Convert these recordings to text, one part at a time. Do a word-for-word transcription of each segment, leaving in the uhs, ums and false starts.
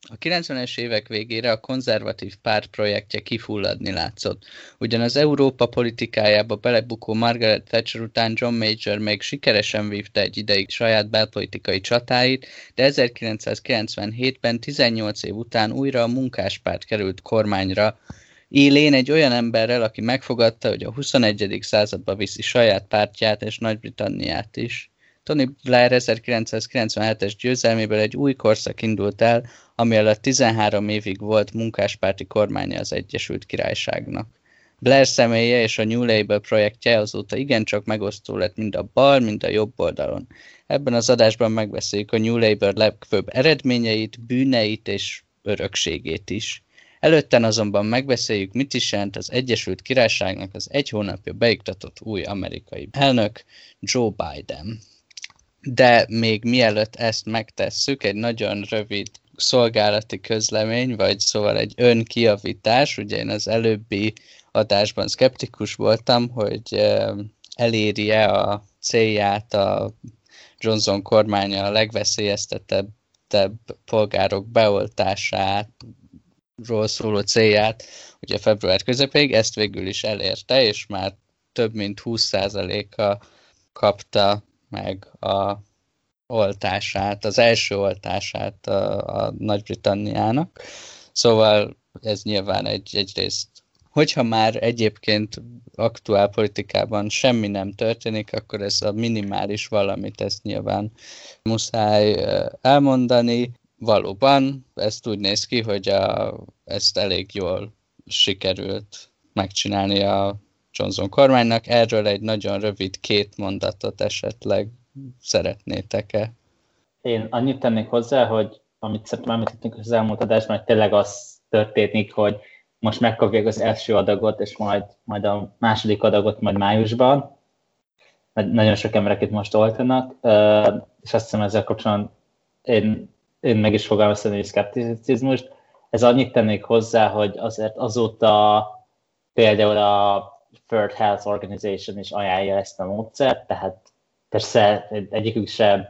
A kilencvenes évek végére a konzervatív párt projektje kifulladni látszott. Ugyan az Európa politikájába belebukó Margaret Thatcher után John Major még sikeresen vívta egy ideig saját belpolitikai csatáit, de ezerkilencszázkilencvenhétben tizennyolc év után újra a munkáspárt került kormányra, élén egy olyan emberrel, aki megfogadta, hogy a huszonegyedik századba viszi saját pártját és Nagy-Britanniát is. Tony Blair ezerkilencszázkilencvenhetes győzelméből egy új korszak indult el, ami alatt tizenhárom évig volt munkáspárti kormánya az Egyesült Királyságnak. Blair személye és a New Labour projektje azóta igencsak megosztó lett mind a bal, mind a jobb oldalon. Ebben az adásban megbeszéljük a New Labour legfőbb eredményeit, bűneit és örökségét is. Előtten azonban megbeszéljük, mit is jelent az Egyesült Királyságnak az egy hónapja beiktatott új amerikai elnök, Joe Biden. De még mielőtt ezt megtesszük, egy nagyon rövid szolgálati közlemény, vagy szóval egy önkijavítás. Ugye én az előbbi adásban szkeptikus voltam, hogy eléri-e a célját a Johnson kormánya a legveszélyeztetettebb polgárok beoltásáról szóló célját, ugye február közepéig, ezt végül is elérte, és már több mint húsz százaléka kapta meg a oltását, az első oltását a, a Nagy-Britanniának. Szóval ez nyilván egy, egyrészt, hogyha már egyébként aktuál politikában semmi nem történik, akkor ez a minimális valamit, ezt nyilván muszáj elmondani. Valóban ezt úgy néz ki, hogy a, ezt elég jól sikerült megcsinálni a Johnson kormánynak. Erről egy nagyon rövid két mondatot esetleg szeretnétek-e? Én annyit tennék hozzá, hogy amit szerintem említettünk az elmúlt adásban, hogy tényleg az történik, hogy most megkapják az első adagot, és majd, majd a második adagot majd májusban. Nagyon sok emberek itt most oltanak, és azt hiszem ezzel kapcsolatban én, én meg is fogalmaztam egy szkepticizmust. Ez annyit tennék hozzá, hogy azért azóta például a World Health Organization is ajánlja ezt a módszert, tehát persze egyikük sem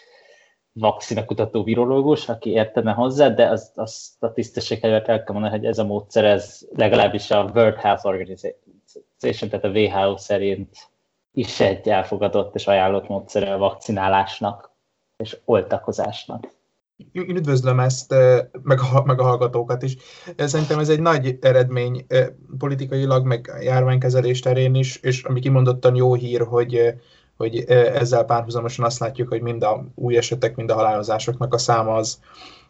vakcinakutató virológus, aki értene hozzá, de az, az a tisztességhez el kell mondani, hogy ez a módszer, ez legalábbis a World Health Organization, tehát a W H O szerint is egy elfogadott és ajánlott módszer a vakcinálásnak és oltakozásnak. Én üdvözlöm ezt, meg a, meg a hallgatókat is. Szerintem ez egy nagy eredmény politikailag, meg járványkezelés terén is, és ami kimondottan jó hír, hogy, hogy ezzel párhuzamosan azt látjuk, hogy mind a új esetek, mind a halálozásoknak a száma az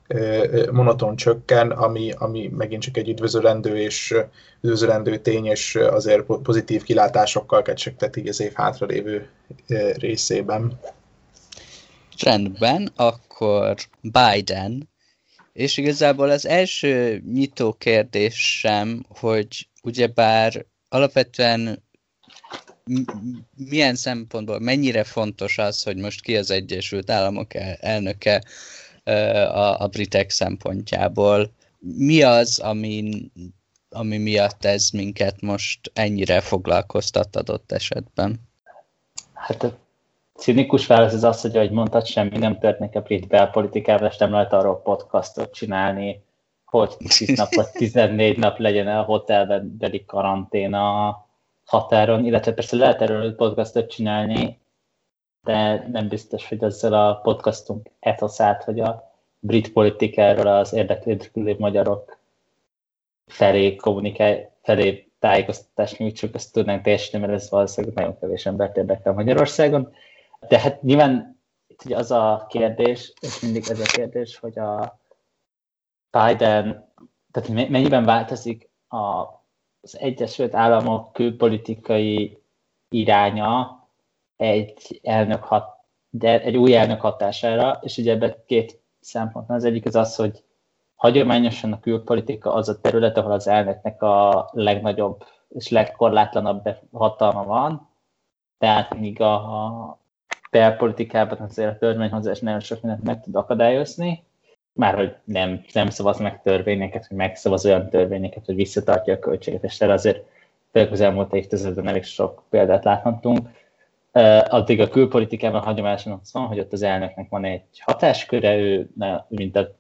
monoton csökken, ami, ami megint csak egy üdvözölendő és üdvözölendő tény, és azért pozitív kilátásokkal kecsegteti az év hátralévő részében. Rendben, akkor Biden, és igazából az első nyitó kérdésem, hogy ugyebár alapvetően milyen szempontból, mennyire fontos az, hogy most ki az Egyesült Államok elnöke a, a britek szempontjából. Mi az, ami, ami miatt ez minket most ennyire foglalkoztat adott esetben? Hát a cinikus válasz az az, hogy ahogy mondtad, semmi nem történik a brit belpolitikában, és nem lehet arról podcastot csinálni, hogy tíz nap vagy tizennégy nap legyen a hotelben beli karantén a határon, illetve persze lehet erről podcastot csinálni, de nem biztos, hogy ezzel a podcastunk etoszát, hogy a brit politikáról az érdeklődő magyarok felé kommunikálj, felé tájékoztatást nyújtsuk, ezt tudnánk teljesíteni, mert ez valószínűleg nagyon kevés embert érdekel Magyarországon. De hát nyilván itt az a kérdés, és mindig ez a kérdés, hogy a Biden, tehát mennyiben változik a, az Egyesült Államok külpolitikai iránya egy elnök hat, de egy új elnök hatására, és ugye ebben két szempont van. Az egyik az az, hogy hagyományosan a külpolitika az a terület, ahol az elnöknek a legnagyobb és legkorlátlanabb hatalma van, tehát míg a belpolitikában azért a törvényhozás nagyon sok mindent meg tud akadályozni, már hogy nem, nem szavaz meg törvényeket, hogy megszavaz olyan törvényeket, hogy visszatartja a költségvetést, erre azért például az elmúlt évtizedben elég sok példát láthatunk. Addig a külpolitikában hagyományosan az van, hogy ott az elnöknek van egy hatásköre, ő mint a,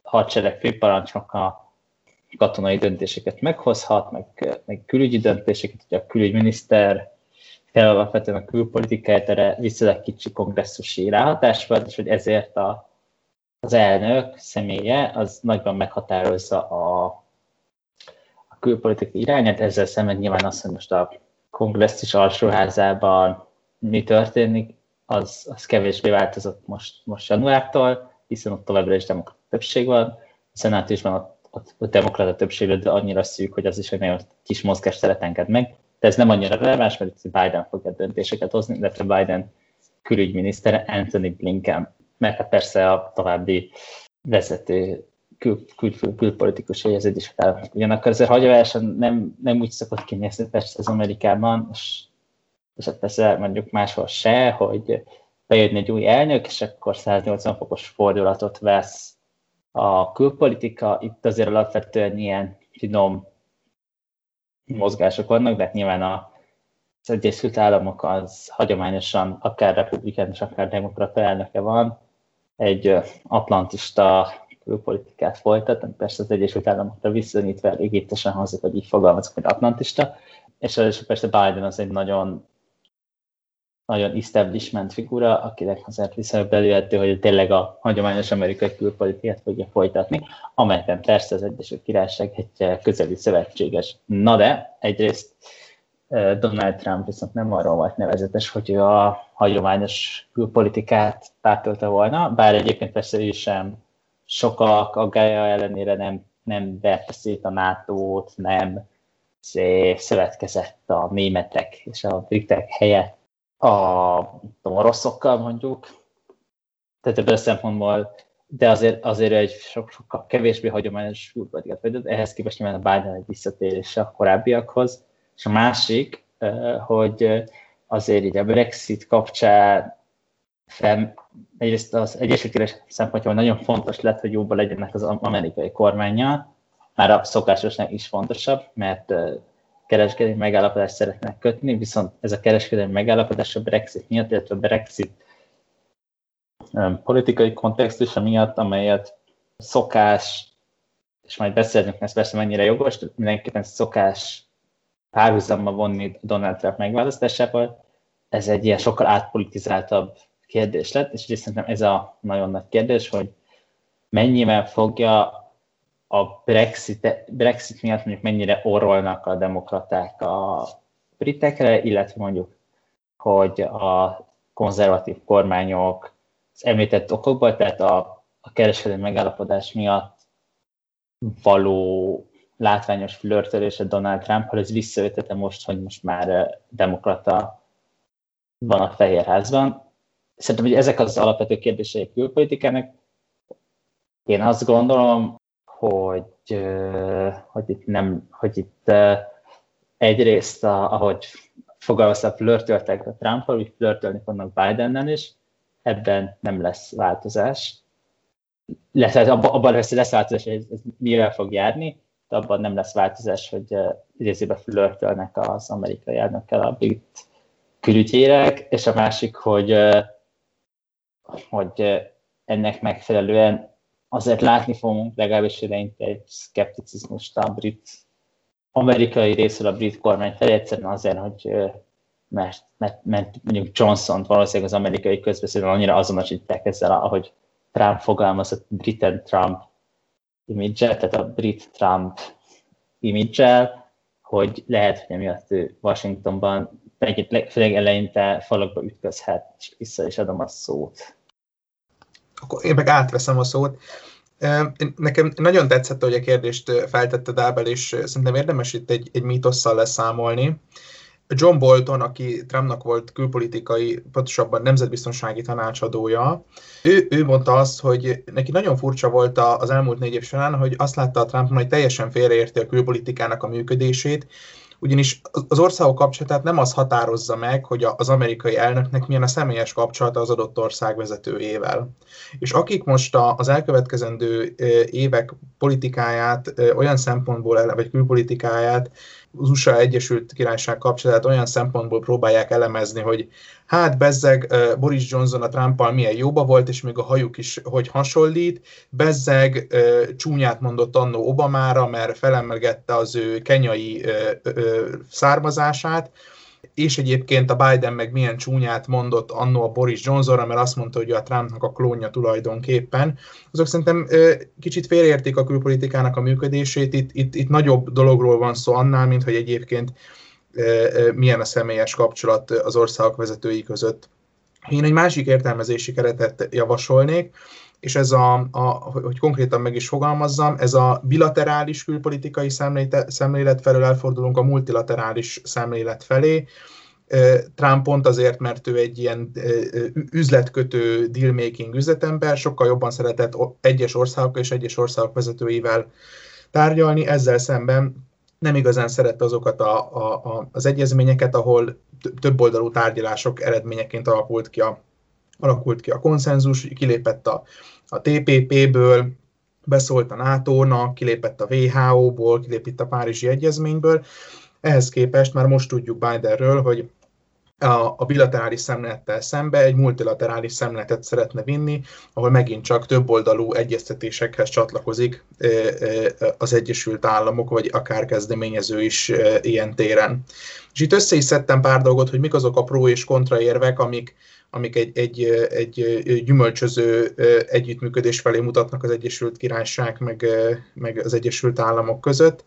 hadsereg főparancsnoka katonai döntéseket meghozhat, meg, meg külügyi döntéseket, hogy a külügyminiszter fel alapvetően a külpolitikáját, erre viszonylag kicsi kongresszusi ráhatás van, és hogy ezért a, az elnök személye az nagyban meghatározza a, a külpolitikai irányát, ezzel szemben nyilván az, hogy most a kongresszus alsóházában mi történik, az, az kevésbé változott most, most januártól, hiszen ott továbbra is demokrata többség van, a szenátusban ott, ott, ott demokrata többség, de annyira szűk, hogy az is egy nagyon kis mozgásteret enged meg. De ez nem annyira releváns, mert Biden fogja döntéseket hozni, illetve Biden külügyminisztere Antony Blinken, mert persze a további vezető kül, kül, külpolitikus az Egyesült Államok. Ugyanakkor azért hagyományosan nem, nem úgy szokott kinézni persze az Amerikában, és, és persze mondjuk máshol se, hogy bejönni egy új elnök, és akkor száznyolcvan fokos fordulatot vesz a külpolitika. Itt azért alapvetően ilyen finom mozgások vannak, de hát nyilván az Egyesült Államok az hagyományosan akár republikánus, akár demokrata elnöke van, egy atlantista külpolitikát folytat, persze az Egyesült Államokra viszonyítva elég étesen hangzik, hogy így fogalmazok, hogy atlantista, és persze Biden az egy nagyon, nagyon establishment figura, akinek azért viszonylag belülhető, hogy tényleg a hagyományos amerikai külpolitikát fogja folytatni, amelyben persze az Egyesült Királyság egy közeli szövetséges. Na de egyrészt Donald Trump viszont nem arról volt nevezetes, hogy ő a hagyományos külpolitikát pártolta volna, bár egyébként persze ő sem sokak aggálya ellenére nem, nem verte szét a nátót, nem szövetkezett a németek és a britek helyett a oroszokkal mondjuk, tehát ebből a szempontból, de azért, azért egy sok, sokkal kevésbé hagyományos külpolitikát folytat, ehhez képest nyilván a Biden egy visszatérése a korábbiakhoz, és a másik, hogy azért így a Brexit kapcsán fel, egyrészt az Egyesült Királyság szempontjából nagyon fontos lett, hogy jóban legyenek az amerikai kormánnyal, már a szokásosnál is fontosabb, mert kereskedelmi megállapodást szeretnek kötni, viszont ez a kereskedelmi megállapodás a Brexit miatt, illetve a Brexit politikai kontextusa miatt, amelyet szokás, és majd beszélünk, ez persze mennyire jogos, de mindenképpen szokás párhuzamba vonni Donald Trump megválasztásával, ez egy ilyen sokkal átpolitizáltabb kérdés lett, és szerintem ez a nagyon nagy kérdés, hogy mennyivel fogja a Brexit, Brexit miatt mondjuk mennyire orrolnak a demokraták a britekre, illetve mondjuk, hogy a konzervatív kormányok az említett okokból, tehát a, a kereskedelmi megállapodás miatt való látványos flörtölése Donald Trump-hal, ez visszavetette most, hogy most már demokrata van a Fehérházban. Szerintem, hogy ezek az alapvető kérdései külpolitikának. Én azt gondolom, hogy, hogy itt nem, hogy itt egyrészt, ahogy fogalmaztam, flörtöltek a Trump-val, úgy flörtölni fognak Bidennel is, ebben nem lesz változás. Lesz, abban lesz, lesz változás, hogy ez, ez mivel fog járni, de abban nem lesz változás, hogy részében flörtölnek az amerikai elnökkel a brit külügyérek, és a másik, hogy, hogy ennek megfelelően azért látni fogunk legalábbis eleinte egy szkepticizmust a brit, amerikai részről a brit kormány felé, egyszerűen azért, hogy mert, mert, mert mondjuk Johnson-t valószínűleg az amerikai közbeszédben annyira azonosítják ezzel, ahogy Trump fogalmazott, Britain Trump image-el, tehát a brit Trump image-el, hogy lehet, hogy emiatt ő Washingtonban főleg eleinte falakba ütközhet, és vissza is adom a szót. Akkor én meg átveszem a szót. Nekem nagyon tetszett, hogy a kérdést feltetted, Ábel, és szerintem érdemes itt egy, egy mítosszal leszámolni. John Bolton, aki Trumpnak volt külpolitikai, pontosabban nemzetbiztonsági tanácsadója, ő, ő mondta azt, hogy neki nagyon furcsa volt az elmúlt négy év során, hogy azt látta a Trumpon, hogy teljesen félreérti a külpolitikának a működését, ugyanis az országok kapcsolatát nem az határozza meg, hogy az amerikai elnöknek milyen a személyes kapcsolata az adott ország vezetőjével. És akik most az elkövetkezendő évek politikáját olyan szempontból, vagy külpolitikáját, az u es á Egyesült Királyság kapcsolatát olyan szempontból próbálják elemezni, hogy hát bezzeg Boris Johnson a Trumpal milyen jóba volt, és még a hajuk is hogy hasonlít, bezzeg csúnyát mondott annó Obamára, mert felemlegette az ő kenyai származását, és egyébként a Biden meg milyen csúnyát mondott annó a Boris Johnsonra, mert azt mondta, hogy a Trumpnak a klónja tulajdonképpen. Azok szerintem kicsit félreérték a külpolitikának a működését, itt, itt, itt nagyobb dologról van szó annál, mint hogy egyébként milyen a személyes kapcsolat az országok vezetői között. Én egy másik értelmezési keretet javasolnék, és ez a, a, hogy konkrétan meg is fogalmazzam, ez a bilaterális külpolitikai szemlélet felől elfordulunk a multilaterális szemlélet felé. Trump pont azért, mert ő egy ilyen üzletkötő, dealmaking üzletember, sokkal jobban szeretett egyes országokkal és egyes országok vezetőivel tárgyalni, ezzel szemben nem igazán szerette azokat a, a, az egyezményeket, ahol többoldalú tárgyalások eredményeként alakult ki a alakult ki a konszenzus, kilépett a, a té pé pé-ből, beszólt a nátónak, kilépett a vé há ó-ból, kilépett a Párizsi Egyezményből. Ehhez képest már most tudjuk Bidenről, hogy a, a bilaterális szemlélettel szembe egy multilaterális szemléletet szeretne vinni, ahol megint csak többoldalú egyeztetésekhez csatlakozik az Egyesült Államok, vagy akár kezdeményező is ilyen téren. És itt össze is szedtem pár dolgot, hogy mik azok a pro és kontra érvek, amik amik egy, egy, egy gyümölcsöző együttműködés felé mutatnak az Egyesült Királyság meg, meg az Egyesült Államok között.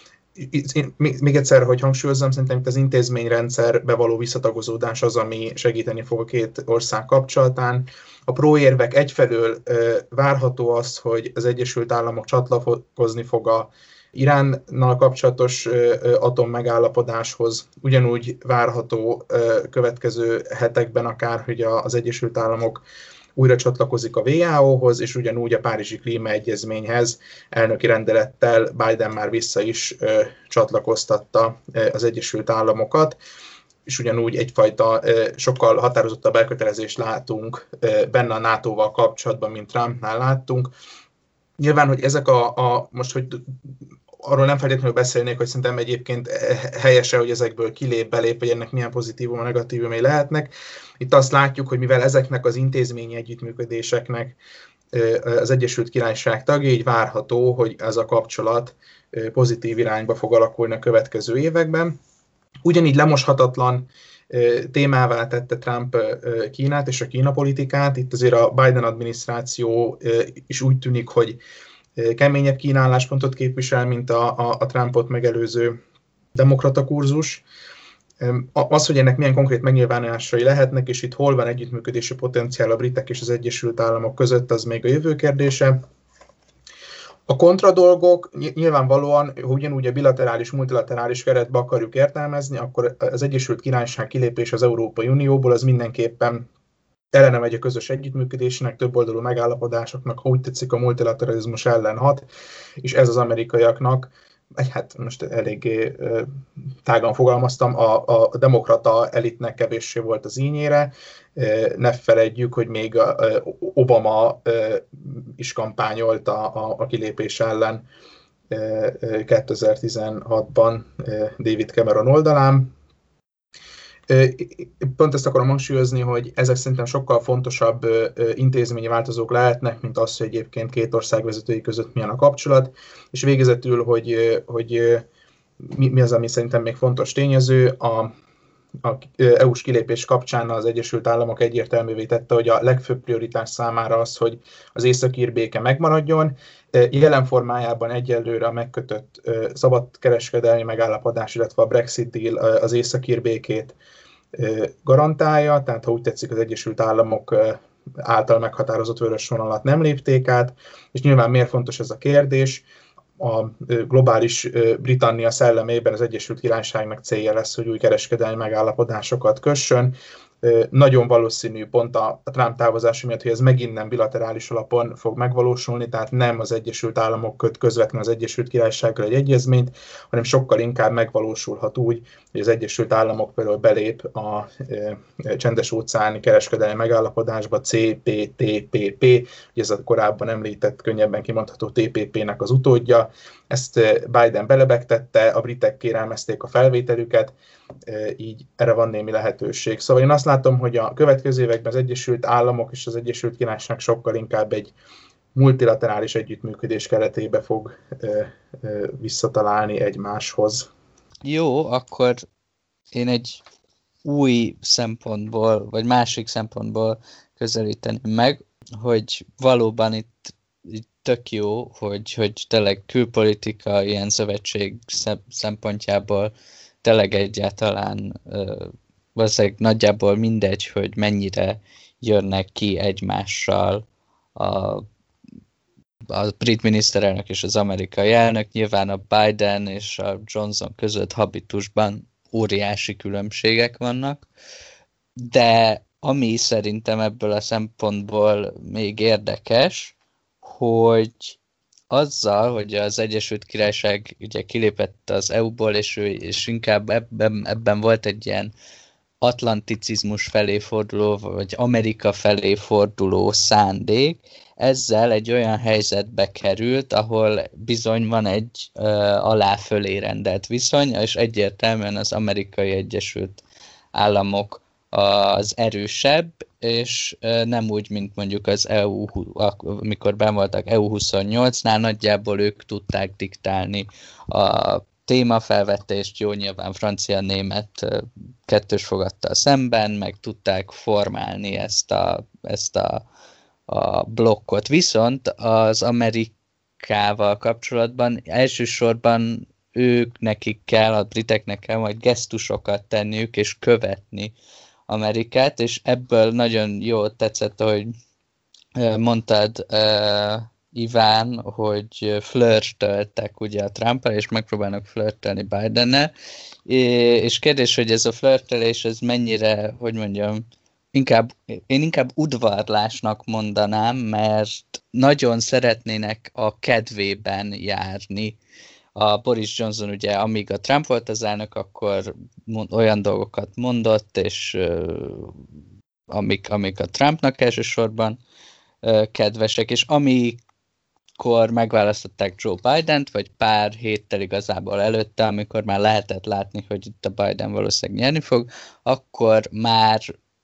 Még egyszer, hogy hangsúlyozzam, szerintem itt az intézményrendszerbe való visszatagozódás az, ami segíteni fog a két ország kapcsolatán. A próérvek egyfelől várható az, hogy az Egyesült Államok csatlakozni fog a Iránnal kapcsolatos atommegállapodáshoz, ugyanúgy várható következő hetekben akár, hogy az Egyesült Államok újra csatlakozik a vé há ó-hoz, és ugyanúgy a Párizsi Klímaegyezményhez elnöki rendelettel Biden már vissza is csatlakoztatta az Egyesült Államokat, és ugyanúgy egyfajta sokkal határozottabb elkötelezést látunk benne a nátóval kapcsolatban, mint Trumpnál láttunk. Nyilván, hogy ezek a, a most, hogy arról nem feltétlenül beszélnék, hogy szerintem egyébként helyese, hogy ezekből kilép, belép, vagy ennek milyen pozitívum, a negatívumai lehetnek. Itt azt látjuk, hogy mivel ezeknek az intézményi együttműködéseknek az Egyesült Királyság tagja, így várható, hogy ez a kapcsolat pozitív irányba fog alakulni a következő években. Ugyanígy lemoshatatlan témává tette Trump Kínát és a Kína politikát. Itt azért a Biden adminisztráció is úgy tűnik, hogy keményebb Kína álláspontot képvisel, mint a, a, a Trumpot megelőző demokrata kurzus. Az, hogy ennek milyen konkrét megnyilvánulásai lehetnek, és itt hol van együttműködési potenciál a britek és az Egyesült Államok között, az még a jövő kérdése. A kontradolgok nyilvánvalóan, ha ugyanúgy a bilaterális, multilaterális keretbe akarjuk értelmezni, akkor az Egyesült Királyság kilépés az Európai Unióból az mindenképpen ellene megy a közös együttműködésnek, többoldalú megállapodásoknak, ha úgy tetszik, a multilateralizmus ellen hat, és ez az amerikaiaknak, hát most eléggé tágan fogalmaztam, a, a demokrata elitnek kevéssé volt az ínyére. Ne felejtjük, hogy még Obama is kampányolt a, a, a kilépés ellen kétezer-tizenhatban David Cameron oldalán. Pont ezt akarom hangsúlyozni, hogy ezek szerintem sokkal fontosabb intézményi változók lehetnek, mint az, hogy egyébként két ország vezetői között milyen a kapcsolat, és végezetül, hogy, hogy mi, mi az, ami szerintem még fontos tényező, a, a é u-s kilépés kapcsán az Egyesült Államok egyértelművé tette, hogy a legfőbb prioritás számára az, hogy az északír béke megmaradjon. Jelen formájában egyelőre a megkötött szabadkereskedelmi megállapodás, illetve a Brexit deal az északír békét garantálja, tehát ha úgy tetszik, az Egyesült Államok által meghatározott vörös vonalat nem lépték át, és nyilván miért fontos ez a kérdés? A globális Britannia szellemében az Egyesült Királyságnak célja lesz, hogy új kereskedelmi megállapodásokat kössön. nagyon valószínű pont a Trump távozása miatt, hogy ez megint nem bilaterális alapon fog megvalósulni, tehát nem az Egyesült Államok köt közvetlenül az Egyesült Királysággal egy egyezményt, hanem sokkal inkább megvalósulhat úgy, hogy az Egyesült Államok például belép a csendes-óceáni kereskedelmi megállapodásba, cé pé té pé pé, ugye ez a korábban említett, könnyebben kimondható té pé pének az utódja. Ezt Biden belebegtette, a britek kérelmezték a felvételüket, így erre van némi lehetőség. Szóval én azt látom, hogy a következő években az Egyesült Államok és az Egyesült Királyság sokkal inkább egy multilaterális együttműködés keretébe fog visszatalálni egymáshoz. Jó, akkor én egy új szempontból, vagy másik szempontból közelíteném meg, hogy valóban itt, itt tök jó, hogy, hogy tényleg külpolitika ilyen szövetség szempontjából tényleg egyáltalán valószínűleg nagyjából mindegy, hogy mennyire jönnek ki egymással a, a brit miniszterelnök és az amerikai elnök. Nyilván a Biden és a Johnson között habitusban óriási különbségek vannak, de ami szerintem ebből a szempontból még érdekes, hogy azzal, hogy az Egyesült Királyság ugye kilépett az é u-ból, és, ő, és inkább ebben, ebben volt egy ilyen atlanticizmus felé forduló, vagy Amerika felé forduló szándék, ezzel egy olyan helyzetbe került, ahol bizony van egy uh, alá-fölé rendelt viszony, és egyértelműen az Amerikai Egyesült Államok az erősebb, és nem úgy, mint mondjuk az é u, amikor benn voltak é u huszonnyolcnál, nagyjából ők tudták diktálni a témafelvetést, jó, nyilván francia-német kettős fogattal szemben, meg tudták formálni ezt a, ezt a, a blokkot. Viszont az Amerikával kapcsolatban elsősorban ők nekik kell, a briteknek kell majd gesztusokat tenniük és követni Amerikát, és ebből nagyon jól tetszett, hogy mondtad, uh, Iván, hogy flörtöltek ugye a Trumppal, és megpróbálnak flörtölni Bidennel, és kérdés, hogy ez a flörtölés, ez mennyire, hogy mondjam, inkább, én inkább udvarlásnak mondanám, mert nagyon szeretnének a kedvében járni. A Boris Johnson ugye, amíg a Trump volt az elnök, akkor olyan dolgokat mondott, és uh, amik, amik a Trumpnak elsősorban uh, kedvesek, és amikor megválasztották Joe Bident, vagy pár héttel igazából előtte, amikor már lehetett látni, hogy itt a Biden valószínűleg nyerni fog, akkor már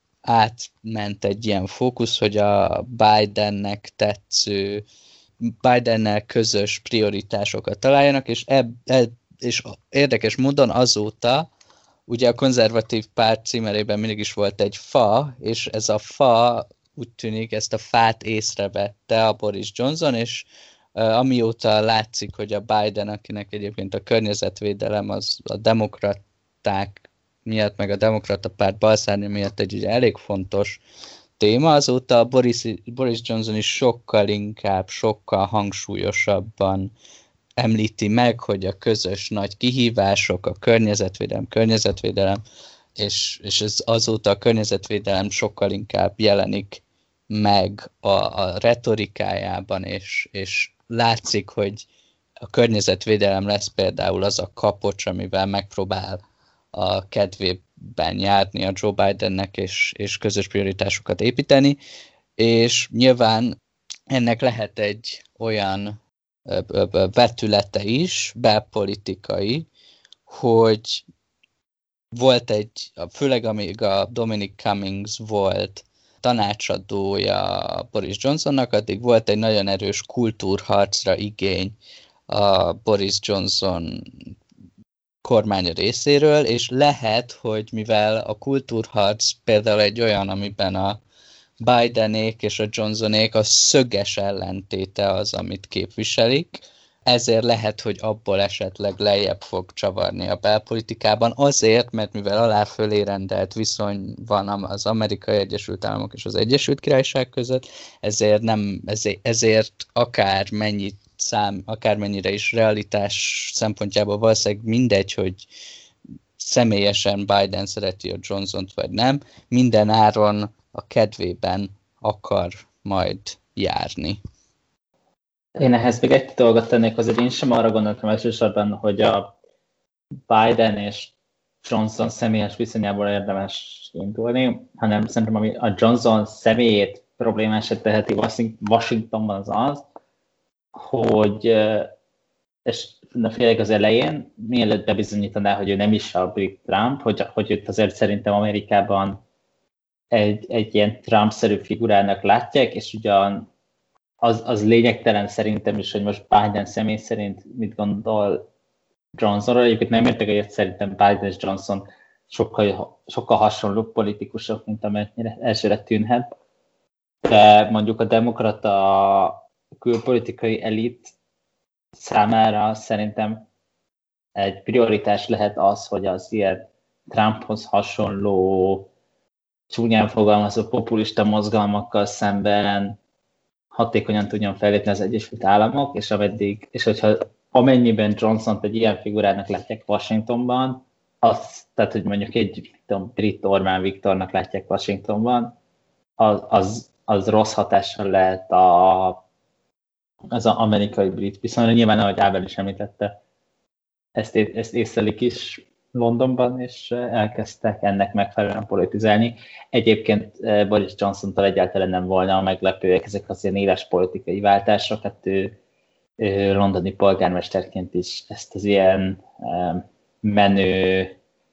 átment egy ilyen fókusz, hogy a Bidennek tetsző Bidennel közös prioritásokat találjanak, és, eb, eb, és érdekes módon azóta, ugye a konzervatív párt címerében mindig is volt egy fa, és ez a fa, úgy tűnik, ezt a fát észrevette a Boris Johnson, és uh, amióta látszik, hogy a Biden, akinek egyébként a környezetvédelem az a demokraták miatt, meg a demokrata párt balszárnya miatt egy ugye elég fontos téma, azóta Boris, Boris Johnson is sokkal inkább, sokkal hangsúlyosabban említi meg, hogy a közös nagy kihívások, a környezetvédelem, környezetvédelem, és, és ez azóta a környezetvédelem sokkal inkább jelenik meg a, a retorikájában, és, és látszik, hogy a környezetvédelem lesz például az a kapocs, amivel megpróbál a kedvében járni a Joe Bidennek, és, és közös prioritásokat építeni, és nyilván ennek lehet egy olyan vetülete is, belpolitikai, hogy volt egy, főleg amíg a Dominic Cummings volt tanácsadója Boris Johnsonnak, addig volt egy nagyon erős kultúrharcra igény a Boris Johnson kormánya részéről, és lehet, hogy mivel a kultúrharc például egy olyan, amiben a Bidenék és a Johnsonék a szöges ellentéte az, amit képviselik, ezért lehet, hogy abból esetleg lejjebb fog csavarni a belpolitikában, azért, mert mivel alá-fölé rendelt viszony van az Amerikai Egyesült Államok és az Egyesült Királyság között, ezért, nem, ezért, ezért akár mennyit szám, akármennyire is realitás szempontjából valószínűleg mindegy, hogy személyesen Biden szereti a Johnsont, vagy nem, minden áron a kedvében akar majd járni. Én ehhez még egy dolgot tennék, azért én sem arra gondoltam elsősorban, hogy a Biden és Johnson személyes viszonyából érdemes indulni, hanem szerintem ami a Johnson személyét problémását teheti Washingtonban az az, hogy, és főleg az elején, mielőtt bebizonyítaná, hogy ő nem is a brit Trump, hogy, hogy őt azért szerintem Amerikában egy, egy ilyen Trump-szerű figurának látják, és ugyan az, az lényegtelen szerintem is, hogy most Biden személy szerint mit gondol Johnsonról. Egyébként nem értek egyet, szerintem Biden és Johnson sokkal, sokkal hasonló politikusok, mint amennyire elsőre tűnhet. De mondjuk a demokrata külpolitikai elit számára szerintem egy prioritás lehet az, hogy az ilyen Trumphoz hasonló csúnyán fogalmazó populista mozgalmakkal szemben hatékonyan tudjon fellépni az Egyesült Államok, és, ameddig, és hogyha amennyiben Johnsont egy ilyen figurának látják Washingtonban, az, tehát hogy mondjuk egy tudom, brit Orbán Viktornak látják Washingtonban, az, az, az rossz hatással lehet a, az amerikai brit viszonyra. Nyilván, ahogy Ábel is említette, ezt, ezt észlelik is Londonban, és elkezdtek ennek megfelelően politizálni. Egyébként Boris Johnsontól egyáltalán nem volna meglepőek ezek az ilyen éles politikai váltások, hát ő, ő londoni polgármesterként is ezt az ilyen menő,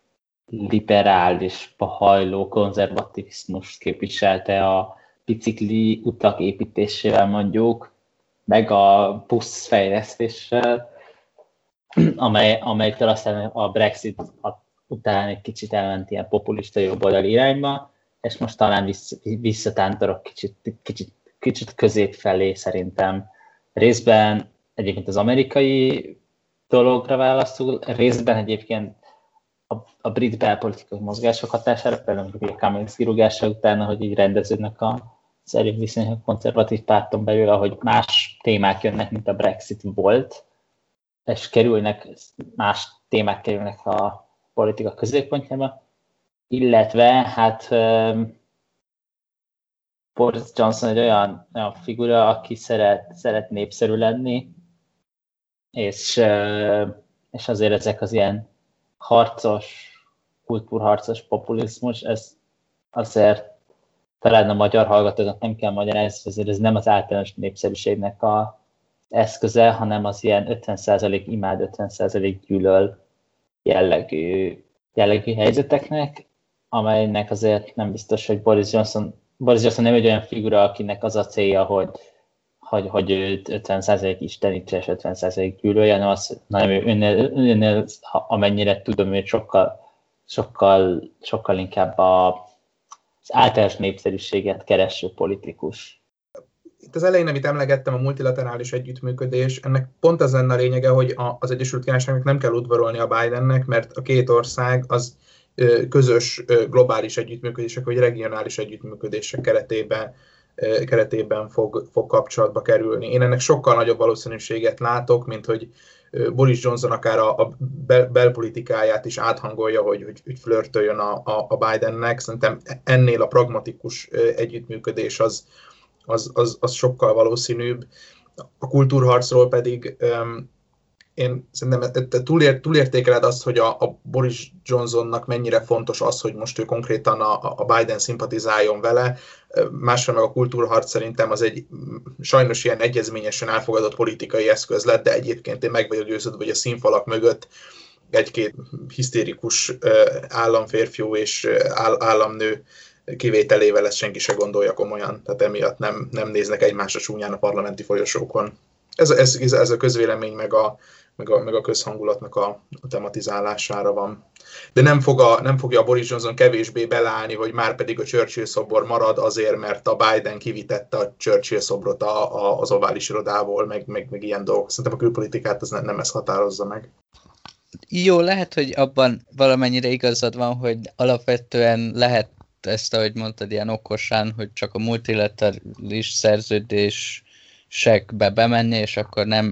liberális, hajló konzervativizmust képviselte a bicikli utak építésével mondjuk, meg a buszfejlesztéssel, amely, amelytől aztán a Brexit után egy kicsit elment ilyen populista jobboldali irányba, és most talán vissz, visszatántorok kicsit, kicsit, kicsit közép felé szerintem. Részben egyébként az amerikai dologra válaszul, részben egyébként a, a brit belpolitikai mozgások hatására, például a Cummings kirúgása után, hogy így rendeződnek az erőviszonyok konzervatív párton belül, ahogy más témák jönnek, mint a Brexit volt, és kerülnek, más témák kerülnek a politika középpontjába, illetve hát um, Boris Johnson egy olyan, olyan figura, aki szeret, szeret népszerű lenni, és, uh, és azért ezek az ilyen harcos, kultúrharcos populizmus, ez azért talán a magyar hallgatóknak nem kell magyarázni, azért ez nem az általános népszerűségnek a eszköze, hanem az ilyen ötven százalék imád, ötven százalék gyűlöl jellegű, jellegű helyzeteknek, amelynek azért nem biztos, hogy Boris Johnson, Boris Johnson nem egy olyan figura, akinek az a célja, hogy, hogy, hogy őt ötven százalék istenítse és ötven százalék gyűlölje, hanem az, hanem ő önnél, önnél, amennyire tudom, hogy sokkal, sokkal, sokkal inkább a, az általános népszerűséget kereső politikus. Itt az elején, amit emlegettem, a multilaterális együttműködés, ennek pont az lenne a lényege, hogy az Egyesült Királyságnak nem kell udvarolni a Bidennek, mert a két ország az közös globális együttműködések, vagy regionális együttműködések keretében, keretében fog, fog kapcsolatba kerülni. Én ennek sokkal nagyobb valószínűséget látok, mint hogy Boris Johnson akár a, a bel, belpolitikáját is áthangolja, hogy, hogy, hogy flörtöljön a, a, a Bidennek. Szerintem ennél a pragmatikus együttműködés az, az, az, az sokkal valószínűbb. A kultúrharcról pedig um, én szerintem túlér, túlértékeled azt, hogy a, a Boris Johnsonnak mennyire fontos az, hogy most ő konkrétan a, a Biden szimpatizáljon vele. Másra meg a kultúrharc szerintem az egy sajnos ilyen egyezményesen elfogadott politikai eszköz lett, de egyébként én meg vagyok győződve, hogy a színfalak mögött egy-két hisztérikus államférfiú és államnő kivételével ezt senki se gondolja komolyan, tehát emiatt nem, nem néznek egymásra csúnyán a parlamenti folyosókon. Ez, ez, ez a közvélemény meg a, meg a, meg a közhangulatnak a, a tematizálására van. De nem, fog a, nem fogja a Boris Johnson kevésbé beleállni, hogy már pedig a Churchill szobor marad azért, mert a Biden kivitette a Churchill szobrot a, a, az ovális irodából, meg, meg, meg ilyen dolgok. Szerintem a külpolitikát az nem, nem ezt határozza meg. Jó, lehet, hogy abban valamennyire igazad van, hogy alapvetően lehet ezt, ahogy mondtad, ilyen okosan, hogy csak a multilaterális szerződés sekbe bemenni, és akkor nem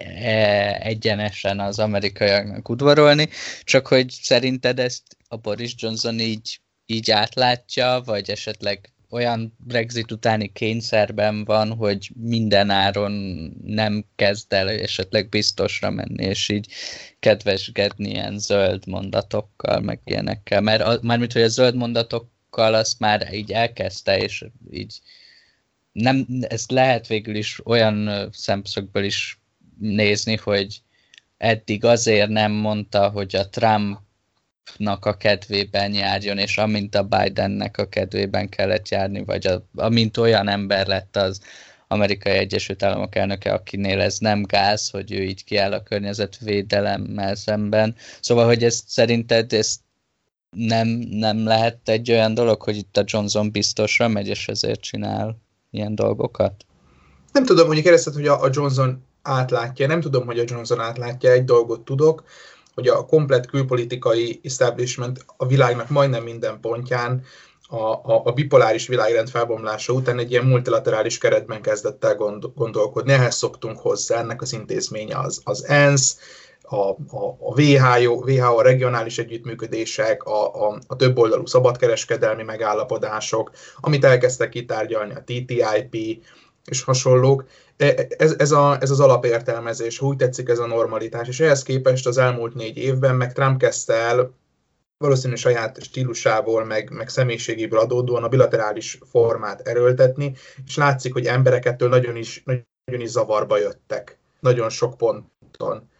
egyenesen az amerikaiaknak udvarolni, csak hogy szerinted ezt a Boris Johnson így, így átlátja, vagy esetleg olyan Brexit utáni kényszerben van, hogy minden áron nem kezd el esetleg biztosra menni, és így kedveskedni ilyen zöld mondatokkal, meg ilyenekkel. Mert mármint, hogy a zöld mondatokkal azt már így elkezdte, és így nem, ezt lehet végül is olyan szemszögből is nézni, hogy eddig azért nem mondta, hogy a Trumpnak a kedvében járjon, és amint a Bidennek a kedvében kellett járni, vagy a, amint olyan ember lett az Amerikai Egyesült Államok elnöke, akinél ez nem gáz, hogy ő így kiáll a környezetvédelemmel szemben. Szóval, hogy ez szerinted ez nem, nem lehet egy olyan dolog, hogy itt a Johnson biztosra megy, és ezért csinál ilyen dolgokat? Nem tudom, hogy kérdezted, hogy a Johnson átlátja. Nem tudom, hogy a Johnson átlátja. Egy dolgot tudok, hogy a komplett külpolitikai establishment a világnak majdnem minden pontján a, a, a bipoláris világrend felbomlása után egy ilyen multilaterális keretben kezdett el gond, gondolkodni. Ehhez szoktunk hozzá, ennek az intézménye az, az ENSZ, a, a, a dupla vé há o, dupla vé há o, a regionális együttműködések, a, a, a többoldalú szabadkereskedelmi megállapodások, amit elkezdtek kitárgyalni, a té té i pé és hasonlók. Ez, ez, a, ez az alapértelmezés, úgy tetszik ez a normalitás, és ehhez képest az elmúlt négy évben meg Trump kezdte el valószínűleg saját stílusából, meg, meg személyiségéből adódóan a bilaterális formát erőltetni, és látszik, hogy emberek ettől nagyon is, nagyon is zavarba jöttek, nagyon sok ponton.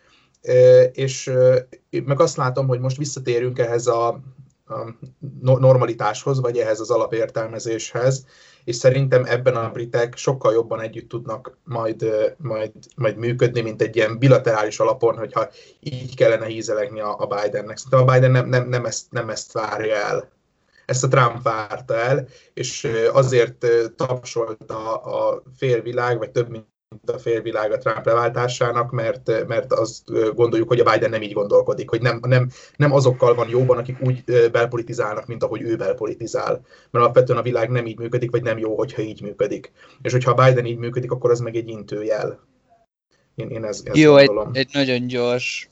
És meg azt látom, hogy most visszatérünk ehhez a, a normalitáshoz, vagy ehhez az alapértelmezéshez, és szerintem ebben a britek sokkal jobban együtt tudnak majd, majd, majd működni, mint egy ilyen bilaterális alapon, hogyha így kellene hízelegni a, a Bidennek. Szerintem a Biden nem, nem, nem, ezt, nem ezt várja el. Ezt a Trump várta el, és azért tapsolta a félvilág, vagy több mint a félvilág a Trump leváltásának, mert, mert azt gondoljuk, hogy a Biden nem így gondolkodik, hogy nem, nem, nem azokkal van jóban, akik úgy belpolitizálnak, mint ahogy ő belpolitizál. Mert alapvetően a világ nem így működik, vagy nem jó, hogyha így működik. És hogyha a Biden így működik, akkor az meg egy intőjel. Én, én ezt, ezt Jó, gondolom. Egy, egy nagyon gyors,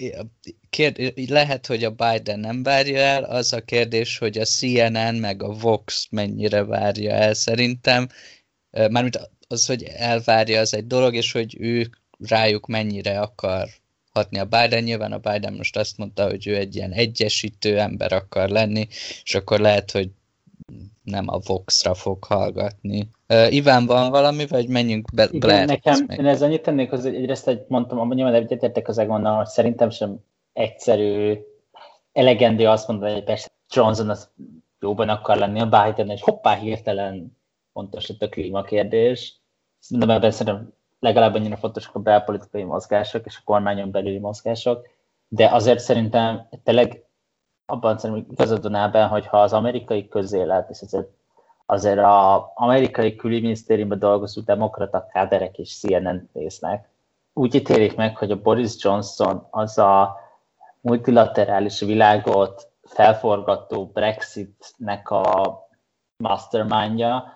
kérdés, lehet, hogy a Biden nem várja el, az a kérdés, hogy a C N N meg a Vox mennyire várja el szerintem. Mármint az, hogy elvárja, az egy dolog, és hogy ő rájuk mennyire akar hatni. A Biden nyilván a Biden most azt mondta, hogy ő egy ilyen egyesítő ember akar lenni, és akkor lehet, hogy nem a Voxra fog hallgatni. Uh, Iván, van valami, vagy menjünk be? Igen, nekem, én ezzel annyit tennék, hogy egyrészt egy, mondtam, abban nyilván egyetértek az egonnal, hogy szerintem sem egyszerű, elegendő azt mondani, hogy persze Johnson az jóban akar lenni, a Biden, és hoppá, hirtelen fontos itt a klímakérdés. De ebben szerintem legalább annyira fontosak a belpolitikai mozgások és a kormányon belüli mozgások, de azért szerintem tényleg abban szerintem igazad van ebben, hogyha az amerikai közélet, és azért, azért az amerikai külügyminisztériumban dolgozó demokrata káderek és C N N néznek, úgy ítélik meg, hogy a Boris Johnson az a multilaterális világot felforgató Brexitnek a mastermindja,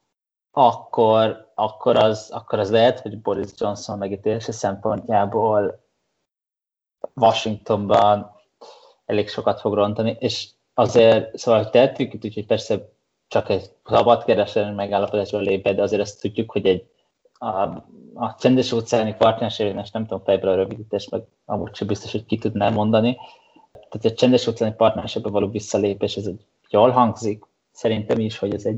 akkor, akkor, az, akkor az lehet, hogy Boris Johnson megítélése szempontjából Washingtonban elég sokat fog rontani, és azért, szóval, hogy tehetjük itt, úgyhogy persze csak egy szabadkereskedelmi megállapodásról lép be, de azért azt tudjuk, hogy egy a, a csendes óceáni partnerségnek, nem tudom fejből a rövidítés, meg amúgy sem biztos, hogy ki tudnám mondani. Tehát a csendes óceáni partnerségbe való visszalépés, ez egy jól hangzik, szerintem is, hogy ez egy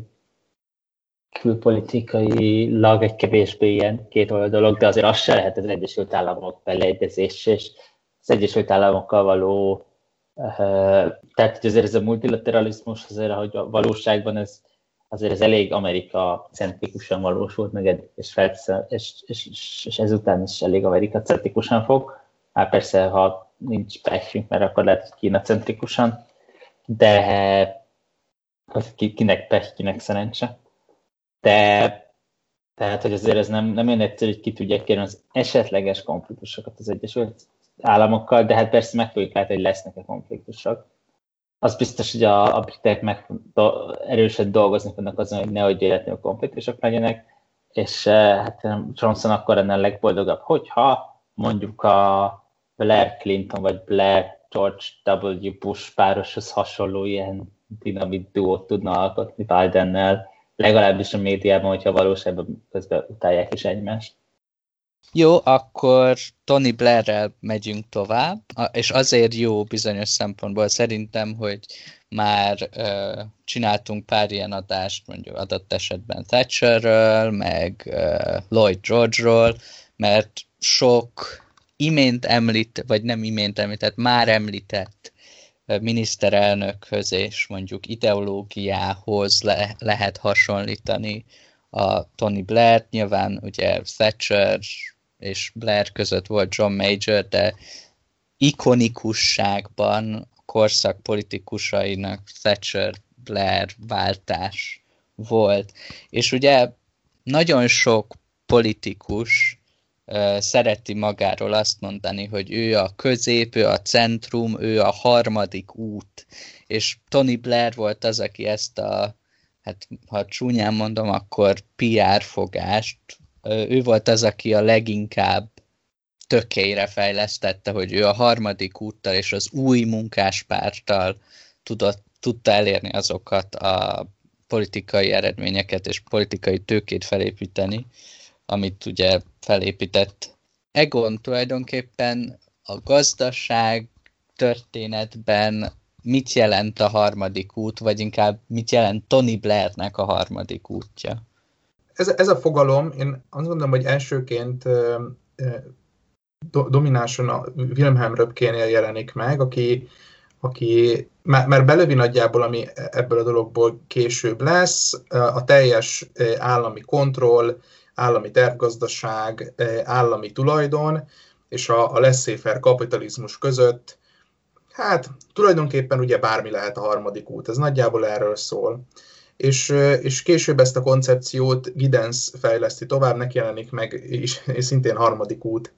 külpolitikailag egy kevésbé ilyen kétoldalú dolog, de azért az se lehet az Egyesült Államok beleegyezés, és az Egyesült Államokkal való, uh, tehát azért ez a multilateralizmus, azért, hogy a valóságban ez azért ez elég Amerika-centrikusan valósult meg, és, felsze, és, és, és, és ezután is elég Amerika-centrikusan fog. Hát persze, ha nincs pechünk, mert akkor lehet, hogy Kína-centrikusan, de kinek pech, kinek szerencse. De tehát, hogy azért ez nem, nem olyan egyszerű, hogy ki tudják kérni az esetleges konfliktusokat az Egyesült Államokkal, de hát persze meg fogjuk látni, hogy lesznek a konfliktusok. Az biztos, hogy a, a britek meg do, erősen dolgozni fognak azon, hogy nehogy véletlenül konfliktusok legyenek, és hát Johnson akkor lenne a legboldogabb, hogyha mondjuk a Blair Clinton vagy Blair George W. Bush pároshoz hasonló ilyen dinamit duót tudna alkotni Bidennel, legalábbis a médiában, hogyha valóságban közben utálják is egymást. Jó, akkor Tony Blairrel megyünk tovább, és azért jó bizonyos szempontból szerintem, hogy már uh, csináltunk pár ilyen adást, mondjuk adott esetben Thatcherről, meg uh, Lloyd George-ról, mert sok imént említ, vagy nem imént említett, már említett uh, miniszterelnökhöz és mondjuk ideológiához le- lehet hasonlítani a Tony Blair-t. Nyilván ugye Thatcher és Blair között volt John Major, de ikonikusságban korszak politikusainak Thatcher-Blair váltás volt. És ugye nagyon sok politikus uh, szereti magáról azt mondani, hogy ő a közép, ő a centrum, ő a harmadik út. És Tony Blair volt az, aki ezt a, hát ha csúnyán mondom, akkor pé er fogást, uh, ő volt az, aki a leginkább tökére fejlesztette, hogy ő a harmadik úttal és az új munkáspárttal tudott, tudta elérni azokat a politikai eredményeket és politikai tőkét felépíteni, amit ugye felépített. Egon tulajdonképpen a gazdaság történetben mit jelent a harmadik út, vagy inkább mit jelent Tony Blairnek a harmadik útja? Ez, ez a fogalom, én azt gondolom, hogy elsőként dominánsan a Wilhelm Röpkénél jelenik meg, aki, aki már, már belövi nagyjából, ami ebből a dologból később lesz, a teljes állami kontroll, állami tervgazdaság, állami tulajdon, és a, a laissez-faire kapitalizmus között, hát tulajdonképpen ugye bármi lehet a harmadik út, ez nagyjából erről szól. És, és később ezt a koncepciót Giddens fejleszti tovább, neki jelenik meg, és, és szintén harmadik út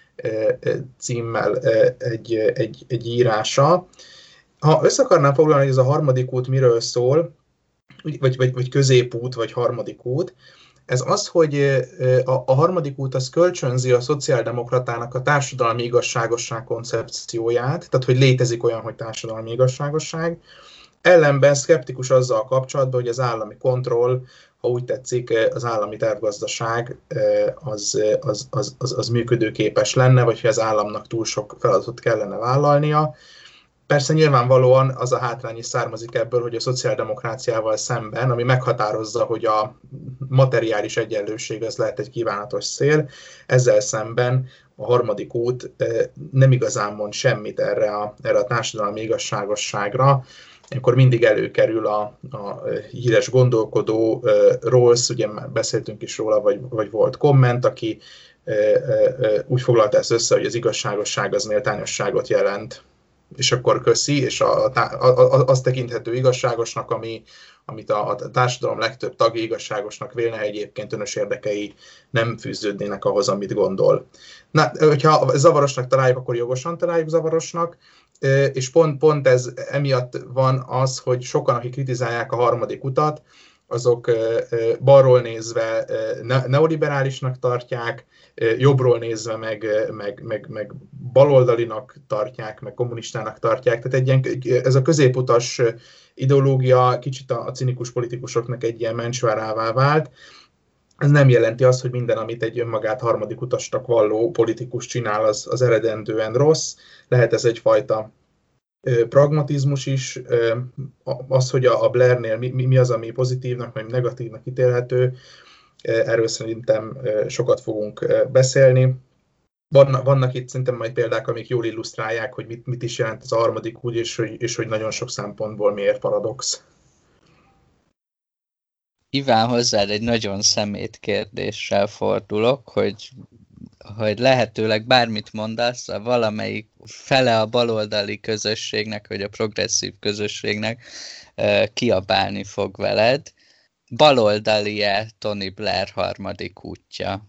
címmel egy, egy, egy írása. Ha össze akarnám foglalni, hogy ez a harmadik út miről szól, vagy, vagy, vagy középút, vagy harmadik út, ez az, hogy a, a harmadik út az kölcsönzi a szociáldemokratának a társadalmi igazságosság koncepcióját, tehát hogy létezik olyan, hogy társadalmi igazságosság, ellenben szkeptikus azzal kapcsolatban, hogy az állami kontroll, ha úgy tetszik, az állami tervgazdaság az, az, az, az, az működőképes lenne, vagy hogy az államnak túl sok feladatot kellene vállalnia. Persze nyilvánvalóan az a hátrány is származik ebből, hogy a szociáldemokráciával szemben, ami meghatározza, hogy a materiális egyenlőség az lehet egy kívánatos cél, ezzel szemben a harmadik út nem igazán mond semmit erre a, erre a társadalmi igazságosságra. Akkor mindig előkerül a, a híres gondolkodó uh, Rawls, ugye már beszéltünk is róla, vagy, vagy volt komment, aki uh, uh, úgy foglalta ezt össze, hogy az igazságosság az méltányosságot jelent, és akkor köszi, és a, a, a, az tekinthető igazságosnak, ami, amit a, a társadalom legtöbb tagja igazságosnak vélne, egyébként önös érdekei nem fűződnének ahhoz, amit gondol. Na, hogyha zavarosnak találjuk, akkor jogosan találjuk zavarosnak, és pont, pont ez emiatt van az, hogy sokan, akik kritizálják a harmadik utat, azok balról nézve neoliberálisnak tartják, jobbról nézve meg, meg, meg, meg baloldalinak tartják, meg kommunistának tartják. Tehát egy ilyen, ez a középutas ideológia kicsit a cinikus politikusoknak egy ilyen mencsvárává vált. Ez nem jelenti azt, hogy minden, amit egy önmagát harmadik utasnak valló politikus csinál, az, az eredendően rossz. Lehet ez egyfajta ö, pragmatizmus is. Ö, az, hogy a, a Blairnél mi, mi az, ami pozitívnak, vagy negatívnak ítélhető, erről szerintem sokat fogunk beszélni. Vannak, vannak itt szerintem majd példák, amik jól illusztrálják, hogy mit, mit is jelent ez a harmadik út, és hogy, és hogy nagyon sok szempontból miért paradox. Iván, hozzád egy nagyon szemét kérdéssel fordulok, hogy, hogy lehetőleg bármit mondasz, a valamelyik fele a baloldali közösségnek, vagy a progresszív közösségnek kiabálni fog veled. Baloldali-e Tony Blair harmadik útja?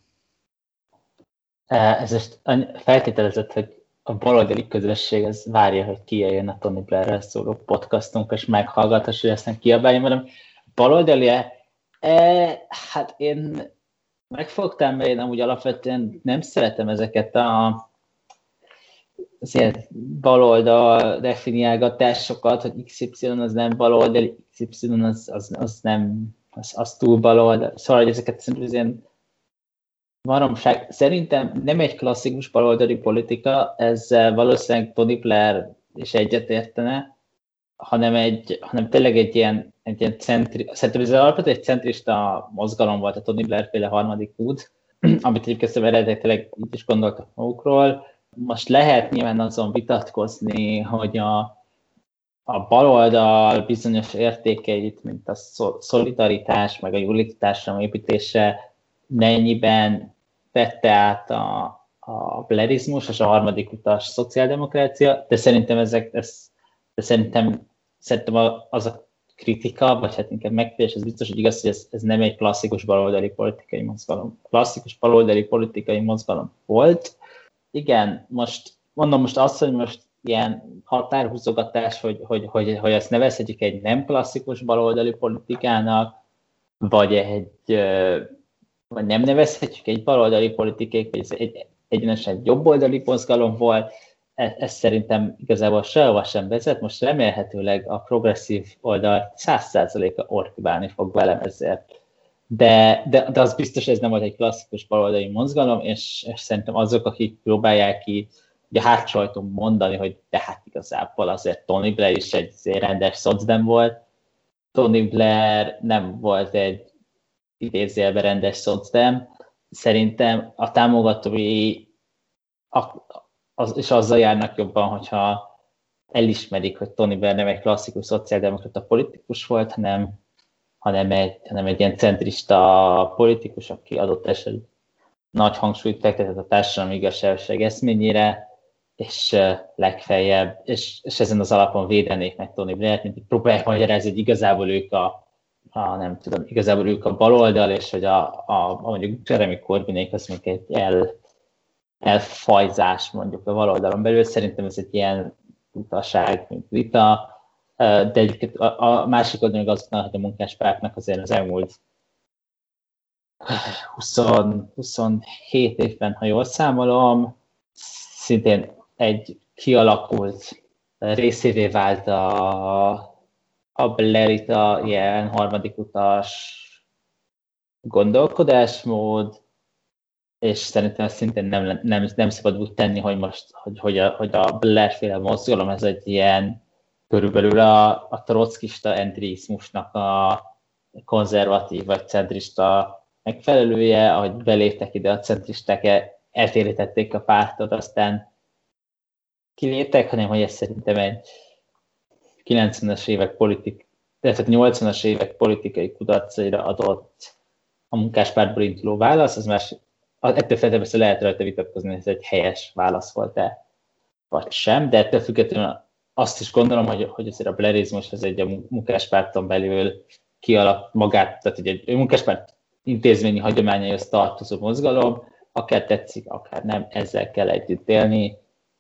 Ez most feltételezett, hogy a baloldali közösség az várja, hogy kijöjjön a Tony Blairrel szóló podcastunk, és meghallgathassa, hogy aztán kiabáljon velem. Baloldali-e? E, hát én megfogtál, mert én amúgy alapvetően nem szeretem ezeket a az ilyen baloldal definiálgatásokat, hogy iksz ipszilon az nem baloldal, iksz ipszilon az, az, az nem, az, az túl baloldal. Szóval, hogy ezeket szerintem az ilyen maromság. Szerintem nem egy klasszikus baloldali politika, ezzel valószínűleg Tony Blair is egyetértene, hanem, egy, hanem tényleg egy ilyen, egy ilyen centri, szerintem ez alapvetően egy centrista mozgalom volt a Tony Blair féle harmadik út, amit egyébként eredetileg így is gondoltak magukról. Most lehet nyilván azon vitatkozni, hogy a, a baloldal bizonyos értékeit, mint a szolidaritás, meg a jóléti társadalom építése mennyiben vette át a, a blairizmus és a harmadik utas szociáldemokrácia, de szerintem ezek, ez, de szerintem, szerintem az a kritika, vagy hát inkább megfélés, ez biztos, hogy igaz, hogy ez, ez nem egy klasszikus baloldali politikai mozgalom. Klasszikus baloldali politikai mozgalom volt. Igen, most mondom most azt, hogy most ilyen határhúzogatás, hogy, hogy, hogy, hogy ezt nevezhetjük egy nem klasszikus baloldali politikának, vagy egy vagy nem nevezhetjük egy baloldali politikai, vagy ez egy egyenesen egy jobboldali mozgalom volt, ez, ez szerintem igazából sehova sem vezet, most remélhetőleg a progresszív oldal száz százaléka orkibálni fog velem ezért. De, de, de az biztos, ez nem volt egy klasszikus baloldali mozgalom, és, és szerintem azok, akik próbálják ki ugye hátsó ajtón mondani, hogy de hát igazából azért Tony Blair is egy rendes szocdem volt. Tony Blair nem volt egy idézőjelben rendes szocdem. Szerintem a támogatói a, az, és azzal járnak jobban, hogyha elismerik, hogy Tony Blair nem egy klasszikus szociáldemokrata politikus volt, hanem, hanem, egy, hanem egy ilyen centrista politikus, aki adott esetben nagy hangsúlyt fektetett a társadalmi igazságosság eszményére, és legfeljebb, és, és ezen az alapon védenék meg Tony Blair-t, mint hogy próbálják magyarázni, hogy igazából ők a, a nem tudom, igazából ők a baloldal, és hogy a, a, a mondjuk Jeremy Corbynék az mondjuk egy el, elfajzás mondjuk a baloldalon belül. Szerintem ez egy ilyen utaság, mint vita, de egyébként a, a másik oldalon azt mondom, hogy a munkáspártnak azért az elmúlt húsz, huszonhét évben, ha jól számolom, szintén egy kialakult részévé vált a, a Blairita ilyen harmadik utas gondolkodásmód, és szerintem szintén nem, nem, nem szabad úgy tenni, hogy most, hogy, hogy a, hogy a Blair-féle mozgalom, ez egy ilyen körülbelül a, a trockista endrizmusnak a konzervatív vagy centrista megfelelője, ahogy beléptek ide a centristák, eltérítették a pártot, aztán kiléptek, hanem hogy ez szerintem egy kilencvenes évek politik, tehát nyolcvanas évek politikai kudarcaira adott a munkáspártból induló válasz, az már ettől feltétlenül lehet rajta vitatkozni, hogy ez egy helyes válasz volt-e, vagy sem, de ettől függetlenül azt is gondolom, hogy, hogy azért a blairizmus az egy a munkáspárton belül kialak magát, tehát egy, egy munkáspárt intézményi hagyományaihoz tartozó mozgalom, akár tetszik, akár nem, ezzel kell együtt élni.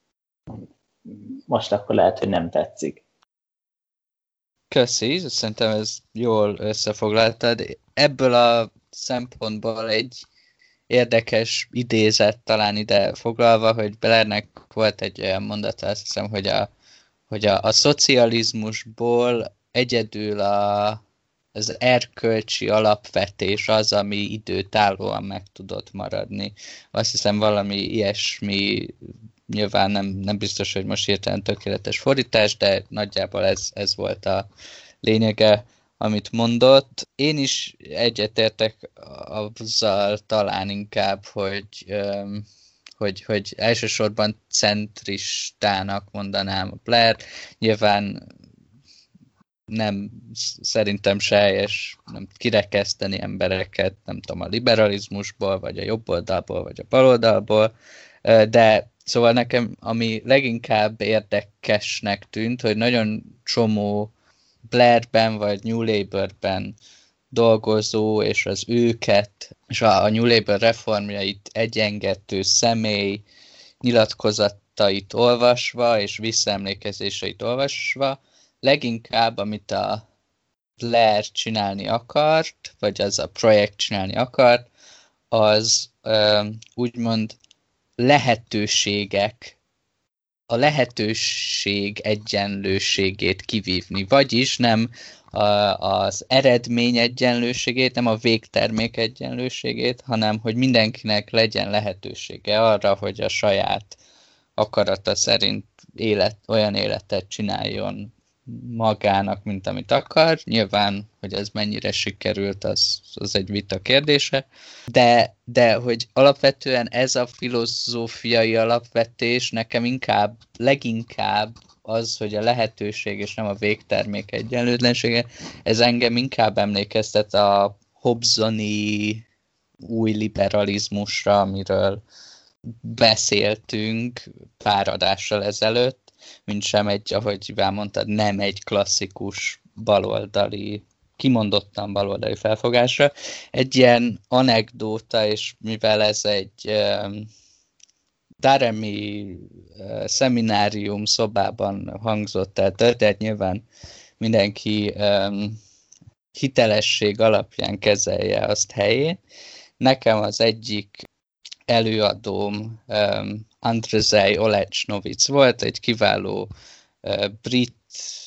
Most akkor lehet, hogy nem tetszik. Köszi, szerintem ez jól összefoglaltad. Ebből a szempontból egy érdekes idézet talán ide foglalva, hogy Blairnek volt egy olyan mondata, azt hiszem, hogy a, hogy a, a szocializmusból egyedül a, az erkölcsi alapvetés az, ami időtállóan meg tudott maradni. Azt hiszem valami ilyesmi, nyilván nem, nem biztos, hogy most hirtelen tökéletes fordítás, de nagyjából ez, ez volt a lényege, amit mondott. Én is egyetértek azzal talán inkább, hogy, hogy, hogy elsősorban centristának mondanám a Blair. Nyilván nem szerintem se helyes nem kirekeszteni embereket, nem tudom, a liberalizmusból, vagy a jobboldalból, vagy a baloldalból, de szóval nekem, ami leginkább érdekesnek tűnt, hogy nagyon csomó Blairben vagy New Labourben dolgozó, és az őket, és a, a New Labour reformjait egyengető személy nyilatkozatait olvasva, és visszaemlékezéseit olvasva, leginkább, amit a Blair csinálni akart, vagy az a projekt csinálni akart, az úgymond lehetőségek, a lehetőség egyenlőségét kivívni, vagyis nem az eredmény egyenlőségét, nem a végtermék egyenlőségét, hanem hogy mindenkinek legyen lehetősége arra, hogy a saját akarata szerint élet, olyan életet csináljon magának, mint amit akar. Nyilván, hogy ez mennyire sikerült, az, az egy vita kérdése. De, de hogy alapvetően ez a filozófiai alapvetés nekem inkább, leginkább az, hogy a lehetőség és nem a végtermék egyenlőtlensége, ez engem inkább emlékeztet a Hobbesoni új liberalizmusra, amiről beszéltünk pár adással ezelőtt, mint sem egy, ahogy Iván mondtad, nem egy klasszikus baloldali, kimondottan baloldali felfogásra. Egy ilyen anekdóta, és mivel ez egy um, Daremi uh, szeminárium szobában hangzott el történet, nyilván mindenki um, hitelesség alapján kezelje azt helyén. Nekem az egyik előadóm um, Andrzej Olecsnovic volt, egy kiváló uh, brit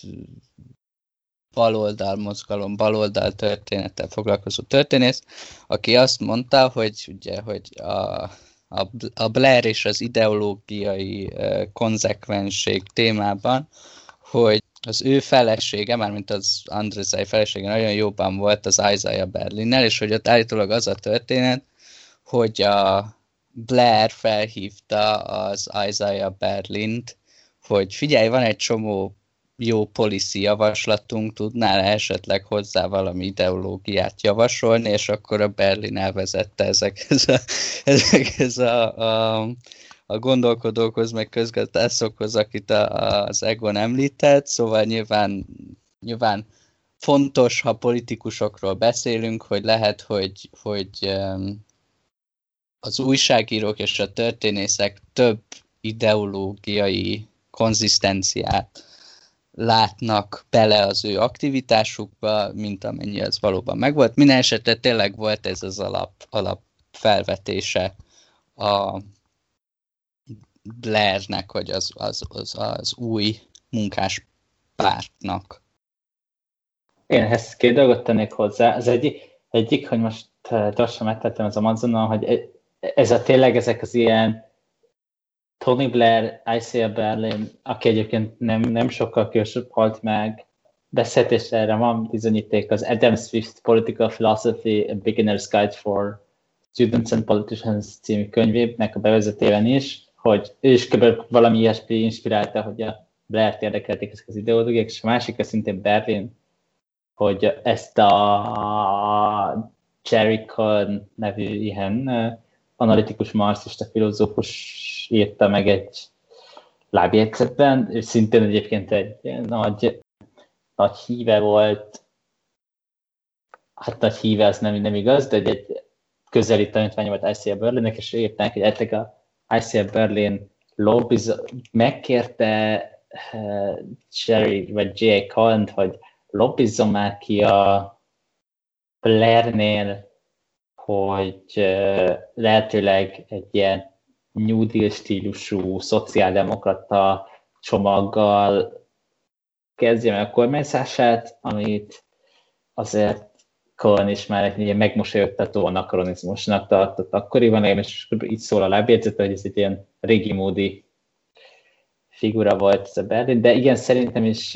baloldal mozgalom, baloldal történettel foglalkozó történész, aki azt mondta, hogy ugye, hogy a, a, a Blair és az ideológiai uh, konzekvenség témában, hogy az ő felesége, mármint az Andrzej felesége nagyon jóban volt az Isaiah Berlinnel, és hogy ott állítólag az a történet, hogy a Blair felhívta az Isaiah Berlint, hogy figyelj, van egy csomó jó policy javaslatunk, tudnál esetleg hozzá valami ideológiát javasolni, és akkor a Berlin elvezette ezekhez a, ezekhez a, a, a gondolkodókhoz, meg közgazdászokhoz, akit a, az Egon említett, szóval nyilván, nyilván fontos, ha politikusokról beszélünk, hogy lehet, hogy, hogy az újságírók és a történészek több ideológiai konzisztenciát látnak bele az ő aktivitásukba, mint amennyi az valóban megvolt. Minden esetre tényleg volt ez az alap, alap felvetése a Blairnek, hogy az, az, az, az új munkáspártnak. Én ehhez két dolgot tennék hozzá. Az egyik, egyik hogy most gyorsan megtettem az Amazonon, hogy ez a tényleg ezek az ilyen Tony Blair, Isaiah Berlin, aki egyébként nem, nem sokkal később halt meg, beszéltésre erre van bizonyíték, az Adam Swift Political Philosophy, A Beginner's Guide for Students and Politicians című könyvének a bevezetében is, hogy ő is kb. Valami ilyesmi inspirálta, hogy a Blair-t érdekelték ezek az ideológiák, és a másik az szintén Berlin, hogy ezt a Jerry Cohen nevű ilyen analitikus marxista filozófus írta meg egy lábjegyzetben, és szintén egyébként egy nagy, nagy híve volt, hát nagy híve, az nem, nem igaz, de egy, egy közeli tanítványa volt Isaiah Berlinnek, és írták, hogy eddig a Isaiah Berlin lobbiz, megkérte uh, Jerry vagy J. Cohen-t, hogy lobbizzon már ki a Blairnél, hogy uh, lehetőleg egy ilyen New Deal stílusú szociáldemokrata csomaggal kezdje meg a kormányzását, amit azért Cohen is már egy ilyen megmosolyogtató anakronizmusnak tartott akkoriban, és így szól a lábjegyzete, hogy ez egy ilyen régi módi figura volt ez a Berlin, de igen, szerintem is,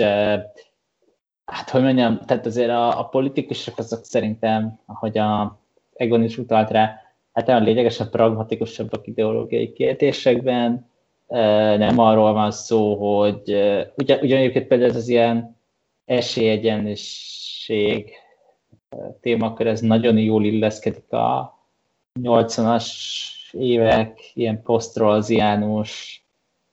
hát hogy mondjam, tehát azért a, a politikusok azok szerintem, ahogy a Egon is utalt rá, hát olyan lényegesen pragmatikusabbak ideológiai kérdésekben, nem arról van szó, hogy ugyan, ugyanegyébként például ez az ilyen esélyegyenlőség témakör, ez nagyon jól illeszkedik a nyolcvanas évek ilyen posztrolziánus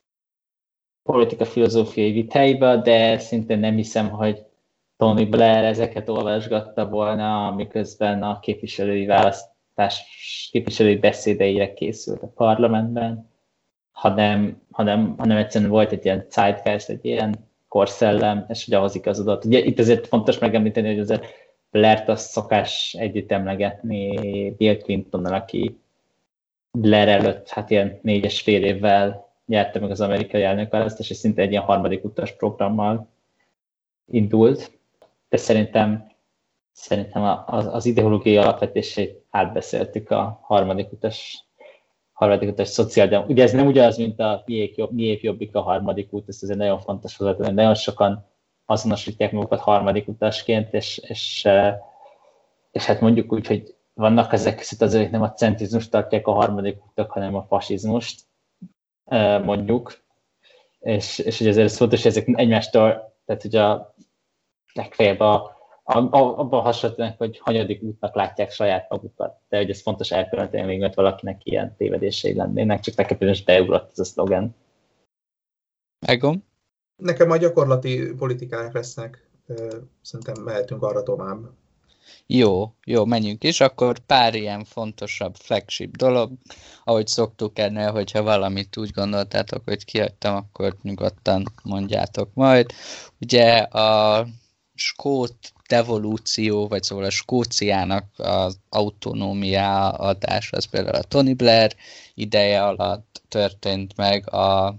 politika-filozófiai vitáiba, de szintén nem hiszem, hogy Tony Blair ezeket olvasgatta volna, miközben a képviselői választás képviselői beszédeire készült a parlamentben, hanem, hanem, hanem egyszerűen volt egy ilyen zeitgeist, egy ilyen korszellem, és hogy ahhoz igazodott. Ugye itt azért fontos megemlíteni, hogy azért Blair-t azt szokás együtt emlegetni Bill Clintonnal, aki Blair előtt hát ilyen négyes fél évvel nyerte meg az amerikai elnökválasztást, és szinte egy ilyen harmadik utas programmal indult. De szerintem, szerintem az, az ideológiai alapvetését átbeszéltük a harmadik utas, harmadik utas szociáldemokrata. Ugye ez nem ugyanaz, mint a miék jobbik a harmadik út, ez azért nagyon fontos hozzátenni. Nagyon sokan azonosítják magukat harmadik utasként, és, és, és hát mondjuk úgy, hogy vannak ezek között azért, hogy nem a centrizmust tartják a harmadik utak, hanem a fasizmust, mondjuk. És, és hogy ezért ez fontos, hogy ezek egymástól, tehát hogy a legfeljebb a, a, a, abban hasonlítanak, hogy hanyadik útnak látják saját magukat. De hogy ez fontos elkülöníteni még, mert valakinek ilyen tévedései lennének, csak nekem például beugrott ez a szlogen. Egon? Nekem a gyakorlati politikák lesznek. Szerintem mehetünk arra tovább. Jó, jó, menjünk is. Akkor pár ilyen fontosabb flagship dolog. Ahogy szoktuk ennél, hogyha valamit úgy gondoltátok, hogy kihagytam, akkor nyugodtan mondjátok majd. Ugye a skót devolúció, vagy szóval a Skóciának az autonómia adás, az például a Tony Blair ideje alatt történt meg, a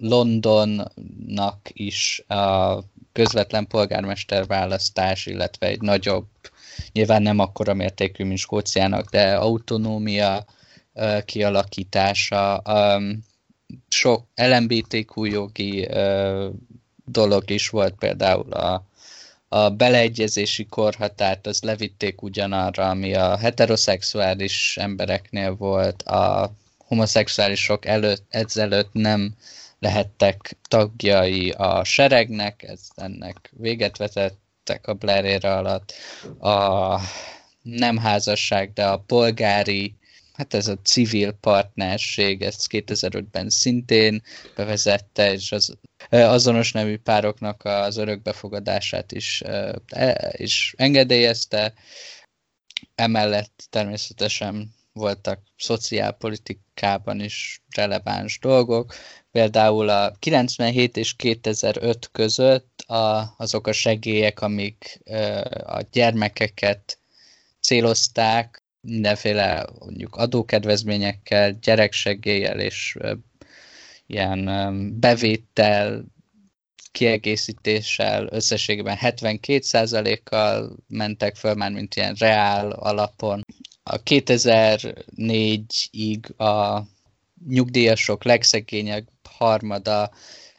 Londonnak is a közvetlen polgármester választás, illetve egy nagyobb, nyilván nem akkora mértékű, mint Skóciának, de autonómia uh, kialakítása, um, sok el em bé té kú jogi uh, dolog is volt, például a, a beleegyezési korhatárt, az levitték ugyanarra, ami a heteroszexuális embereknél volt, a homoszexuálisok előtt, ezelőtt nem lehettek tagjai a seregnek, ez ennek véget vetettek a Blair ére alatt. A nem házasság, de a polgári, hát ez a civil partnerség, ezt kétezer-ötben szintén bevezette, és az azonos nemű pároknak az örökbefogadását is, is engedélyezte. Emellett természetesen voltak szociálpolitikában is releváns dolgok. Például a kilencvenhét és kétezer-öt között a, azok a segélyek, amik ö, a gyermekeket célozták, mindenféle mondjuk adókedvezményekkel, gyereksegéllyel és ö, ilyen ö, bevétel kiegészítéssel összességében hetvenkét százalékkal mentek föl, már mint ilyen reál alapon. A kétezer-négyig a nyugdíjasok legszegényebb harmada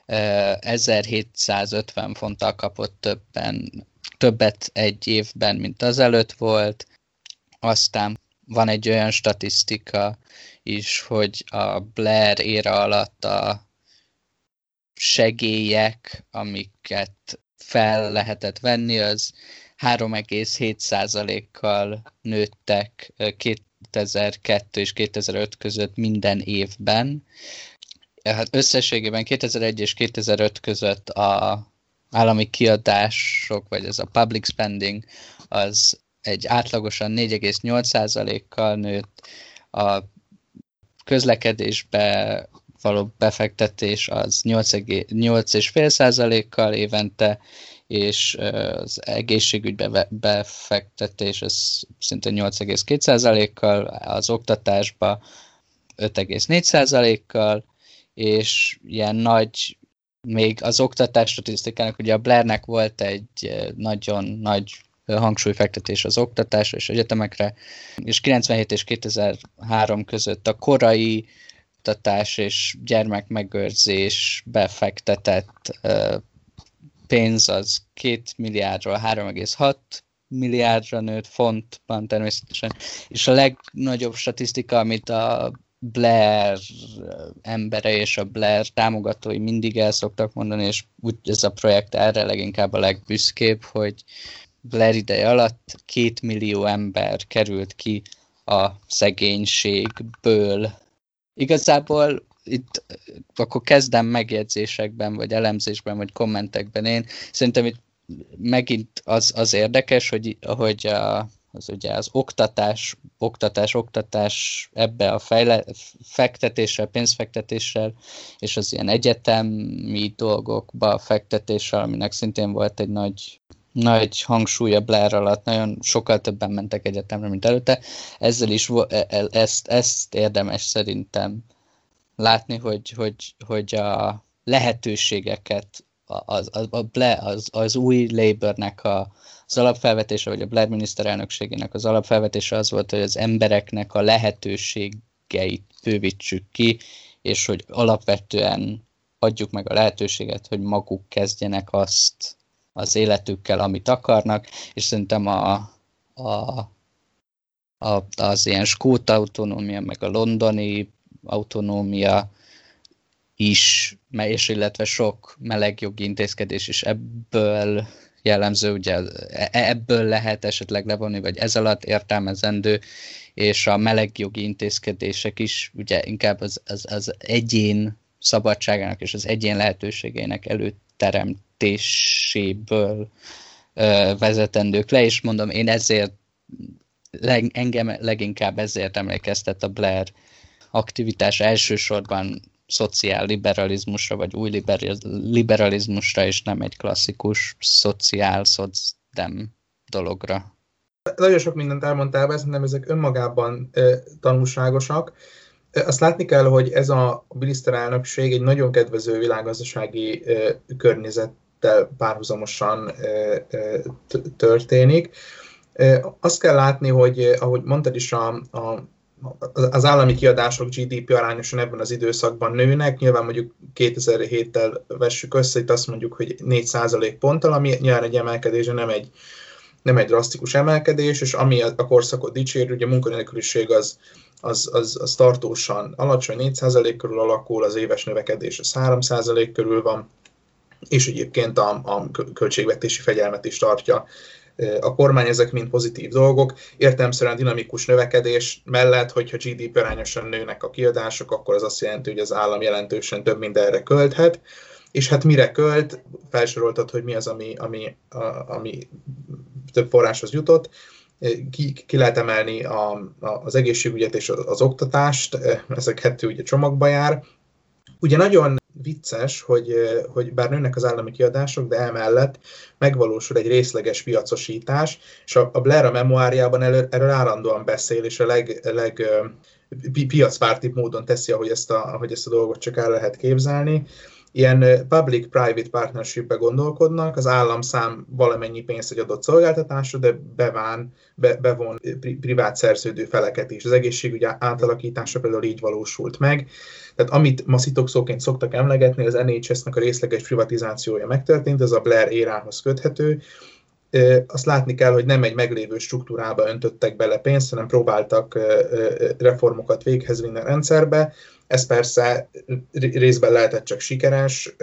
ezerhétszázötven fonttal kapott többen, többet egy évben, mint azelőtt volt. Aztán van egy olyan statisztika is, hogy a Blair éra alatt a segélyek, amiket fel lehetett venni, az három egész hét százalékkal nőttek kétezer-kettő és kétezer-öt között minden évben. Hát összességében kétezer-egy és kétezer-öt között a állami kiadások, vagy ez a public spending, az egy átlagosan négy egész nyolc százalékkal nőtt, a közlekedésbe való befektetés az nyolc egész öt százalékkal évente, és az egészségügybe befektetés az szinte nyolc egész két százalékkal, az oktatásba öt egész négy százalékkal, és ilyen nagy, még az oktatás statisztikának, ugye a Blairnek volt egy nagyon nagy hangsúlyfektetés az oktatásra és egyetemekre, és kilencvenhét és kétezer-három között a korai oktatás és gyermekmegőrzés befektetett pénz az két milliárdról három egész hat milliárdra nőtt fontban természetesen, és a legnagyobb statisztika, amit a Blair embere és a Blair támogatói mindig el szoktak mondani, és úgy ez a projekt erre leginkább a legbüszkébb, hogy Blair ideje alatt két millió ember került ki a szegénységből. Igazából itt akkor kezdem megjegyzésekben, vagy elemzésben, vagy kommentekben én. Szerintem itt megint az, az érdekes, hogy, hogy a, az, ugye az oktatás, oktatás, oktatás ebbe a fejle, fektetéssel, pénzfektetéssel, és az ilyen egyetemi dolgokba fektetéssel, aminek szintén volt egy nagy nagy hangsúly a Blair alatt, nagyon sokkal többen mentek egyetemre, mint előtte. Ezzel is ezt, ezt érdemes szerintem látni, hogy, hogy, hogy a lehetőségeket az, az, az, az új Labournek a, az alapfelvetése, vagy a Blair miniszterelnökségének az alapfelvetése az volt, hogy az embereknek a lehetőségeit bővítsük ki, és hogy alapvetően adjuk meg a lehetőséget, hogy maguk kezdjenek azt az életükkel, amit akarnak, és szerintem a, a, a, az ilyen skót autonómia, meg a londoni autonómia is, és illetve sok melegjogi intézkedés is ebből jellemző, ugye ebből lehet esetleg levonni, vagy ez alatt értelmezendő, és a melegjogi intézkedések is ugye inkább az, az, az egyén szabadságának és az egyén lehetőségeinek előteremtéséből ö, vezetendők le, és mondom, én ezért leg, engem leginkább ezért emlékeztet a Blair aktivitás elsősorban szociálliberalizmusra, vagy új liberalizmusra, és nem egy klasszikus szociál-szocdem dologra. Nagyon sok mindent elmondtál, be, szerintem ezek önmagában e, tanulságosak. E, azt látni kell, hogy ez a miniszterelnökség egy nagyon kedvező világgazdasági e, környezettel párhuzamosan e, e, történik. E, azt kell látni, hogy ahogy mondtad is, a, a az állami kiadások gé dé pé arányosan ebben az időszakban nőnek, nyilván mondjuk kétezer-héttel vessük össze, itt azt mondjuk, hogy négy százalékponttal, ami nyilván egy emelkedés, nem egy, nem egy drasztikus emelkedés, és ami a korszakot dicsér, ugye a munkanélküliség az, az, az, az tartósan alacsony, négy százalék körül alakul, az éves növekedés az három százalék körül van, és egyébként a, a költségvetési fegyelmet is tartja a kormány, ezek mind pozitív dolgok. Értelemszerűen dinamikus növekedés mellett, hogyha gé dé pé arányosan nőnek a kiadások, akkor az azt jelenti, hogy az állam jelentősen több mindenre költhet, és hát mire költ, felsoroltad, hogy mi az, ami, ami, a, ami több forráshoz jutott. Ki, ki lehet emelni a, a, az egészségügyet és az, az oktatást, ezek kettő ugye csomagba jár. Ugye nagyon vicces, hogy, hogy bár nőnek az állami kiadások, de emellett megvalósul egy részleges piacosítás, és a Blair a memoárjában elő, erről állandóan beszél, és a leg, leg piacpártibb módon teszi, ahogy ezt, a, ahogy ezt a dolgot csak el lehet képzelni. Ilyen public-private partnership-be gondolkodnak, az állam szám valamennyi pénzt egy adott szolgáltatásra, de beván, be, bevon pri, privát szerződő feleket is. Az egészségügy átalakítása például így valósult meg. Tehát amit ma szitokszóként szoktak emlegetni, az en há es-nek a részleges privatizációja megtörtént, ez a Blair érához köthető. Azt látni kell, hogy nem egy meglévő struktúrába öntöttek bele pénzt, hanem próbáltak reformokat véghez vinni a rendszerbe. Ez persze részben lehetett csak sikeres,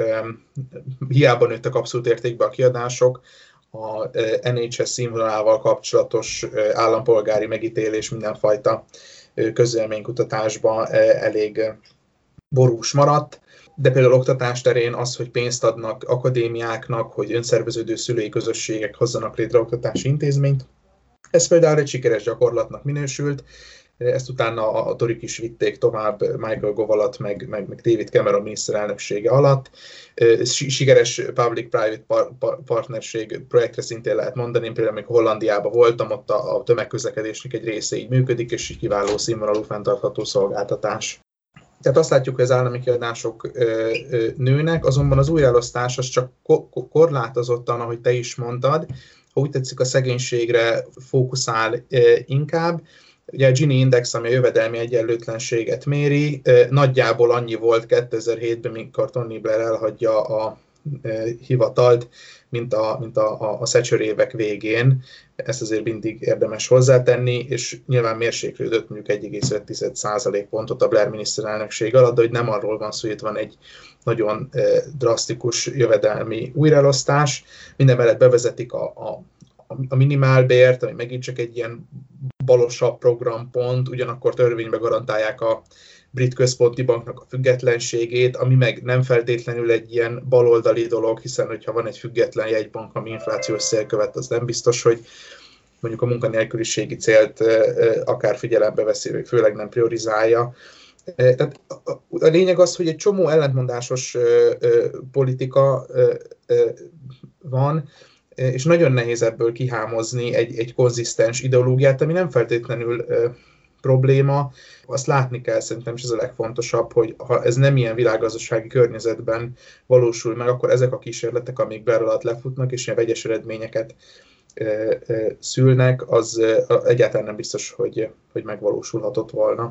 hiába nőttek abszolút értékbe a kiadások, a en há es színvonalával kapcsolatos állampolgári megítélés mindenfajta közvéleménykutatásban elég borús maradt, de például oktatás terén az, hogy pénzt adnak akadémiáknak, hogy önszerveződő szülői közösségek hozzanak létre oktatási intézményt, ez például egy sikeres gyakorlatnak minősült. Ezt utána a torik is vitték tovább Michael Gove alatt, meg, meg, meg David Cameron miniszterelnöksége alatt. Sikeres public-private partnerség projektre szintén lehet mondani. Én például, amikor Hollandiában voltam, ott a, a tömegközlekedésnek egy része így működik, és így kiváló színvonalú fenntartható szolgáltatás. Tehát azt látjuk, hogy az állami kiadások ö, ö, nőnek, azonban az újraelosztás az csak ko- korlátozottan, ahogy te is mondtad, ha úgy tetszik, a szegénységre fókuszál ö, inkább. Ugye a Gini Index, ami a jövedelmi egyenlőtlenséget méri, nagyjából annyi volt kétezer-hétben, mikor Tony Blair elhagyja a hivatalt, mint a, mint a, a, a Thatcher évek végén. Ezt azért mindig érdemes hozzátenni, és nyilván mérséklődött mondjuk egy egész öt százalékpontot a Blair miniszterelnökség alatt, de hogy nem arról van szó, hogy itt van egy nagyon drasztikus jövedelmi újraelosztás. Minden mellett bevezetik a, a a minimálbért, ami megint csak egy ilyen balosabb programpont, ugyanakkor törvénybe garantálják a brit központi banknak a függetlenségét, ami meg nem feltétlenül egy ilyen baloldali dolog, hiszen hogyha van egy független jegybank, ami inflációs cél követ, az nem biztos, hogy mondjuk a munkanélküliségi célt akár figyelembe veszi, főleg nem priorizálja. Tehát a lényeg az, hogy egy csomó ellentmondásos politika van, és nagyon nehéz ebből kihámozni egy, egy konzisztens ideológiát, ami nem feltétlenül ö, probléma. Azt látni kell szerintem, és ez a legfontosabb, hogy ha ez nem ilyen világgazdasági környezetben valósul meg, akkor ezek a kísérletek, amik Blair alatt lefutnak, és ilyen vegyes eredményeket ö, ö, szülnek, az ö, egyáltalán nem biztos, hogy, hogy megvalósulhatott volna.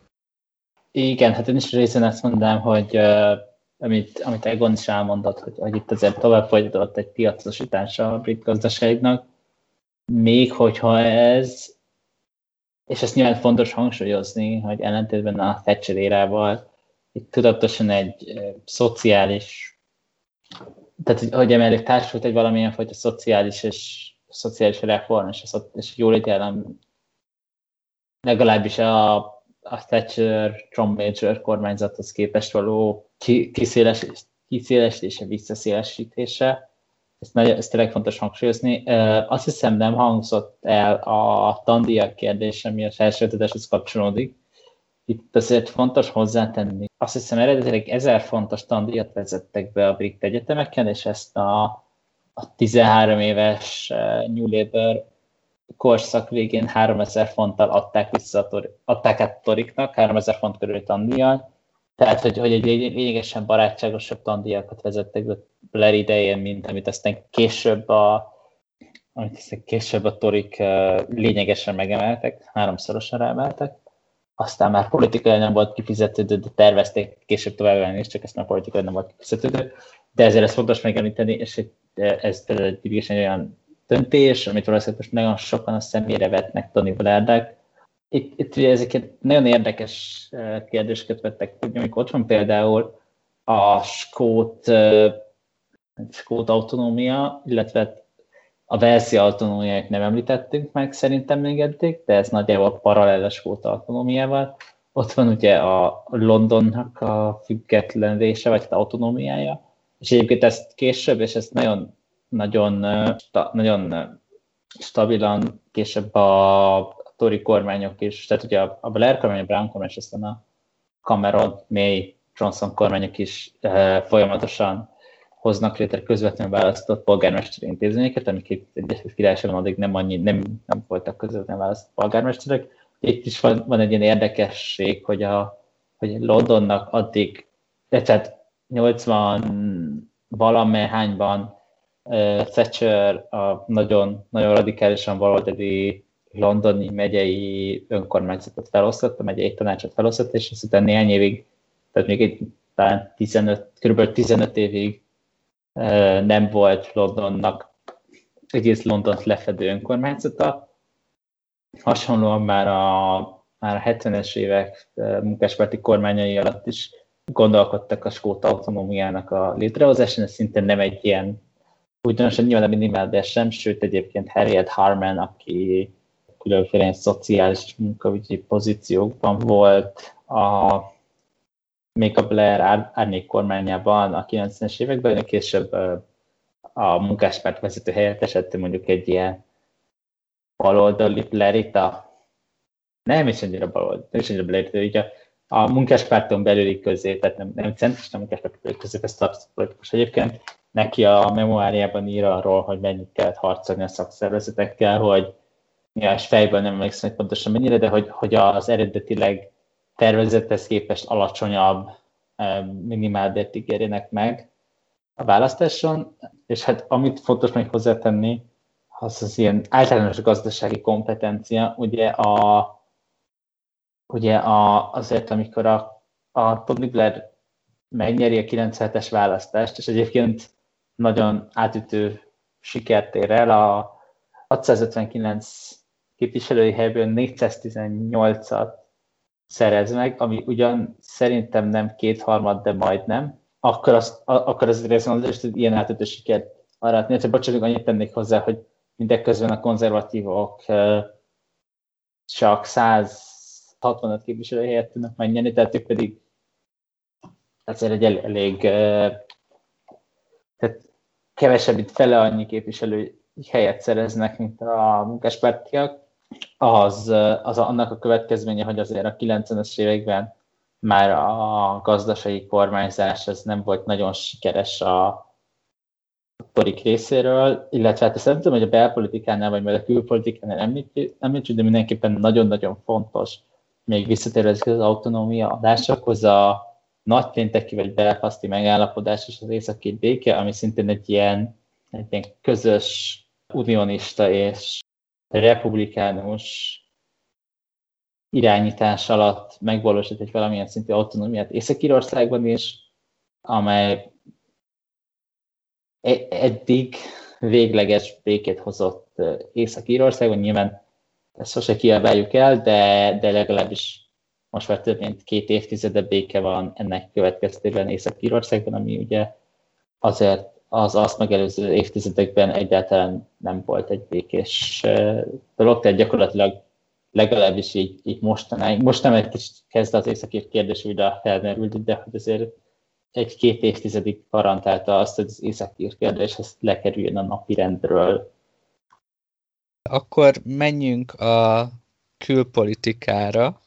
Igen, hát én is részén azt mondanám, hogy uh, amit, amit Egon is elmondott, hogy, hogy itt azért tovább folytatott egy piacosítása a brit gazdaságnak, még hogyha ez, és ezt nyilván fontos hangsúlyozni, hogy ellentétben a Thatcher érával itt tudatosan egy uh, szociális, tehát hogy, hogy emellett társult egy valamilyen fajta szociális és szociális reform és a, és a jóléti állam legalábbis a a Thatcher John Major kormányzathoz képest való kiszéles, kiszélesítése, visszaszélesítése. Ezt, nagyon, ezt tényleg fontos hangsúlyozni. Azt hiszem nem hangzott el a tandíjak kérdése, ami a felsőoktatáshoz kapcsolódik. Itt azért fontos hozzátenni. Azt hiszem eredetileg ezer fontos tandíjat vezettek be a brit egyetemeken, és ezt a, a tizenhárom éves New Labour korszak végén háromezer fonttal adták vissza, adták át a toriknak, háromezer font körül tandíjjal. Tehát, hogy, hogy egy lényegesen barátságosabb tandíjakat vezettek be Blair idején, mint amit aztán később a, amit aztán később a torik lényegesen megemeltek, háromszorosan emeltek. Aztán már politikai nem volt kifizetődő, de tervezték később tovább emelni, és csak ezt már politikai nem volt kifizetődő. De ezért ezt fontos megemlíteni, és ez például egy olyan döntés, amit valószínűleg most nagyon sokan a szemére vetnek Tony Blairnek. Itt, itt ugye ezeket nagyon érdekes kérdéseket vettek, hogy amikor ott van például a skót, skót autonómia, illetve a Walesi autonómiát nem említettünk meg szerintem még eddig, de ez nagyjából paralel a skót autonómiával. Ott van ugye a Londonnak a függetlenülése, vagy az autonómiája, és egyébként ezt később, és ezt nagyon Nagyon, nagyon stabilan később a Tory kormányok is, tehát ugye a Blair kormány, a Brown kormány, és aztán a Cameron, May, Johnson kormányok is eh, folyamatosan hoznak létre közvetlenül választott polgármesteri intézményeket, amik itt Egyesült Királyságban addig nem, annyi, nem, nem voltak közvetlenül választott polgármesterek. Itt is van, van egy ilyen érdekesség, hogy, a, hogy Londonnak addig, tehát nyolcvan valamelyhányban Thatcher a nagyon, nagyon radikálisan baloldali londoni megyei önkormányzatot felosztott, a megyei tanácsot felosztott, és aztán néhány évig, tehát még egy talán tizenöt, kb. tizenöt évig nem volt Londonnak egész Londont lefedő önkormányzata. Hasonlóan már a, már a hetvenes évek munkáspárti kormányai alatt is gondolkodtak a skót autonómiának a létrehozásán, ez szintén nem egy ilyen ugyanakkor nyilván a minimálbér sem, sőt egyébként Harriet Harman, aki különféle szociális munkaügyi pozíciókban volt a, még a Blair árnyék kormányában a kilencvenes években, de később a munkáspárt vezető helyettesett, mondjuk egy ilyen baloldali Blairita, nem is annyira baloldali, nem is annyira Blairita, így a, a munkáspárton belüli közé, tehát nem, nem centrista munkáspárton belüli közé, ez tartozik politikus egyébként. Neki a memoáriában ír arról, hogy mennyit kellett harcolni a szakszervezetekkel, hogy ja, és fejből nem emlékszem, hogy pontosan mennyire, de hogy, hogy az eredetileg tervezethez képest alacsonyabb minimálbért ígérjenek meg a választáson, és hát amit fontos még hozzátenni, az az ilyen általános gazdasági kompetencia, ugye, a, ugye a, azért, amikor a, a Tony Blair megnyeri a kilencvenhetes választást, és egyébként nagyon átütő sikert ér el, a hatszázötvenkilenc képviselői helyből négyszáztizennyolcat szerez meg, ami ugyan szerintem nem kétharmad, de majdnem, akkor az, akkor az részben az is ilyen átütő sikert aratni. Csak bocsánat, annyit tennék hozzá, hogy mindeközben a konzervatívok csak száz hatvanöt képviselői helyet tudnak megnyerni, tehát ők pedig azért egy elég, elég tehát kevesebb, mint fele annyi képviselő helyet szereznek, mint a munkáspártiak. Az, az annak a következménye, hogy azért a kilencvenes években már a gazdasági kormányzás ez nem volt nagyon sikeres a torik részéről, illetve hát ezt nem tudom, hogy a belpolitikánál vagy a külpolitikánál említsük, de mindenképpen nagyon-nagyon fontos, még visszatérve az autonómia adásokhoz, a nagypénteki vagy belfaszti megállapodás és az északi béke, ami szintén egy ilyen, egy ilyen közös unionista és republikánus irányítás alatt megvalósít egy valamilyen szintű autonómiát Észak-Írországban is, amely eddig végleges békét hozott Észak-Írországban. Nyilván ezt sose kiabáljuk el, de, de legalábbis most már több mint két évtizede béke van ennek következtében Észak-Írországban, ami ugye azért az azt megelőző évtizedekben egyáltalán nem volt egy békés dolog, tehát gyakorlatilag legalábbis így, így mostanáig. Most nem egy kicsit kezd az északír kérdés újra felmerült, de hogy azért egy-két évtizedig garantálta azt, hogy az északír kérdés ezt lekerüljön a napirendről. Akkor menjünk a külpolitikára,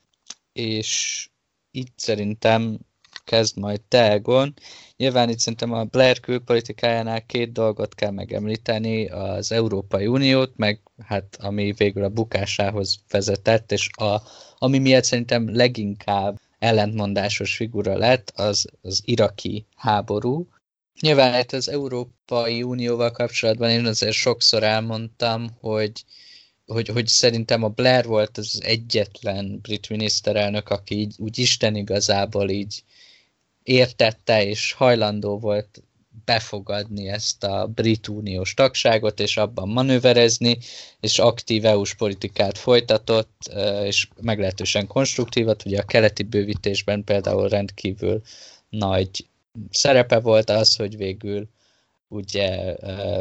és itt szerintem kezd majd te, Egon. Nyilván itt szerintem a Blair külpolitikájánál két dolgot kell megemlíteni, az Európai Uniót, meg hát ami végül a bukásához vezetett, és a, ami miatt szerintem leginkább ellentmondásos figura lett, az az iraki háború. Nyilván hát az Európai Unióval kapcsolatban én azért sokszor elmondtam, hogy Hogy, hogy szerintem a Blair volt az egyetlen brit miniszterelnök, aki így, úgy Isten igazából így értette és hajlandó volt befogadni ezt a brit uniós tagságot, és abban manőverezni, és aktív é u-s politikát folytatott, és meglehetősen konstruktívat. Ugye a keleti bővítésben például rendkívül nagy szerepe volt az, hogy végül ugye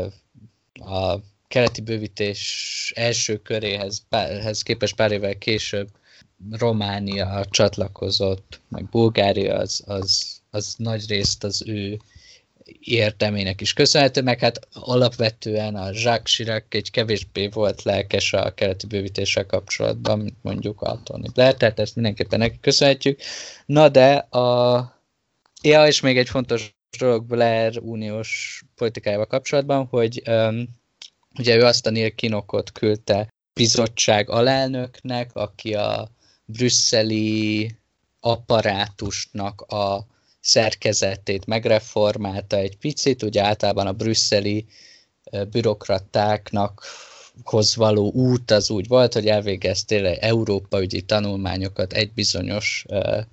a keleti bővítés első köréhez hez képest pár évvel később Románia csatlakozott, meg Bulgária az, az, az nagy részt az ő értelmének is köszönhető, meg hát alapvetően a Jacques Chirac egy kevésbé volt lelkes a keleti bővítéssel kapcsolatban, mint mondjuk a Tony Blair, tehát ezt mindenképpen neki köszönhetjük. Na de a... Ja, és még egy fontos dolog Blair uniós politikájával kapcsolatban, hogy um, ugye ő azt a Neil Kinnockot küldte bizottság alelnöknek, aki a brüsszeli apparátusnak a szerkezetét megreformálta egy picit, ugye általában a brüsszeli bürokratáknak hoz való út az úgy volt, hogy elvégeztél európaügyi tanulmányokat egy bizonyos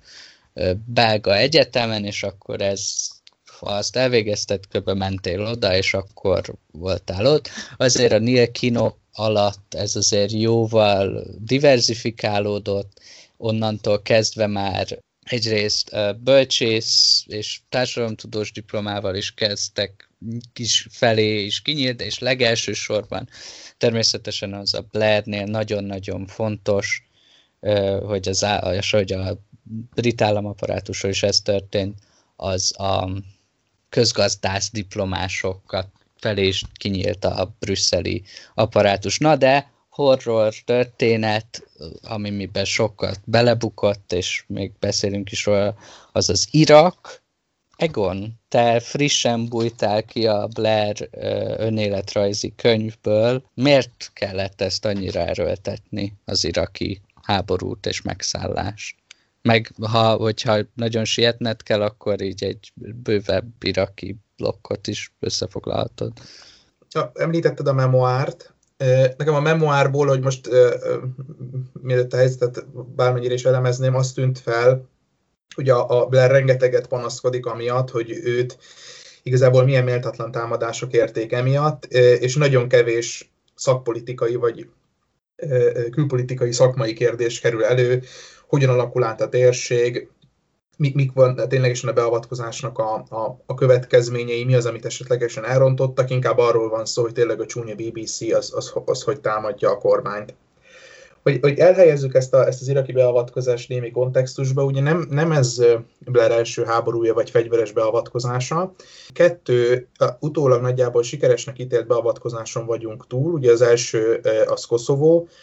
belga egyetemen, és akkor ez ha azt elvégezted, kb. Mentél oda, és akkor voltál ott. Azért a Neil Kinnock alatt ez azért jóval diversifikálódott, onnantól kezdve már egyrészt bölcsész és társadalomtudós diplomával is kezdtek kis felé is kinyílt, és legelső sorban természetesen az a Blairnél nagyon-nagyon fontos, hogy, az, hogy a brit államapparátusról is ez történt, az a közgazdász diplomásokat felé is kinyílt a brüsszeli apparátus. Na de horror történet, ami miben sokat belebukott, és még beszélünk is róla, az az Irak. Egon, te frissen bújtál ki a Blair önéletrajzi könyvből. Miért kellett ezt annyira erőltetni, az iraki háborút és megszállást? Meg ha, hogyha nagyon sietned kell, akkor így egy bővebb iraki blokkot is összefoglalhatod. Ja, említetted a memoárt. Nekem a memoárból, hogy most mielőtt a helyzetet bármennyire is elemezném, azt tűnt fel, hogy a, a Blair rengeteget panaszkodik amiatt, hogy őt igazából milyen méltatlan támadások érték emiatt, és nagyon kevés szakpolitikai vagy külpolitikai szakmai kérdés kerül elő, hogyan alakul át a térség, mik, mik van ténylegesen a beavatkozásnak a, a, a következményei, mi az, amit esetlegesen elrontottak, inkább arról van szó, hogy tényleg a csúnya bé bé cé az, az, az hogy támadja a kormányt. Hogy, hogy elhelyezzük ezt, a, ezt az iraki beavatkozást némi kontextusba, ugye nem, nem ez Blair első háborúja vagy fegyveres beavatkozása. Kettő utólag nagyjából sikeresnek ítélt beavatkozáson vagyunk túl, ugye az első az Koszovó,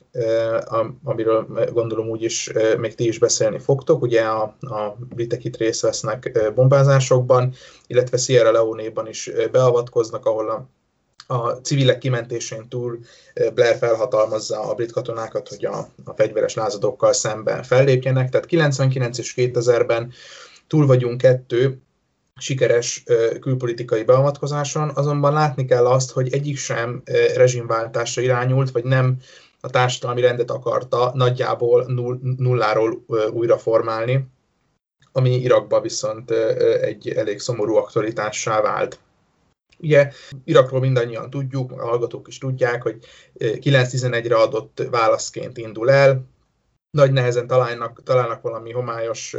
amiről gondolom úgyis még ti is beszélni fogtok. Ugye a, a britek itt részt vesznek bombázásokban, illetve Sierra Leone-ban is beavatkoznak, ahol a A civilek kimentésén túl Blair felhatalmazza a brit katonákat, hogy a, a fegyveres lázadókkal szemben fellépjenek. Tehát kilencvenkilenc és kétezerben túl vagyunk kettő sikeres külpolitikai beavatkozáson, azonban látni kell azt, hogy egyik sem rezsimváltásra irányult, vagy nem a társadalmi rendet akarta nagyjából null, nulláról újra formálni, ami Irakban viszont egy elég szomorú aktualitássá vált. Ugye Irakról mindannyian tudjuk, a hallgatók is tudják, hogy kilenc tizenegyre adott válaszként indul el. Nagy nehezen találnak, találnak valami homályos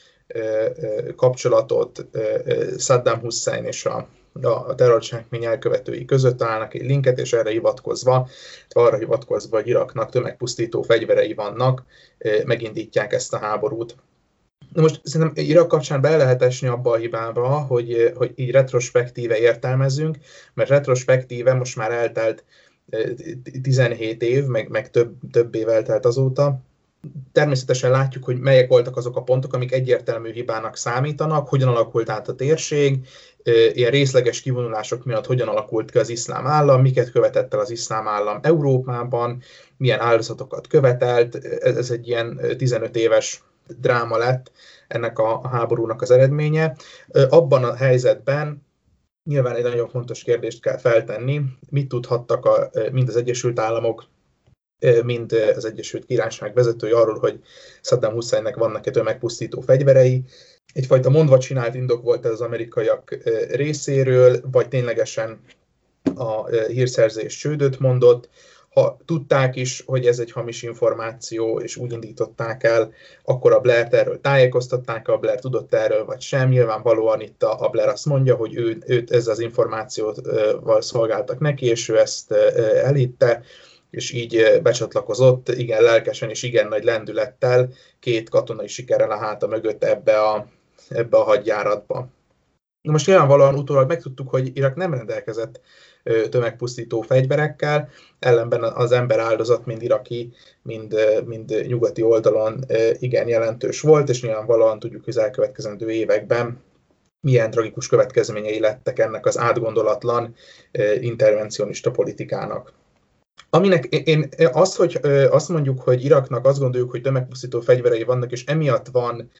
kapcsolatot Saddam Hussein és a, a terrorcselekmény elkövetői között, találnak egy linket, és erre hivatkozva, arra hivatkozva, hogy Iraknak tömegpusztító fegyverei vannak, megindítják ezt a háborút. Na most szerintem Irak kapcsán bele lehet esni abba a hibába, hogy, hogy így retrospektíve értelmezünk, mert retrospektíve most már eltelt tizenhét év, meg, meg több, több év eltelt azóta. Természetesen látjuk, hogy melyek voltak azok a pontok, amik egyértelmű hibának számítanak, hogyan alakult át a térség, ilyen részleges kivonulások miatt hogyan alakult ki az iszlám állam, miket követett el az iszlám állam Európában, milyen áldozatokat követelt. Ez egy ilyen tizenöt éves dráma lett ennek a háborúnak az eredménye. Abban a helyzetben nyilván egy nagyon fontos kérdést kell feltenni, mit tudhattak a, mind az Egyesült Államok, mind az Egyesült Királyság vezetői arról, hogy Saddam Husseinnek vannak-e tömegpusztító fegyverei. Egyfajta mondva csinált indok volt ez az amerikaiak részéről, vagy ténylegesen a hírszerzés csődöt mondott. Ha tudták is, hogy ez egy hamis információ, és úgy indították el, akkor a Blair-t erről tájékoztatták, a Blair tudott erről, vagy sem. Nyilvánvalóan itt a Blair azt mondja, hogy ő, őt ezzel az információval szolgáltak neki, és ő ezt elhitte, és így becsatlakozott, igen lelkesen és igen nagy lendülettel, két katonai sikerrel a háta mögött ebbe a, ebbe a hadjáratba. Most nyilvánvalóan utólag megtudtuk, hogy Irak nem rendelkezett tömegpusztító fegyverekkel, ellenben az ember áldozat mind iraki, mind, mind nyugati oldalon igen jelentős volt, és nyilvánvalóan tudjuk, hogy az elkövetkezendő években milyen tragikus következményei lettek ennek az átgondolatlan intervencionista politikának. Aminek én azt, hogy azt mondjuk, hogy Iraknak azt gondoljuk, hogy tömegpusztító fegyverei vannak, és emiatt van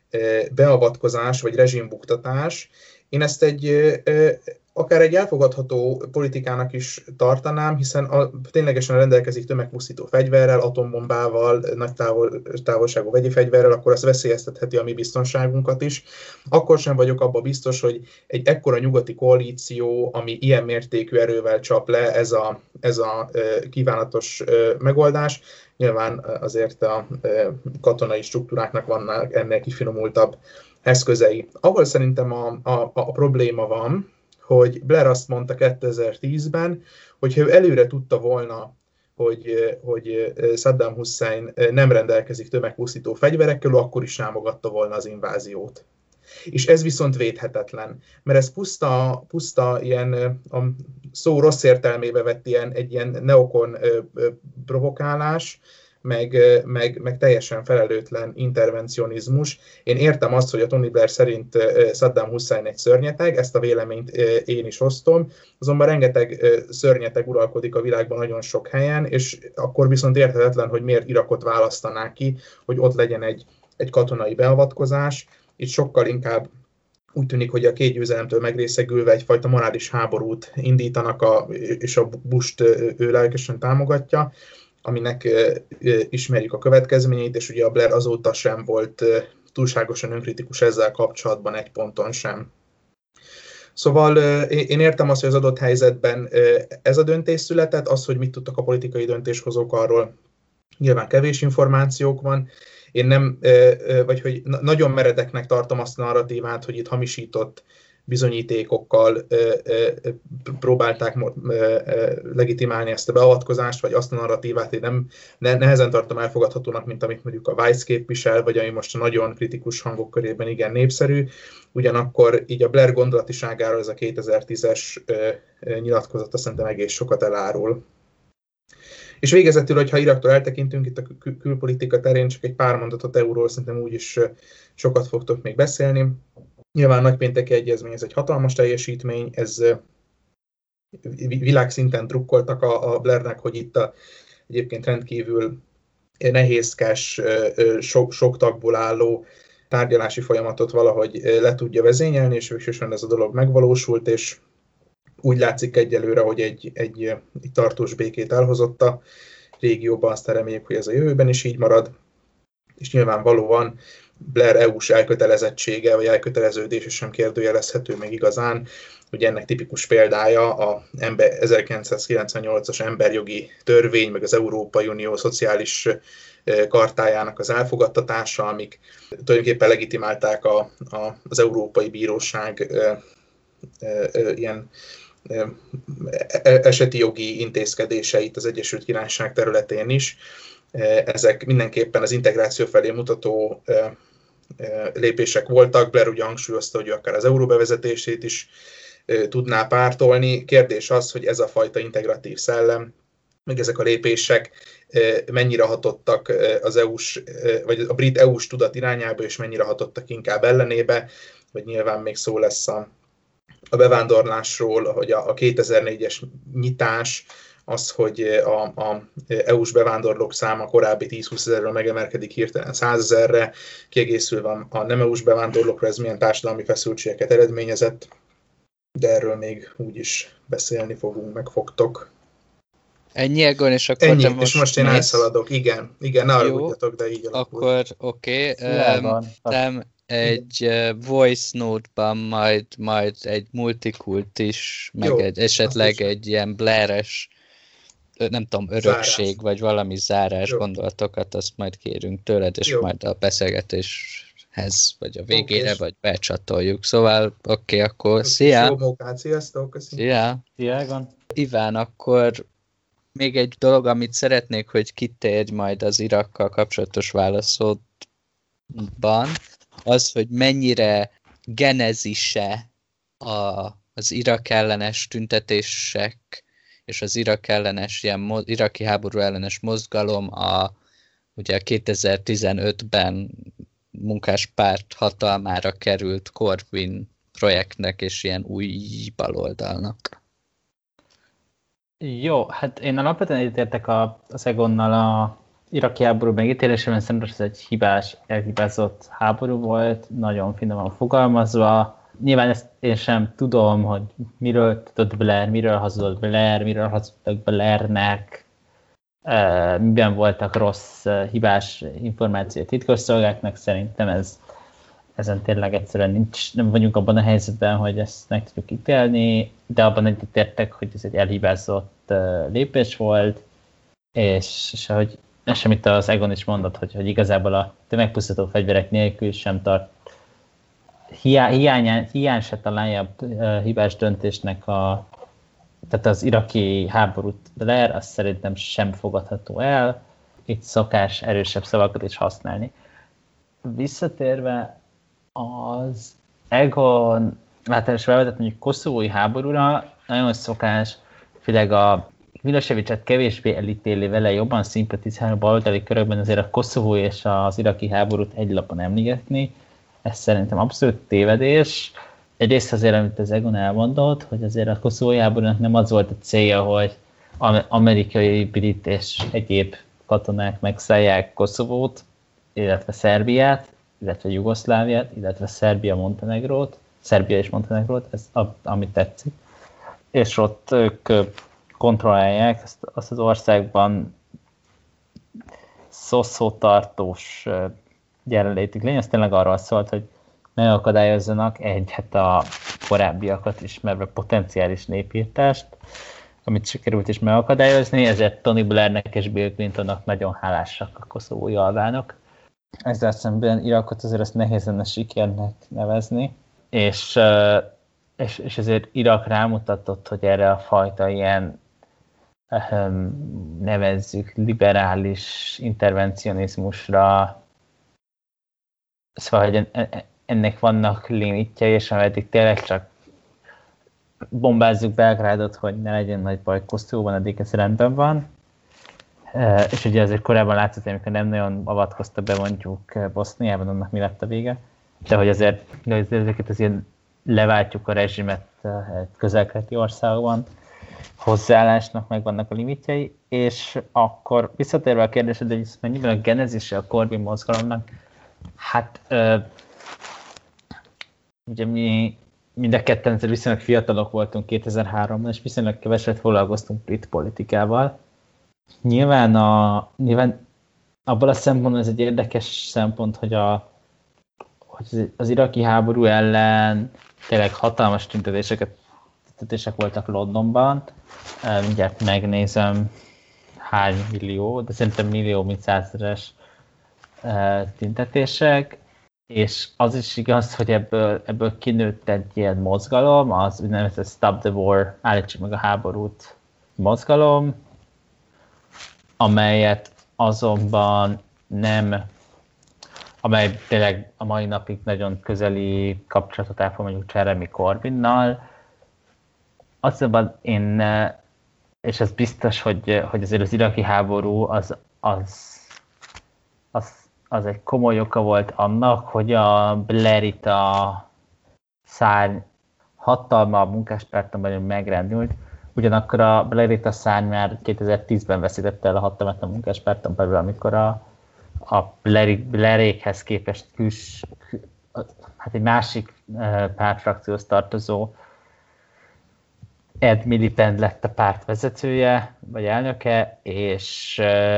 beavatkozás vagy rezsimbuktatás, én ezt egy akár egy elfogadható politikának is tartanám, hiszen a, ténylegesen rendelkezik tömegpusztító fegyverrel, atombombával, nagy távol, távolságú vegyi fegyverrel, akkor az veszélyeztetheti a mi biztonságunkat is. Akkor sem vagyok abban biztos, hogy egy ekkora nyugati koalíció, ami ilyen mértékű erővel csap le, ez a, ez a kívánatos megoldás. Nyilván azért a katonai struktúráknak vannak ennél kifinomultabb eszközei. Ahol szerintem a, a, a probléma van, hogy Blair azt mondta kétezer-tízben, hogy ő előre tudta volna, hogy, hogy Saddam Hussein nem rendelkezik tömegpusztító fegyverekkel, akkor is támogatta volna az inváziót. És ez viszont védhetetlen, mert ez puszta, puszta ilyen, a szó rossz értelmébe vett ilyen, egy ilyen neokon provokálás, Meg, meg, meg teljesen felelőtlen intervencionizmus. Én értem azt, hogy a Tony Blair szerint Saddam Hussein egy szörnyeteg, ezt a véleményt én is osztom, azonban rengeteg szörnyeteg uralkodik a világban nagyon sok helyen, és akkor viszont érthetetlen, hogy miért Irakot választanák ki, hogy ott legyen egy, egy katonai beavatkozás. Itt sokkal inkább úgy tűnik, hogy a két győzelemtől megrészegülve egyfajta morális háborút indítanak, a, és a Bush-t ő lelkesen támogatja, aminek ismerjük a következményeit, és ugye a Blair azóta sem volt túlságosan önkritikus ezzel kapcsolatban egy ponton sem. Szóval én értem azt, hogy az adott helyzetben ez a döntés született, az, hogy mit tudtak a politikai döntéshozók arról, nyilván kevés információk van. Én nem, vagy hogy nagyon meredeknek tartom azt a narratívát, hogy itt hamisított bizonyítékokkal próbálták legitimálni ezt a beavatkozást, vagy azt a narratívát, én nem, nehezen tartom elfogadhatónak, mint amit mondjuk a Vice képvisel, vagy ami most a nagyon kritikus hangok körében igen népszerű. Ugyanakkor így a Blair gondolatiságáról ez a kétezer-tízes nyilatkozata szerintem egész sokat elárul. És végezetül, hogyha Iraktól eltekintünk, itt a kül- külpolitika terén csak egy pár mondatot euról, szerintem úgyis sokat fogtok még beszélni. Nyilván nagypénteki egyezmény, ez egy hatalmas teljesítmény, ez világszinten drukkoltak a, a Blairnek, hogy itt a, egyébként rendkívül nehézkes, sok, sok tagból álló tárgyalási folyamatot valahogy le tudja vezényelni, és végsősorban ez a dolog megvalósult, és úgy látszik egyelőre, hogy egy, egy, egy tartós békét elhozott a régióban, aztán reméljük, hogy ez a jövőben is így marad, és nyilvánvalóan Blair é u-s elkötelezettsége, vagy elköteleződése sem kérdőjelezhető még igazán. Ugye ennek tipikus példája a ezerkilencszázkilencvennyolcas emberjogi törvény, meg az Európai Unió szociális kartájának az elfogadtatása, amik tulajdonképpen legitimálták a, a, az Európai Bíróság e, e, e, ilyen e, eseti jogi intézkedéseit az Egyesült Királyság területén is. Ezek mindenképpen az integráció felé mutató lépések voltak. Blair ugye hangsúlyozta, hogy akár az euró bevezetését is tudná pártolni. Kérdés az, hogy ez a fajta integratív szellem, meg ezek a lépések mennyire hatottak az é u-s, vagy a brit é u-s tudat irányába, és mennyire hatottak inkább ellenébe, vagy nyilván még szó lesz a, a bevándorlásról, hogy a, a kétezer-négyes nyitás, az, hogy a, a é u-s bevándorlók száma korábbi tíz-húsz ezerről megemelkedik hirtelen százezerre, kiegészülve a nem é u-s bevándorlókra ez milyen társadalmi feszültségeket eredményezett, de erről még úgyis beszélni fogunk, meg fogtok. Ennyi, Egon, és akkor Ennyi, te most és most én mész? elszaladok, igen, igen, ne haragudjatok, de így alakul. Akkor oké, okay. um, egy uh, voice note-ban majd, majd egy multikult is, meg Jó, egy, esetleg is. egy ilyen Blair-es, nem tudom, örökség, zárás. Vagy valami zárás Jó. gondolatokat, azt majd kérünk tőled, és Jó. majd a beszélgetéshez, vagy a végére, okay. vagy becsatoljuk. Szóval, oké, okay, akkor okay, szia! Jó munkát, sziasztok! Szia! Szia, Egon! Iván, akkor még egy dolog, amit szeretnék, hogy kitérj majd az Irakkal kapcsolatos válaszodban, az, hogy mennyire genezise a, az Irak ellenes tüntetések és az Irak ellenes, ilyen iraki háború ellenes mozgalom a, ugye a kétezer-tizenötben munkáspárt hatalmára került Corbyn projektnek és ilyen új baloldalnak. Jó, hát én alapvetően egyetértek az Egonnal a iraki háború megítélésében, szerintem ez egy hibás, elhibázott háború volt, nagyon finoman fogalmazva. Nyilván ezt én sem tudom, hogy miről tudott Blair, miről hazudott Blair, miről hazudtak Blairnek, miben voltak rossz, hibás információk titkosszolgáknak, szerintem ez, ezen tényleg egyszerűen nincs, nem vagyunk abban a helyzetben, hogy ezt meg tudjuk ítélni, de abban egyetértek, hogy ez egy elhibázott lépés volt, és, és ahogy és amit az Egon is mondott, hogy, hogy igazából a tömegpusztító fegyverek nélkül sem tart hiá, hiány, hiány se találja a hibás döntésnek a tehát az iraki háborút Blair, az szerintem sem fogadható el, itt szokás erősebb szavakat is használni. Visszatérve az Egon általános felvetett mondjuk koszovói háborúra, nagyon szokás, főleg a Milosevicet kevésbé elítéli vele, jobban szimpatizáló baloldali körökben azért a koszovói és az iraki háborút egy lapon emlegetni. Ez szerintem abszolút tévedés. Egyrészt azért, amit az Egon elmondott, hogy azért a koszovói háborúnak nem az volt a célja, hogy amerikai, brit és egyéb katonák megszállják Koszovót, illetve Szerbiát, illetve Jugoszláviát, illetve Szerbia, Montenegrót, Szerbia és Montenegrót, ez amit tetszik. És ott ők kontrollálják azt, azt az országban szoszótartós jelenlétük lény. Ez tényleg arról szólt, hogy megakadályozzanak egy, hát a korábbiakat ismerve potenciális népírtást, amit sikerült is megakadályozni, ezért Tony Blairnek és Bill Clintonnak nagyon hálásak a koszovói albánok. Ezzel szemben Irakot azért azt nehéz lenne sikernek nevezni, és, és, és ezért Irak rámutatott, hogy erre a fajta ilyen nevezzük liberális intervencionizmusra, szóval, hogy ennek vannak limitjei, és ameddig tényleg csak bombázzuk Belgrádot, hogy ne legyen nagy baj Koszovóban, addig ez rendben van. És ugye azért korábban látszott, amikor nem nagyon avatkozta be mondjuk Boszniában, annak mi lett a vége. De hogy azért, de ezeket azért leváltjuk a rezsimet közel-keleti országban, hozzáállásnak meg vannak a limitjei, és akkor visszatérve a kérdésed, hogy ez mennyiben a genezise a Corbyn mozgalomnak, hát ö, ugye mi mind a ketten viszonylag fiatalok voltunk kétezer-háromban, és viszonylag keveset foglalkoztunk brit politikával. Nyilván, a, nyilván abban a szempontból ez egy érdekes szempont, hogy, a, hogy az iraki háború ellen tényleg hatalmas tüntetéseket, tüntetések voltak Londonban. Mindjárt megnézem hány millió, de szerintem millió, mint százezeres tüntetések. És az is igaz, hogy ebből, ebből kinőtt egy ilyen mozgalom, az úgynevezett Stop the War, állítsuk meg a háborút mozgalom, amelyet azonban nem, amely tényleg a mai napig nagyon közeli kapcsolatot ápol mondjuk Jeremy Corbynnal. Azonban én, és ez biztos, hogy, hogy azért az iraki háború az, az, az, az egy komoly oka volt annak, hogy a Blairita szárny hatalma a munkáspárton belül megrendült. Ugyanakkor a Blairita szárny már kétezer-tízben veszítette el a hatalmát a munkáspárton belül, amikor a, a Blairékhez képest küls, hát egy másik pártfrakcióhoz tartozó Ed Miliband lett a párt vezetője, vagy elnöke, és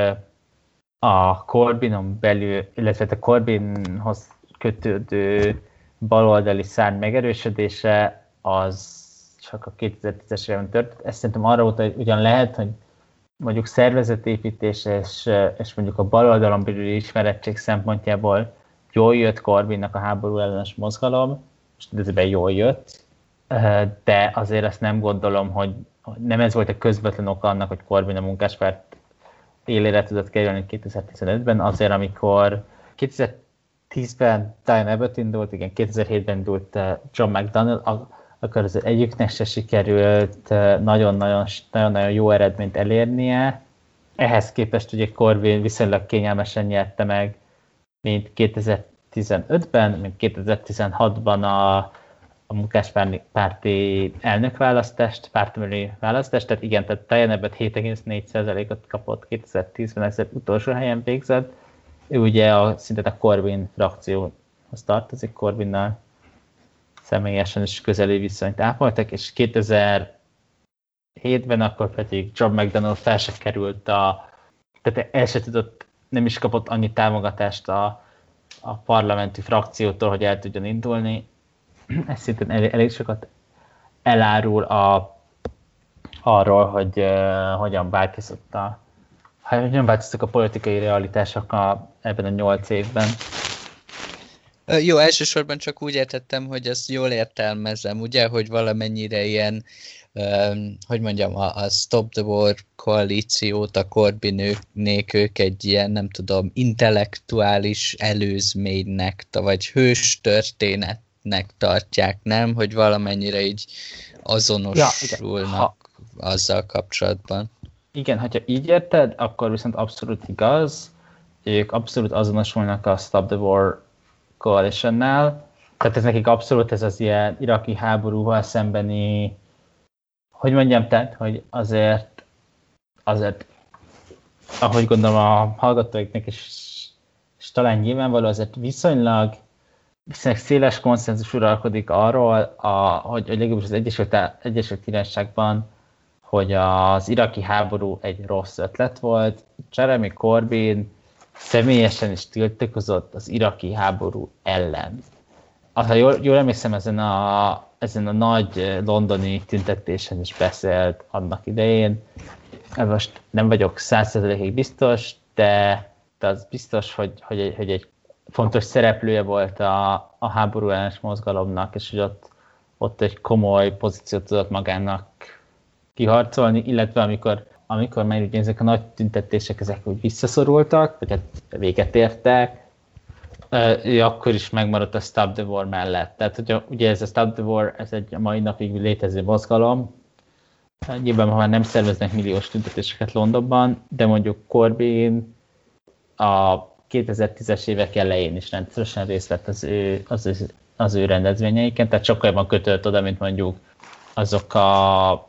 a Corbynon belül, illetve a Corbynhoz kötődő baloldali szárny megerősödése az csak a kétezer-tízes évben történt. Ezt szerintem arra volt, hogy ugyan lehet, hogy mondjuk szervezetépítés és, és mondjuk a baloldalon belüli ismerettség szempontjából jól jött Corbynnak a háború ellenes mozgalom, most ezben jól jött, de azért azt nem gondolom, hogy nem ez volt a közvetlen oka annak, hogy Corbyn a munkáspárt élére tudott kerülni kétezer-tizenötben, azért amikor kétezer-tízben Diane Abbott indult, igen, kétezer-hétben indult John McDonnell, akkor az egyiknek se sikerült nagyon-nagyon jó eredményt elérnie. Ehhez képest ugye Corbyn viszonylag kényelmesen nyerte meg, mint kétezer-tizenötben, mint kétezer-tizenhatban a, a munkáspárti elnökválasztást, pártműli választást, tehát igen, tehát Diane Abbott hét egész négy százalékot kapott kétezer-tízben, ezzel utolsó helyen végzett. Ő ugye a, szinte a Corbyn frakcióhoz tartozik, Corbynnal személyesen is közeli viszonyt ápoltak, és kétezer-hétben akkor pedig John McDonnell fel se került a, tehát el se tudott, nem is kapott annyi támogatást a, a parlamenti frakciótól, hogy el tudjon indulni. Ez szintén elég, elég sokat elárul a, arról, hogy uh, hogyan változott a, hogyan változtak a politikai realitások a, ebben a nyolc évben. Jó, elsősorban csak úgy értettem, hogy ezt jól értelmezem, ugye, hogy valamennyire ilyen, um, hogy mondjam, a, a Stop the War koalíciót, a Corbyn-nék ők egy ilyen, nem tudom, intellektuális előzménynek, vagy hős történetnek tartják, nem? Hogy valamennyire így azonosulnak ja, ha, azzal kapcsolatban. Igen, ha így érted, akkor viszont abszolút igaz, ők abszolút azonosulnak a Stop the War Coalitionnál, tehát ez nekik abszolút ez az ilyen iraki háborúval szembeni, hogy mondjam, tehát, hogy azért, azért, ahogy gondolom a hallgatóiknak is, és talán nyilvánvaló, azért viszonylag, viszonylag széles konszenzus uralkodik arról, a, hogy, hogy legalábbis az Egyesült, Egyesült Királyságban, hogy az iraki háború egy rossz ötlet volt. Jeremy Corbyn személyesen is tiltakozott az iraki háború ellen. Ha jól, jól emlékszem, ezen a, ezen a nagy londoni tüntetésen is beszélt annak idején. Most nem vagyok száz százalékig biztos, de, de az biztos, hogy, hogy, egy, hogy egy fontos szereplője volt a, a háború ellenes mozgalomnak, és hogy ott, ott egy komoly pozíciót tudott magának kiharcolni, illetve amikor amikor már ugye ezek a nagy tüntetések, ezek úgy visszaszorultak, vagy hát véget értek, ő akkor is megmaradt a Stop the War mellett. Tehát hogy ugye ez a Stop the War, ez egy a mai napig létező mozgalom, Nyilván ma már nem szerveznek milliós tüntetéseket Londonban, de mondjuk Corbyn a kétezer-tízes évek elején is rendszeresen részt vett az ő, az, az ő rendezvényeiken, tehát sokkal jobban kötött oda, mint mondjuk azok a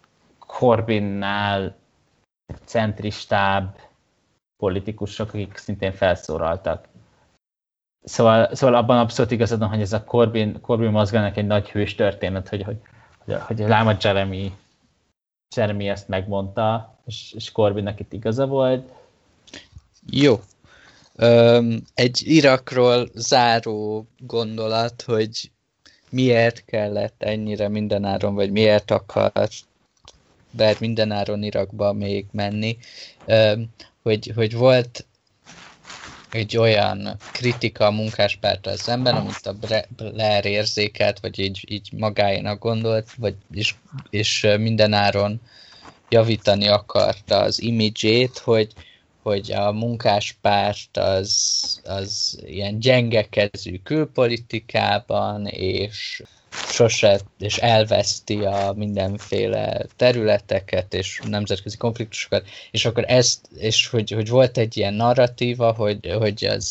Corbynnál centristább politikusok, akik szintén felszólaltak. Szóval, szóval abban abszolút igazad van, hogy ez a Corbyn, Corbyn mozgalomnak egy nagy hős történet, hogy, hogy, hogy, hogy Lama Jeremy, Jeremy ezt megmondta, és, és Corbynnak itt igaza volt. Jó. Um, egy Irakról záró gondolat, hogy miért kellett ennyire mindenáron, vagy miért akart bár mindenáron Irakba még menni, um, hogy, hogy volt egy olyan kritika a munkáspárttal szemben, amit a Blair érzékelt, vagy így, így magáénak gondolt, vagy, és, és mindenáron javítani akarta az imidzsét, hogy, hogy a munkáspárt az, az ilyen gyengekezű külpolitikában, és sose, és elveszti a mindenféle területeket, és nemzetközi konfliktusokat, és akkor ezt, és hogy, hogy volt egy ilyen narratíva, hogy, hogy az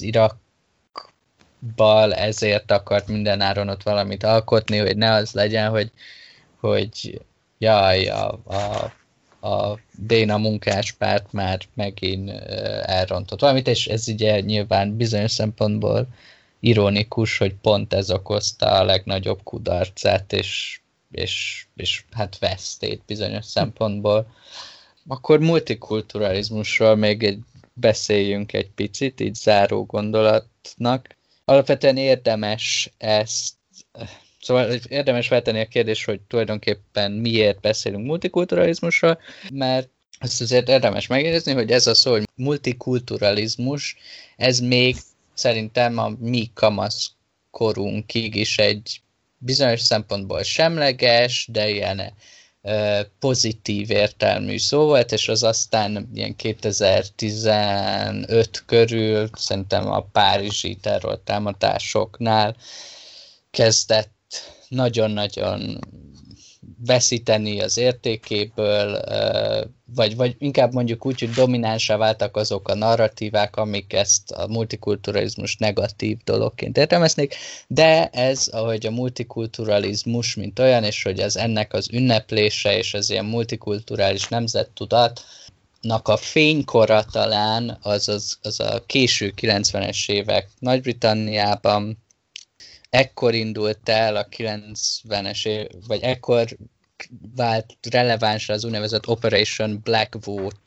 Irakbal ezért akart mindenáron ott valamit alkotni, hogy ne az legyen, hogy, hogy jaj, a, a a béna munkáspárt már megint elrontott valamit, és ez ugye nyilván bizonyos szempontból ironikus, hogy pont ez okozta a legnagyobb kudarcát, és, és, és hát vesztét bizonyos szempontból. Akkor multikulturalizmusról még egy, beszéljünk egy picit, így záró gondolatnak. Alapvetően érdemes ezt, szóval érdemes feltenni a kérdést, hogy tulajdonképpen miért beszélünk multikulturalizmusról, mert azt azért érdemes megjegyezni, hogy ez a szó, hogy multikulturalizmus, ez még szerintem a mi kamaszkorunkig is egy bizonyos szempontból semleges, de ilyen ö, pozitív értelmű szó volt, és az aztán ilyen kétezer-tizenöt körül, szerintem a párizsi terrortámadásoknál kezdett nagyon-nagyon veszíteni az értékéből, vagy, vagy inkább mondjuk úgy, hogy dominánsá váltak azok a narratívák, amik ezt a multikulturalizmus negatív dologként értelmeznék, de ez, ahogy a multikulturalizmus, mint olyan, és hogy az ennek az ünneplése, és az ilyen multikulturális nemzettudatnak a fénykora talán, az, az, az a késő kilencvenes évek Nagy-Britanniában, ekkor indult el a kilencvenes év, vagy ekkor vált relevánsra az úgynevezett Operation Black Vote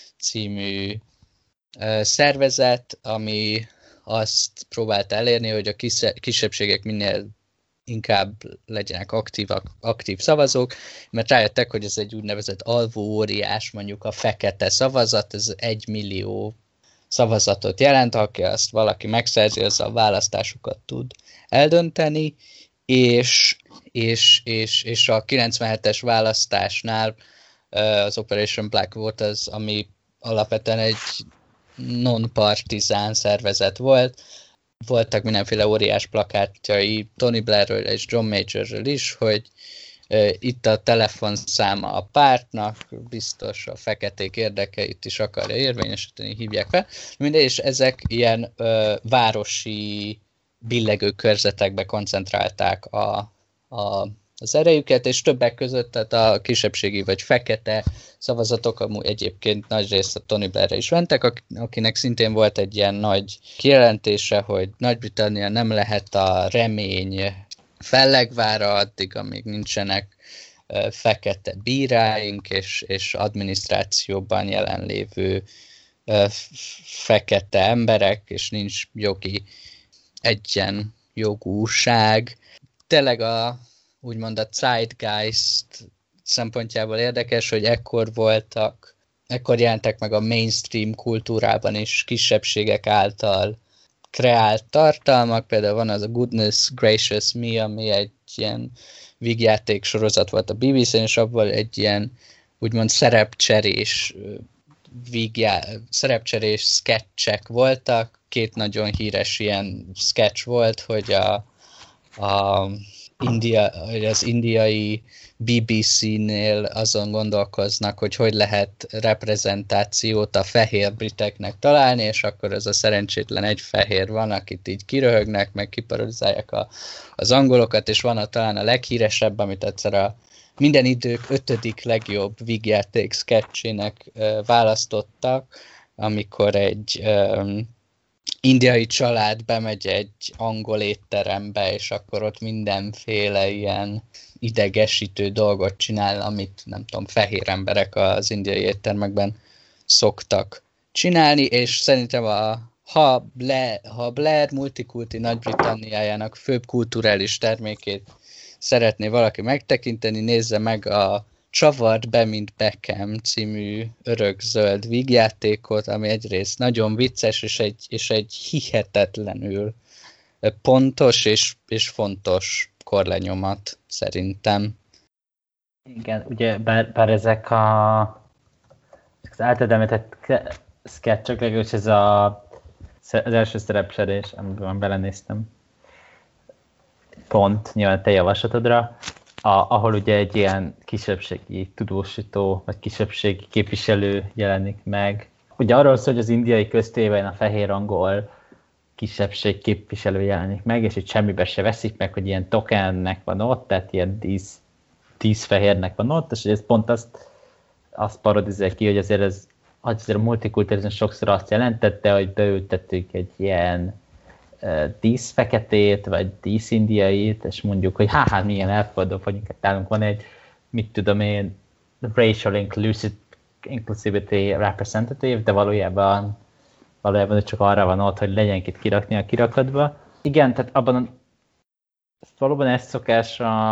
című uh, szervezet, ami azt próbált elérni, hogy a kisebbségek minél inkább legyenek aktívak, aktív szavazók, mert rájöttek, hogy ez egy úgynevezett alvó óriás, mondjuk a fekete szavazat, ez egy millió szavazatot jelent, aki azt valaki megszerzi, az a választásokat tud eldönteni, és, és, és, és a kilencvenhetes választásnál az Operation Black Vote az, ami alapvetően egy non-partizán szervezet volt. Voltak mindenféle óriás plakátjai Tony Blairről és John Majorről is, hogy itt a telefonszáma a pártnak, biztos a feketék érdekeit is akarja érvényesíteni, hívják fel. Mindegy, és ezek ilyen ö, városi billegő körzetekbe koncentrálták a, a, az erejüket, és többek között tehát a kisebbségi vagy fekete szavazatok amúgy egyébként nagy részt a Tony Blairre is mentek, akinek szintén volt egy ilyen nagy kijelentése, hogy Nagy-Britannia nem lehet a remény fellegvára addig, amíg nincsenek uh, fekete bíráink és, és adminisztrációban jelenlévő uh, fekete emberek, és nincs jogi egyenjogúság. Tényleg a, úgymond a zeitgeist szempontjából érdekes, hogy ekkor voltak, ekkor jelentek meg a mainstream kultúrában is kisebbségek által kreált tartalmak, például van az a Goodness Gracious Me, ami egy ilyen vígjáték sorozat volt a bé bé cén, és abban egy ilyen úgymond szerepcserés vígjá, szerepcserés sketchek voltak, két nagyon híres ilyen sketch volt, hogy a, a India, hogy az indiai bé bé cé-nél azon gondolkoznak, hogy hogy lehet reprezentációt a fehér briteknek találni, és akkor az a szerencsétlen egy fehér van, akit így kiröhögnek, meg kiparodizálják a, az angolokat, és van a, talán a leghíresebb, amit egyszer a minden idők ötödik legjobb vígjáték sketchének uh, választottak, amikor egy um, indiai család bemegy egy angol étterembe, és akkor ott mindenféle ilyen idegesítő dolgot csinál, amit nem tudom, fehér emberek az indiai éttermekben szoktak csinálni, és szerintem a, ha, Blair, ha Blair multikulti Nagy-Britanniájának főbb kulturális termékét szeretné valaki megtekinteni, nézze meg a Csavart be, mint Beckham című örökzöld vígjátékot, ami egyrészt nagyon vicces, és egy, és egy hihetetlenül pontos és, és fontos korlenyomat szerintem. Igen, ugye bár, bár ezek a az általad említett sketchek, legalábbis ez a, az első szerepcserés, amiben belenéztem pont nyilván te javaslatodra, A, ahol ugye egy ilyen kisebbségi tudósító, vagy kisebbségi képviselő jelenik meg. Ugye arról szól, hogy az indiai köztévén a fehér angol kisebbség képviselő jelenik meg, és itt semmibe se veszik meg, hogy ilyen tokennek van ott, tehát ilyen dísz, díszfehérnek van ott, és ez pont azt, azt parodizál ki, hogy azért, ez, azért a multikulturizmus sokszor azt jelentette, hogy beültettük egy ilyen díszfeketét, vagy díszindiait, és mondjuk, hogy há, hát milyen elfogadók vagyunk, hát nálunk van egy, mit tudom én, racial inclusivity representative, de valójában, valójában csak arra van ott, hogy legyen itt kirakni a kirakatba. Igen, tehát abban a, valóban ez szokás a,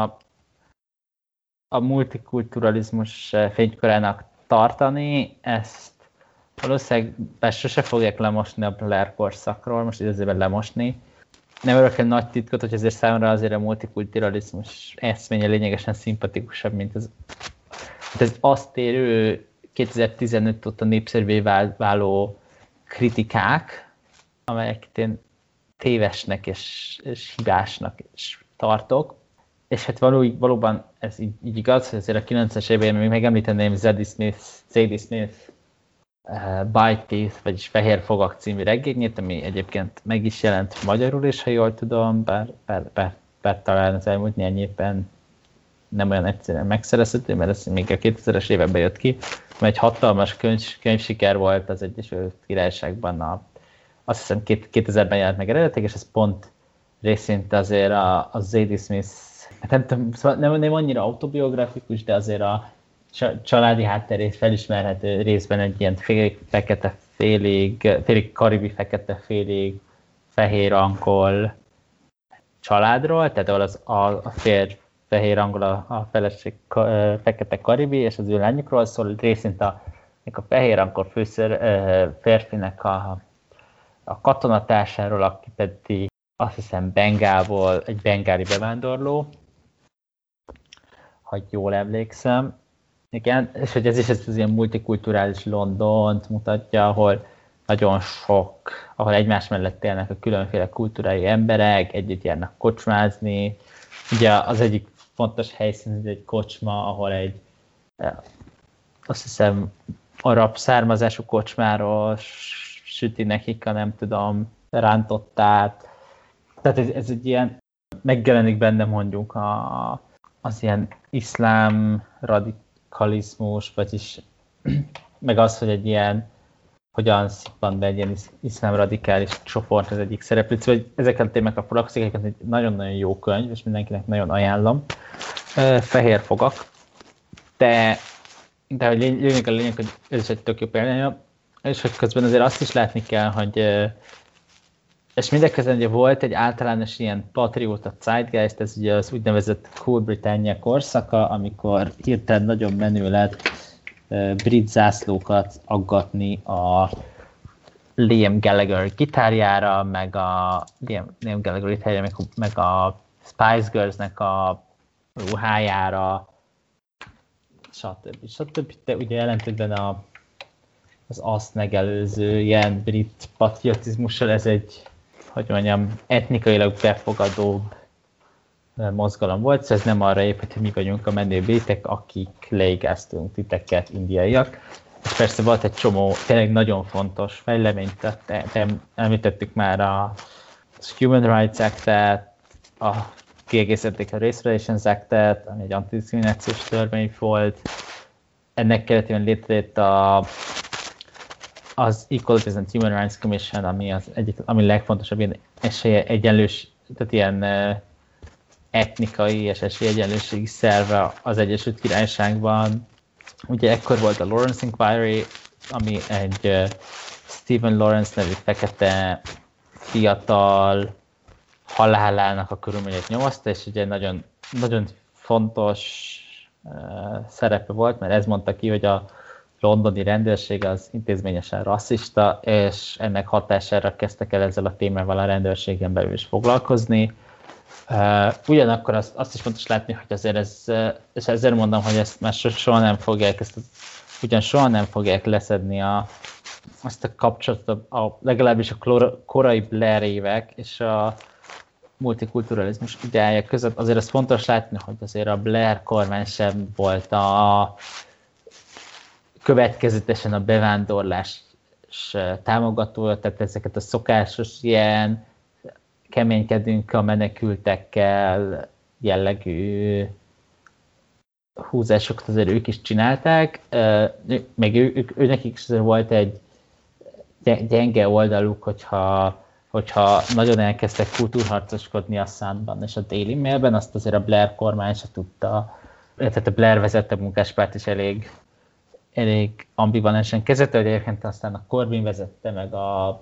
a multikulturalizmus fénykorának tartani, ezt valószínűleg bár sose fogják lemosni a Blair korszakról, most idézőben lemosni. Nem örökkel nagy titkot, hogy ezért számomra azért a multikulturalizmus eszménye lényegesen szimpatikusabb, mint az, mint az azt érő kétezer-tizenöt óta népszerűvé váló kritikák, amelyeket én tévesnek és, és hibásnak is tartok. És hát való, valóban ez így, így igaz, hogy azért a kilencvenes években még megemlíteném Zadie Smith, Zadie Smith Uh, Bite Teeth, vagyis Fehér Fogak című regényét, ami egyébként meg is jelent magyarul is, ha jól tudom, bár, bár, bár, bár talán az elmúlt néhány évben nem olyan egyszerűen megszerezhető, mert ez még a kétezres években jött ki, mert egy hatalmas könyv, könyvsiker volt az Egyesült Királyságban, a, azt hiszem kétezerben jelent meg eredetileg, és ez pont részint azért a, a Zadie Smith, hát nem tudom, szóval nem, nem annyira autobiografikus, de azért a családi hátterét felismerhető részben egy ilyen félig fekete, félig, félig karibi fekete, félig fehér angol családról, tehát ahol az, a, a fér fehér angol, a, a feleség ka, fekete karibi, és az ő lányokról szól, részint a, a fehér angol főszer, férfinek a, a katonatársáról, aki pedig azt hiszem Bengálból, egy bengáli bevándorló, ha jól emlékszem. Igen, és hogy ez is ez az ilyen multikulturális Londont mutatja, ahol nagyon sok, ahol egymás mellett élnek a különféle kultúrai emberek, együtt járnak kocsmázni. Ugye az egyik fontos helyszín, egy kocsma, ahol egy, azt hiszem, arab származású kocsmáros süti nekik a nem tudom, rántottát. Tehát ez, ez egy ilyen, megjelenik benne mondjuk a, az ilyen iszlám radikalizmus, vagyis meg az, hogy egy ilyen, hogyan szippan be egy ilyen iszlám radikális csoport az egyik szereplő. Szóval ezekkel a témákkal foglalkozik, egy nagyon-nagyon jó könyv, és mindenkinek nagyon ajánlom. Fehér Fogak. De, de hogy lényeg a lényeg, hogy ez is egy tök jó példája, és hogy közben azért azt is látni kell, hogy és mindeközben ugye volt egy általános ilyen patrióta zeitgeist, ez ugye az úgynevezett Cool Britannia korszaka, amikor hirtelen nagyon menő lett brit zászlókat aggatni a Liam Gallagher gitárjára, meg a Liam, Liam Gallagher gitárjára, meg, meg a Spice Girls-nek a ruhájára, stb. stb. De ugye ellentétben a, az azt megelőző ilyen brit patriotizmussal ez egy, hogy mondjam, etnikailag befogadóbb mozgalom volt, szóval ez nem arra épült, hogy mi vagyunk a menő bétek, akik leigáztunk titeket, indiaiak. És persze volt egy csomó tényleg nagyon fontos fejleményt, tehát említettük már a Human Rights Act-et, a kiegészítették a Race Relations Act-et, ami egy antidiszkriminációs törvény volt. Ennek keretében létrejött a, az Equalities and Human Rights Commission, ami az egyik, ami legfontosabb ilyen esélyegyenlős, tehát ilyen etnikai és esélyegyenlőségi szerve az Egyesült Királyságban. Ugye ekkor volt a Lawrence Inquiry, ami egy uh, Stephen Lawrence nevű fekete fiatal halálának a körülményét nyomozta, és ugye nagyon, nagyon fontos uh, szerepe volt, mert ez mondta ki, hogy a londoni rendőrség az intézményesen rasszista, és ennek hatására kezdtek el ezzel a témával a rendőrségen belül is foglalkozni. Uh, ugyanakkor azt, azt is fontos látni, hogy azért ez, és ezzel mondom, hogy ezt már soha nem fogják, ezt, ugyan soha nem fogják leszedni a, azt a kapcsolatot, a, legalábbis a klor, korai Blair évek és a multikulturalizmus ideája között. Azért ez fontos látni, hogy azért a Blair kormány sem volt a következetesen a bevándorlás támogatója, tehát ezeket a szokásos ilyen keménykedünk a menekültekkel jellegű húzásokat azért ők is csinálták, meg ő, ők, ő nekik is volt egy gyenge oldaluk, hogyha, hogyha nagyon elkezdtek kultúrharcoskodni a Sunban és a Daily Mailben, azt azért a Blair kormány se tudta, tehát a Blair vezette munkáspárt is elég, elég ambivalensen kezelte, hogy egyébként aztán a Corbyn vezette, meg a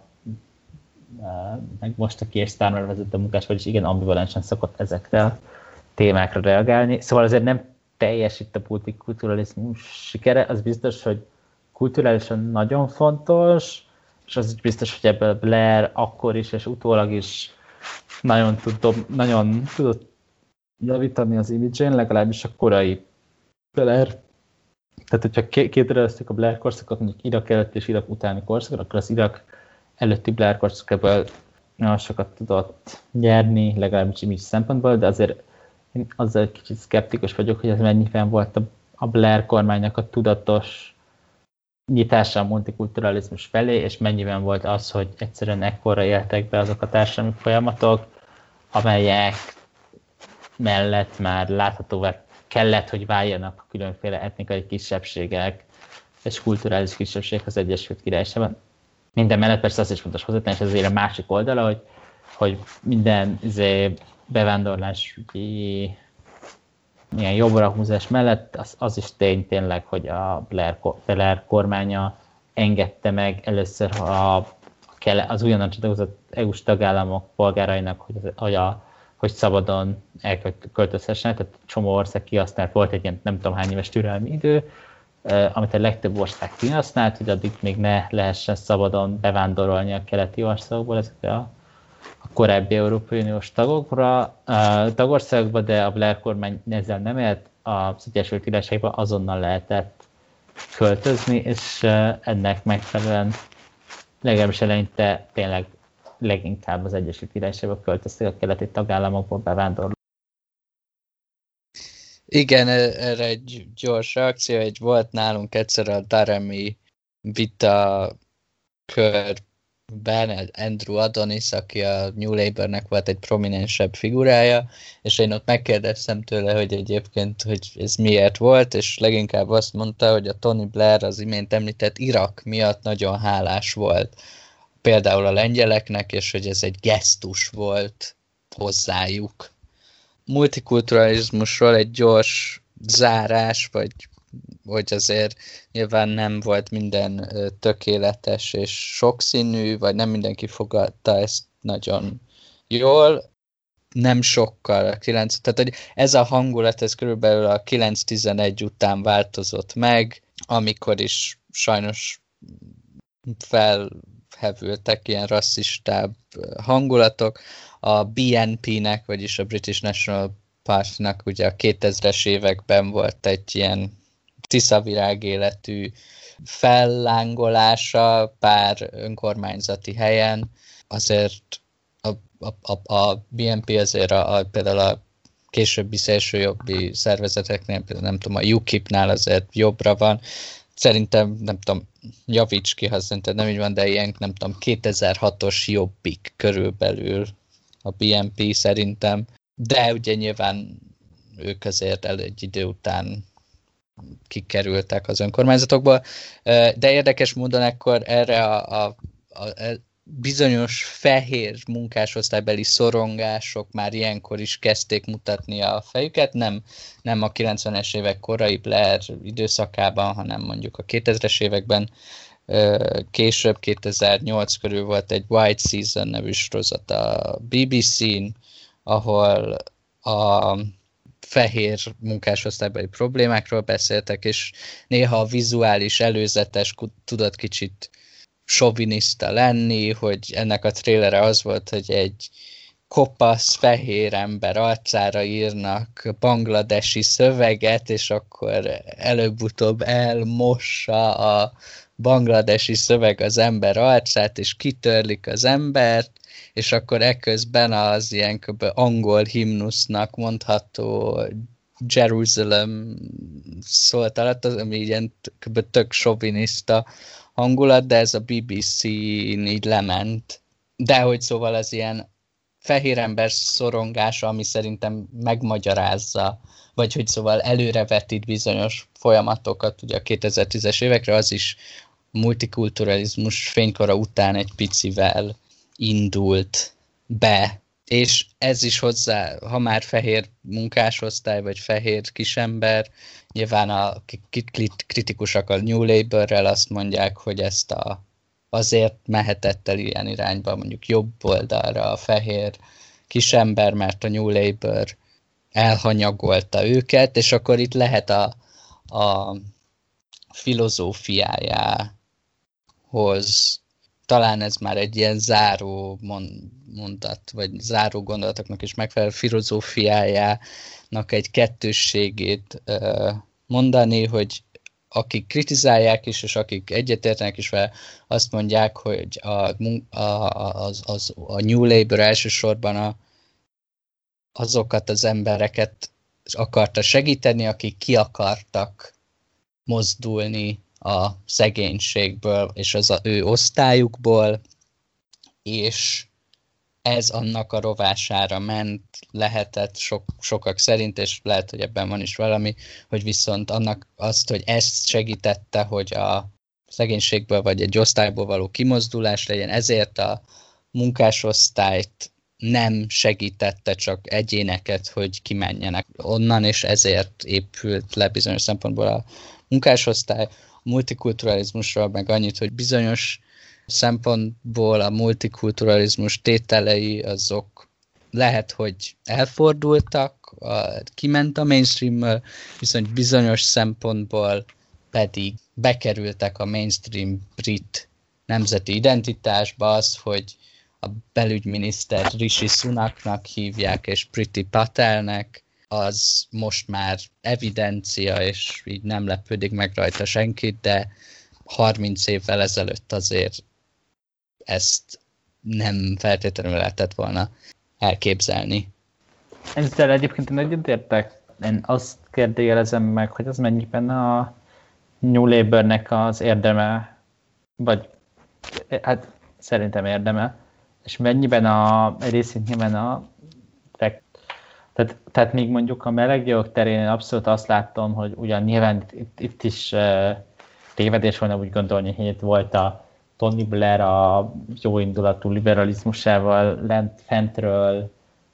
meg most a Keir Starmer vezette a munkás, vagyis igen, ambivalensen szokott ezekre a témákra reagálni. Szóval azért nem teljes itt a multikulturalizmus sikere, az biztos, hogy kulturálisan nagyon fontos, és az is biztos, hogy ebből Blair akkor is, és utólag is nagyon, tudom, nagyon tudott javítani az image-én, legalábbis a korai Blair. Tehát, hogyha kétreöztük a Blair korszakot, mondjuk Irak előtt és Irak utáni korszakot, akkor az Irak előtti Blair korszakból nagyon sokat tudott nyerni, legalábbis image szempontból, de azért én azzal kicsit szkeptikus vagyok, hogy ez mennyiben volt a, a Blair kormánynak a tudatos nyitása a multikulturalizmus felé, és mennyiben volt az, hogy egyszerűen ekkorra éltek be azok a társadalmi folyamatok, amelyek mellett már láthatóvá kellett, hogy váljanak a különféle etnikai kisebbségek és kulturális kisebbségek az Egyesült Királyságban. Minden mellett persze azt is fontos hozzátenni, és ez azért a másik oldala, hogy, hogy minden izé, bevándorlási ilyen jobbra húzás mellett az, az is tény tényleg, hogy a Blair, Blair kormánya engedte meg először a, az újonnan csatlakozott é u-s tagállamok polgárainak, hogy, hogy, a, hogy szabadon elköltözhessenek, tehát csomó ország kihasznált, volt egy ilyen nem tudom hány éves türelmi idő, amit a legtöbb ország kihasznált, hogy addig még ne lehessen szabadon bevándorolni a keleti országokból ezekre a, a korábbi Európai Uniós tagokra, tagországokba, de a Blair kormány ezzel nem élt, az Egyesült Királyságban azonnal lehetett költözni, és ennek megfelelően legalábbis eleinte tényleg leginkább az Egyesült Királyságba költöztek a keleti tagállamokból bevándorlók. Igen, erre egy gyors reakció, egy volt nálunk egyszer a Durham-i vita körben Andrew Adonis, aki a New Labournek volt egy prominensebb figurája, és én ott megkérdeztem tőle, hogy egyébként, hogy ez miért volt, és leginkább azt mondta, hogy a Tony Blair az imént említett Irak miatt nagyon hálás volt. Például a lengyeleknek, és hogy ez egy gesztus volt hozzájuk. Multikulturalizmusról egy gyors zárás, vagy hogy azért nyilván nem volt minden tökéletes és sokszínű, vagy nem mindenki fogadta ezt nagyon jól. Nem sokkal a kilenc, tehát hogy ez a hangulat, ez körülbelül a kilenc tizenegy után változott meg, amikor is sajnos felhevültek ilyen rasszistább hangulatok. A bé en pé-nek, vagyis a British National Party-nak ugye a kétezres években volt egy ilyen tiszavirág életű fellángolása pár önkormányzati helyen. Azért a, a, a, a bé en pé azért a, a, például a későbbi szélsőjobbi szervezeteknél, nem tudom, a u kip-nál azért jobbra van. Szerintem, nem tudom, javíts ki, ha szerinted nem így van, de ilyen, nem tudom, kétezer-hatos Jobbik körülbelül a bé en pé szerintem. De ugye nyilván ők azért el egy idő után kikerültek az önkormányzatokból. De érdekes módon akkor erre a, a, a bizonyos fehér munkásosztálybeli szorongások már ilyenkor is kezdték mutatni a fejüket, nem, nem a kilencvenes évek korai Blair időszakában, hanem mondjuk a kétezres években. Később, kétezer-nyolc körül volt egy White Season nevű sorozat a bé bé cén, ahol a fehér munkásosztálybeli problémákról beszéltek, és néha a vizuális előzetes tudott kicsit soviniszta lenni, hogy ennek a trélere az volt, hogy egy kopasz fehér ember arcára írnak bangladesi szöveget, és akkor előbb-utóbb elmossa a bangladesi szöveg az ember arcát, és kitörlik az embert, és akkor eközben az ilyen kb. Angol himnusznak mondható Jerusalem szólt alatt, az, ami ilyen kb. Tök soviniszta hangulat, de ez a bé bé cén így lement. De hogy szóval az ilyen fehér ember szorongása, ami szerintem megmagyarázza, vagy hogy szóval előrevetít bizonyos folyamatokat, ugye a kétezer-tízes évekre, az is multikulturalizmus fénykora után egy picivel indult be. És ez is hozzá, ha már fehér munkásosztály, vagy fehér kisember, nyilván a kritikusak a New Labour-rel azt mondják, hogy ezt a, azért mehetett el ilyen irányba, mondjuk jobb oldalra a fehér kisember, mert a New Labour elhanyagolta őket, és akkor itt lehet a, a filozófiájához, talán ez már egy ilyen záró mondat, vagy záró gondolatoknak is megfelelő filozófiájának egy kettősségét mondani, hogy akik kritizálják is, és akik egyetértenek is vele, azt mondják, hogy a, a, az, az, a New Labour elsősorban a, azokat az embereket akarta segíteni, akik ki akartak mozdulni a szegénységből, és az a ő osztályukból, és ez annak a rovására ment, lehetett sok, sokak szerint, és lehet, hogy ebben van is valami, hogy viszont annak azt, hogy ezt segítette, hogy a szegénységből vagy egy osztályból való kimozdulás legyen, ezért a munkásosztályt nem segítette csak egyéneket, hogy kimenjenek onnan, és ezért épült le bizonyos szempontból a munkásosztály. A multikulturalizmusról meg annyit, hogy bizonyos szempontból a multikulturalizmus tételei azok lehet, hogy elfordultak, a, kiment a mainstreamből, viszont bizonyos szempontból pedig bekerültek a mainstream brit nemzeti identitásba az, hogy a belügyminiszter Rishi Sunaknak hívják, és Priti Patelnek, az most már evidencia, és így nem lepődik meg rajta senkit, de harminc évvel ezelőtt azért ezt nem feltétlenül lehetett volna elképzelni. Ezzel egyébként én egyetértek. Én azt kérdőjelezem meg, hogy az mennyiben a New Labour-nek az érdeme, vagy hát szerintem érdeme, és mennyiben a részint nyilván a tehát, tehát még mondjuk a melegjogok terén én abszolút azt láttam, hogy ugyan nyilván itt, itt is uh, tévedés volna úgy gondolni, hogy itt volt a Tony Blair a jóindulatú liberalizmusával lent fentről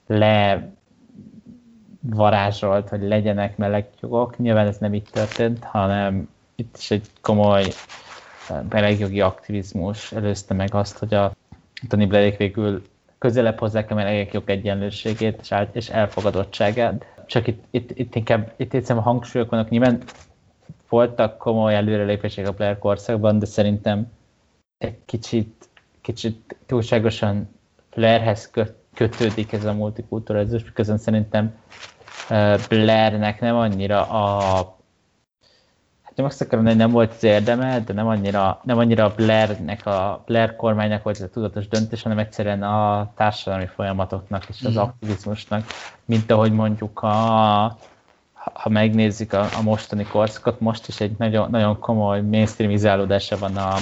levarázsolt, hogy legyenek melegjogok. Nyilván ez nem így történt, hanem itt is egy komoly melegjogi aktivizmus előzte meg azt, hogy a Tony Blairék végül közelebb hozzák a melegjog egyenlőségét és, és elfogadottságát. Csak itt, itt, itt inkább itt egyszerűen a hangsúlyok vannak. Nyilván voltak komoly előrelépések a Blair korszakban, de szerintem egy kicsit, kicsit túlságosan Blairhez kötődik ez a multikulturalizmus, miközben szerintem Blairnek nem annyira a nem azt akarom, hogy nem volt az érdeme, de nem annyira, nem annyira a Blairnek, a Blair kormánynak volt ez a tudatos döntés, hanem egyszerűen a társadalmi folyamatoknak és az mm. aktivizmusnak, mint ahogy mondjuk a, ha megnézzük a, a mostani korszakot, most is egy nagyon, nagyon komoly mainstreamizálódása van a,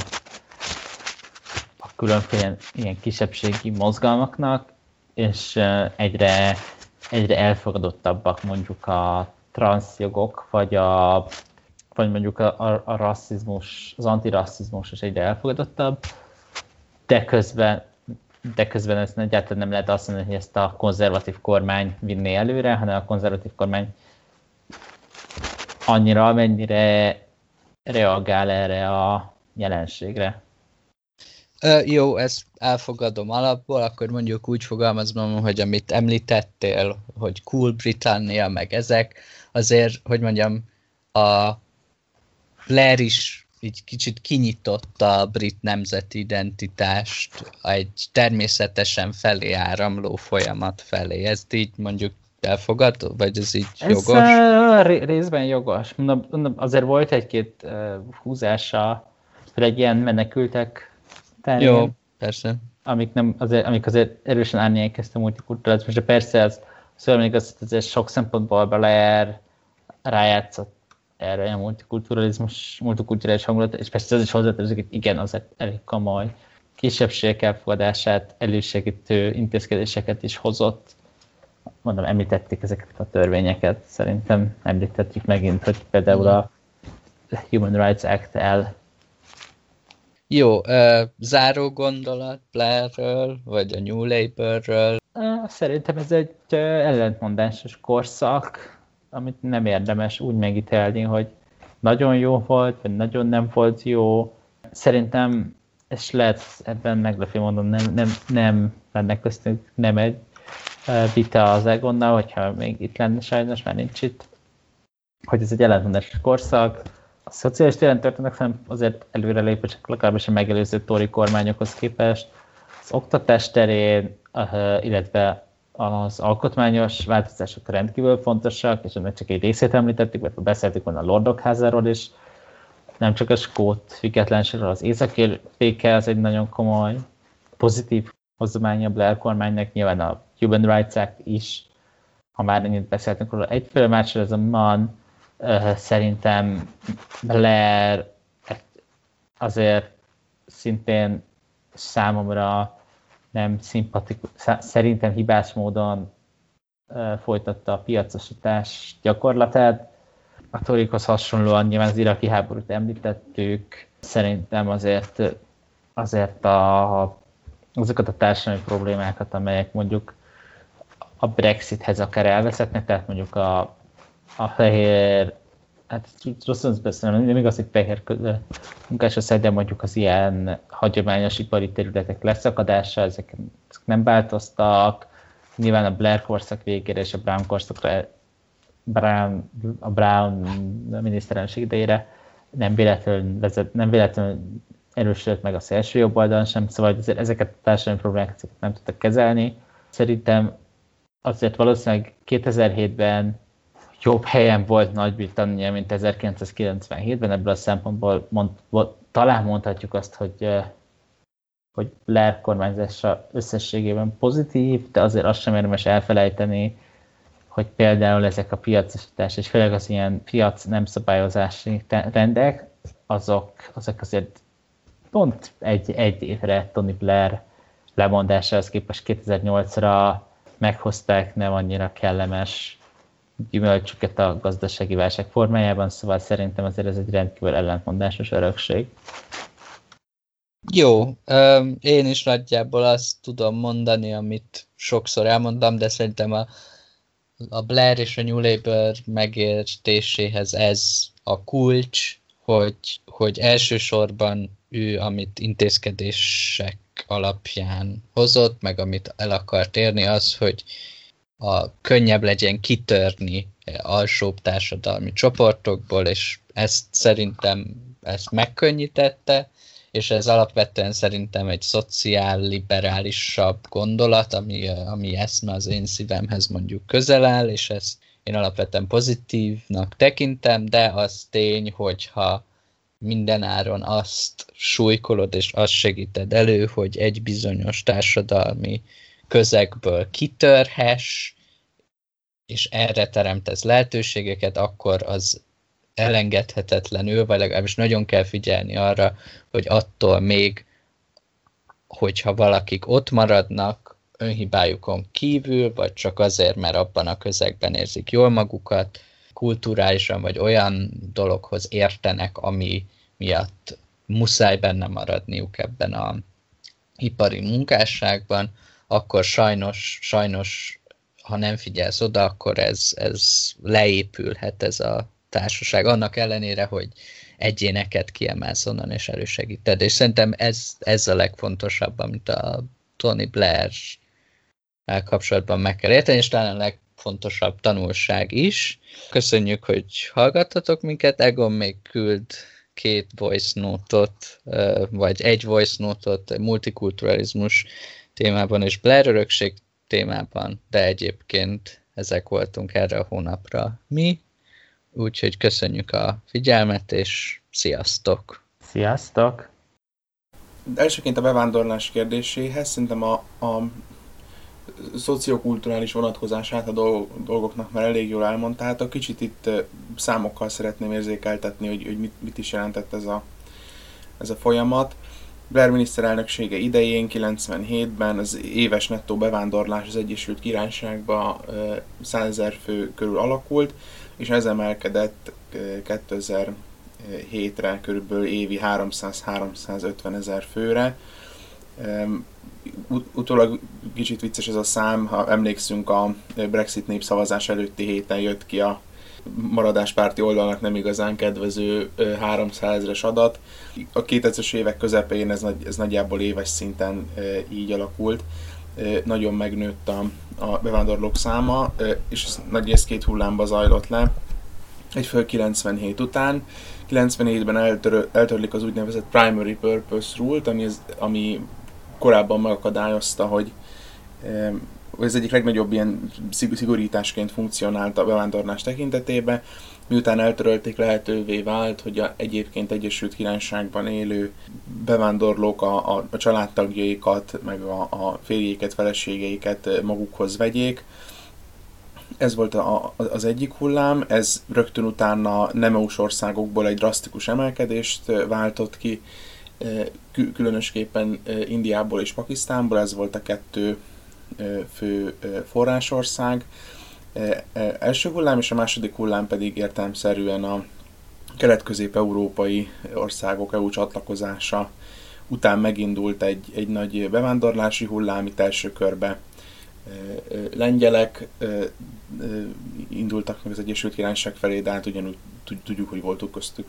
a különféle ilyen kisebbségi mozgalmaknak, és egyre, egyre elfogadottabbak mondjuk a transzjogok, vagy a vagy mondjuk a, a, a rasszizmus, az antirasszizmus is egyre elfogadottabb, de közben, de közben ezt egyáltalán nem lehet azt mondani, hogy ezt a konzervatív kormány vinné előre, hanem a konzervatív kormány annyira, amennyire reagál erre a jelenségre. Ö, jó, ezt elfogadom alapból, akkor mondjuk úgy fogalmazom, hogy amit említettél, hogy Cool Britannia, meg ezek, azért, hogy mondjam, a Blair is így kicsit kinyitotta a brit nemzeti identitást egy természetesen felé áramló folyamat felé. Ezt így mondjuk elfogadó? Vagy ez így ez jogos? Ez részben jogos. Mondom, mondom, azért volt egy-két uh, húzása, egy ilyen menekültek terén. Jó, persze. Amik, nem, azért, amik azért erősen árnyékezte a multikulturalizmus, de persze az, szóval még az, azért sok szempontból Blair rájátszott erre a multikulturalizmus, multikulturális hangulat, és persze az is hozzátartozik, hogy igen, az elég komoly kisebbségek elfogadását elősegítő intézkedéseket is hozott. Mondom, említették ezeket a törvényeket, szerintem említettük megint, hogy például a Human Rights Act el. Jó, uh, záró gondolat Blairről, vagy a New Labourről? Uh, szerintem ez egy uh, ellentmondásos korszak, amit nem érdemes úgy megítélni, hogy nagyon jó volt, vagy nagyon nem volt jó. Szerintem, és lehet ebben meglepő mondom, nem, nem, nem lenne köztünk nem egy vita az Egonnal, hogyha még itt lenne, sajnos már nincs itt, hogy ez egy ellentmondásos korszak. A szociális téren történnek, hanem azért előrelépések, legalábbis a megelőző Tory kormányokhoz képest. Az oktatás terén, illetve az alkotmányos változások rendkívül fontosak, és ennek csak egy részét említettük, mert beszéltük volna a Lordok házáról is, nem csak a skót függetlenségről, az északi béke, az egy nagyon komoly, pozitív hozzománya a Blair kormánynak, nyilván a Human Rights Act is, ha már ennyit beszéltünk róla. Egyfelől másról ez a man, uh, szerintem Blair azért szintén számomra nem szimpatikus, szerintem hibás módon uh, folytatta a piacosítás gyakorlatát. A Torikhoz hasonlóan nyilván az iraki háborút említettük, szerintem azért, azért a, azokat a társadalmi problémákat, amelyek mondjuk a Brexithez akár elvezetnek, tehát mondjuk a, a fehér, hát rosszul beszélem, nem igaz, hogy fehér munkásország, de mondjuk az ilyen hagyományos ipari területek leszakadása, ezek, ezek nem változtak. Nyilván a Blair korszak végére és a Brown korszakra, Brown, a Brown miniszterelnökség idejére nem véletlenül, vezet, nem véletlenül erősödött meg a szélső jobb oldalon sem, szóval ezeket a társadalmi problémákat nem tudtak kezelni. Szerintem azért valószínűleg kétezer-hétben jobb helyen volt Nagy-Britannia, mint ezerkilencszázkilencvenhétben, ebből a szempontból mond, talán mondhatjuk azt, hogy, hogy Blair kormányzása összességében pozitív, de azért azt sem érdemes elfelejteni, hogy például ezek a piacosítás, és főleg az ilyen piac nem szabályozási rendek, azok, azok azért pont egy, egy évre Tony Blair lemondásához képest kétezer-nyolcra meghozták nem annyira kellemes gyümölcsüket a gazdasági válság formájában, szóval szerintem azért ez egy rendkívül ellentmondásos örökség. Jó, én is nagyjából azt tudom mondani, amit sokszor elmondtam, de szerintem a, a Blair és a New Labour megértéséhez ez a kulcs, hogy, hogy elsősorban ő, amit intézkedések alapján hozott, meg amit el akart érni, az, hogy a könnyebb legyen kitörni alsóbb társadalmi csoportokból, és ezt szerintem ezt megkönnyítette, és ez alapvetően szerintem egy szociál-liberálisabb gondolat, ami, ami eszme az én szívemhez mondjuk közel áll, és ezt én alapvetően pozitívnak tekintem, de az tény, hogyha mindenáron azt súlykolod, és azt segíted elő, hogy egy bizonyos társadalmi közegből kitörhess, és erre teremtesz lehetőségeket, akkor az elengedhetetlenül, vagy legalábbis nagyon kell figyelni arra, hogy attól még, hogyha valakik ott maradnak önhibájukon kívül, vagy csak azért, mert abban a közegben érzik jól magukat, kulturálisan, vagy olyan dologhoz értenek, ami miatt muszáj benne maradniuk ebben a ipari munkásságban, akkor sajnos, sajnos ha nem figyelsz oda, akkor ez, ez leépülhet ez a társaság. Annak ellenére, hogy egyéneket kiemelsz onnan és elősegíted. És szerintem ez, ez a legfontosabb, amit a Tony Blair kapcsolatban meg kell érteni, és talán a legfontosabb tanulság is. Köszönjük, hogy hallgattatok minket. Egon még küld két voice note-ot, vagy egy voice note-ot multikulturalizmus témában és Blair örökség témában, de egyébként ezek voltunk erre a hónapra mi. Úgyhogy köszönjük a figyelmet, és sziasztok! Sziasztok! Elsőként a bevándorlás kérdéséhez szerintem a, a szociokulturális vonatkozását a dolgoknak már elég jól elmondtátok. Kicsit itt számokkal szeretném érzékeltetni, hogy, hogy mit, mit is jelentett ez a, ez a folyamat. Blair miniszterelnöksége idején, kilencvenhétben az éves nettó bevándorlás az Egyesült Királyságba százezer fő körül alakult, és ez emelkedett kétezer-hétre körülbelül évi háromszáz-háromszázötven ezer főre. Ut- utólag kicsit vicces ez a szám, ha emlékszünk, a Brexit népszavazás előtti héten jött ki a maradáspárti oldalnak nem igazán kedvező háromszázezres adat. A kétezres évek közepén ez, nagy, ez nagyjából éves szinten így alakult. Nagyon megnőtt a, a bevándorlók száma, és ez nagyrészt két hullámba zajlott le. Egyfelől kilencvenhét után. kilencvenhétben eltör, eltörlik az úgynevezett Primary Purpose Rule-t, ami, ami korábban megakadályozta, hogy ez egyik legnagyobb ilyen szigorításként funkcionált a bevándorlás tekintetében. Miután eltörölték, lehetővé vált, hogy a egyébként Egyesült Királyságban élő bevándorlók a, a, a családtagjaikat, meg a, a férjéket, feleségeiket magukhoz vegyék. Ez volt a, az egyik hullám, ez rögtön utána nem é u-s országokból egy drasztikus emelkedést váltott ki, különösképpen Indiából és Pakisztánból, ez volt a kettő fő forrásország. Első hullám és a második hullám pedig értelemszerűen a kelet-közép-európai országok é u csatlakozása után megindult egy, egy nagy bevándorlási hullám, itt első körbe lengyelek indultak meg az Egyesült Királyság felé, de hát ugyanúgy tudjuk, hogy voltunk köztük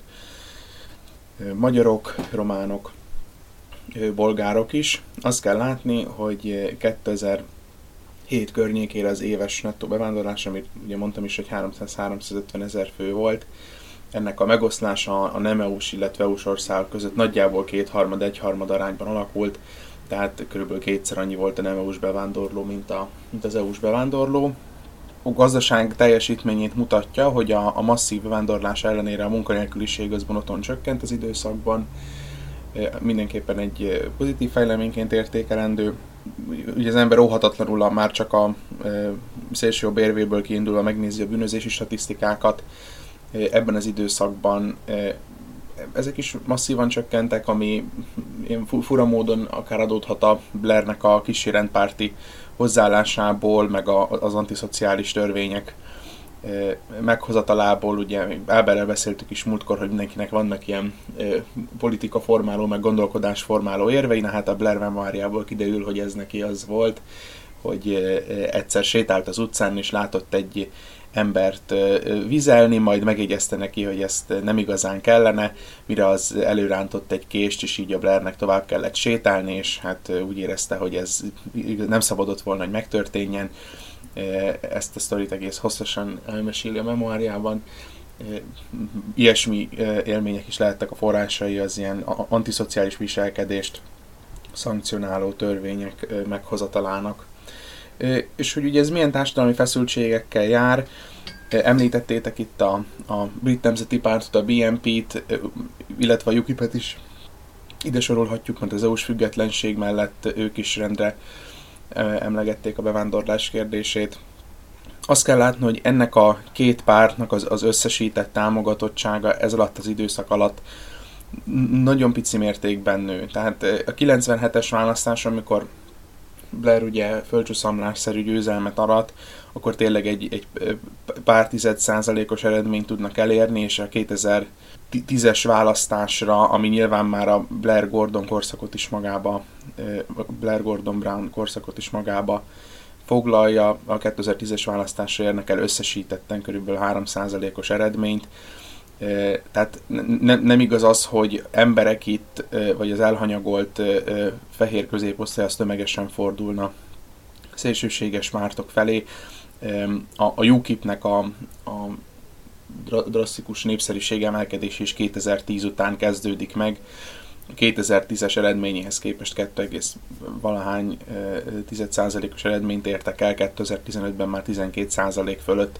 magyarok, románok, bolgárok is. Azt kell látni, hogy kétezer-hét környékére az éves nettó bevándorlás, amit ugye mondtam is, hogy háromszáz-háromszázötven ezer fő volt, ennek a megoszlása a nem é u-s, illetve é u-s országok között nagyjából kétharmad, egyharmad arányban alakult, tehát körülbelül kétszer annyi volt a nem é u-s bevándorló, mint, a, mint az é u-s bevándorló. A gazdaság teljesítményét mutatja, hogy a, a masszív bevándorlás ellenére a munkanélküliség az vonaton csökkent az időszakban. Mindenképpen egy pozitív fejleményként értékelendő. Ugye az ember óhatatlanul a, már csak a e, szélsőjobb érvéből kiindulva megnézi a bűnözési statisztikákat. Ebben az időszakban e, ezek is masszívan csökkentek, ami ilyen fura módon akár adódhat a Blairnek a kísérendpárti hozzáállásából, meg a, az antiszociális törvények e, meghozatalából. Ugye Áberrel beszéltük is múltkor, hogy mindenkinek vannak ilyen e, politikaformáló, meg gondolkodásformáló érvei, na hát a Blair memoáriából kiderül, hogy ez neki az volt, hogy e, egyszer sétált az utcán, és látott egy embert vizelni, majd megjegyezte neki, hogy ezt nem igazán kellene, mire az előrántott egy kést, és így a Blairnek tovább kellett sétálni, és hát úgy érezte, hogy ez nem szabadott volna, hogy megtörténjen. Ezt a sztorit egész hosszasan elmeséli a memoáriában. Ilyesmi élmények is lehettek a forrásai az ilyen antiszociális viselkedést szankcionáló törvények meghozatalának. És hogy ugye ez milyen társadalmi feszültségekkel jár, Említettétek itt a, a Brit Nemzeti Pártot, a bé en pét, illetve a UKIP-et is ide sorolhatjuk, mert az é u-s függetlenség mellett ők is rendre emlegették a bevándorlás kérdését. Azt kell látni, hogy ennek a két pártnak az, az összesített támogatottsága ez alatt az időszak alatt nagyon pici mértékben nő. Tehát a kilencvenhetes választás, amikor Blair ugye földcsúszamlásszerű győzelmet arat, akkor tényleg egy, egy pár tized százalékos eredményt tudnak elérni, és a kétezer-tízes választásra, ami nyilván már a Blair-Gordon korszakot is magába, Blair-Gordon-Brown korszakot is magába foglalja, a kétezer-tízes választásra érnek el összesítetten körülbelül három százalékos eredményt. Tehát ne, nem igaz az, hogy emberek itt, vagy az elhanyagolt fehér középosztály az tömegesen fordulna szélsőséges pártok felé. A, a UKIP-nek a, a drasztikus népszerűség emelkedés is kétezer-tíz után kezdődik meg. A kétezer-tízes eredményéhez képest kettő egész valahány tized százalékos eredményt értek el, kétezer-tizenötben már tizenkét százalék fölött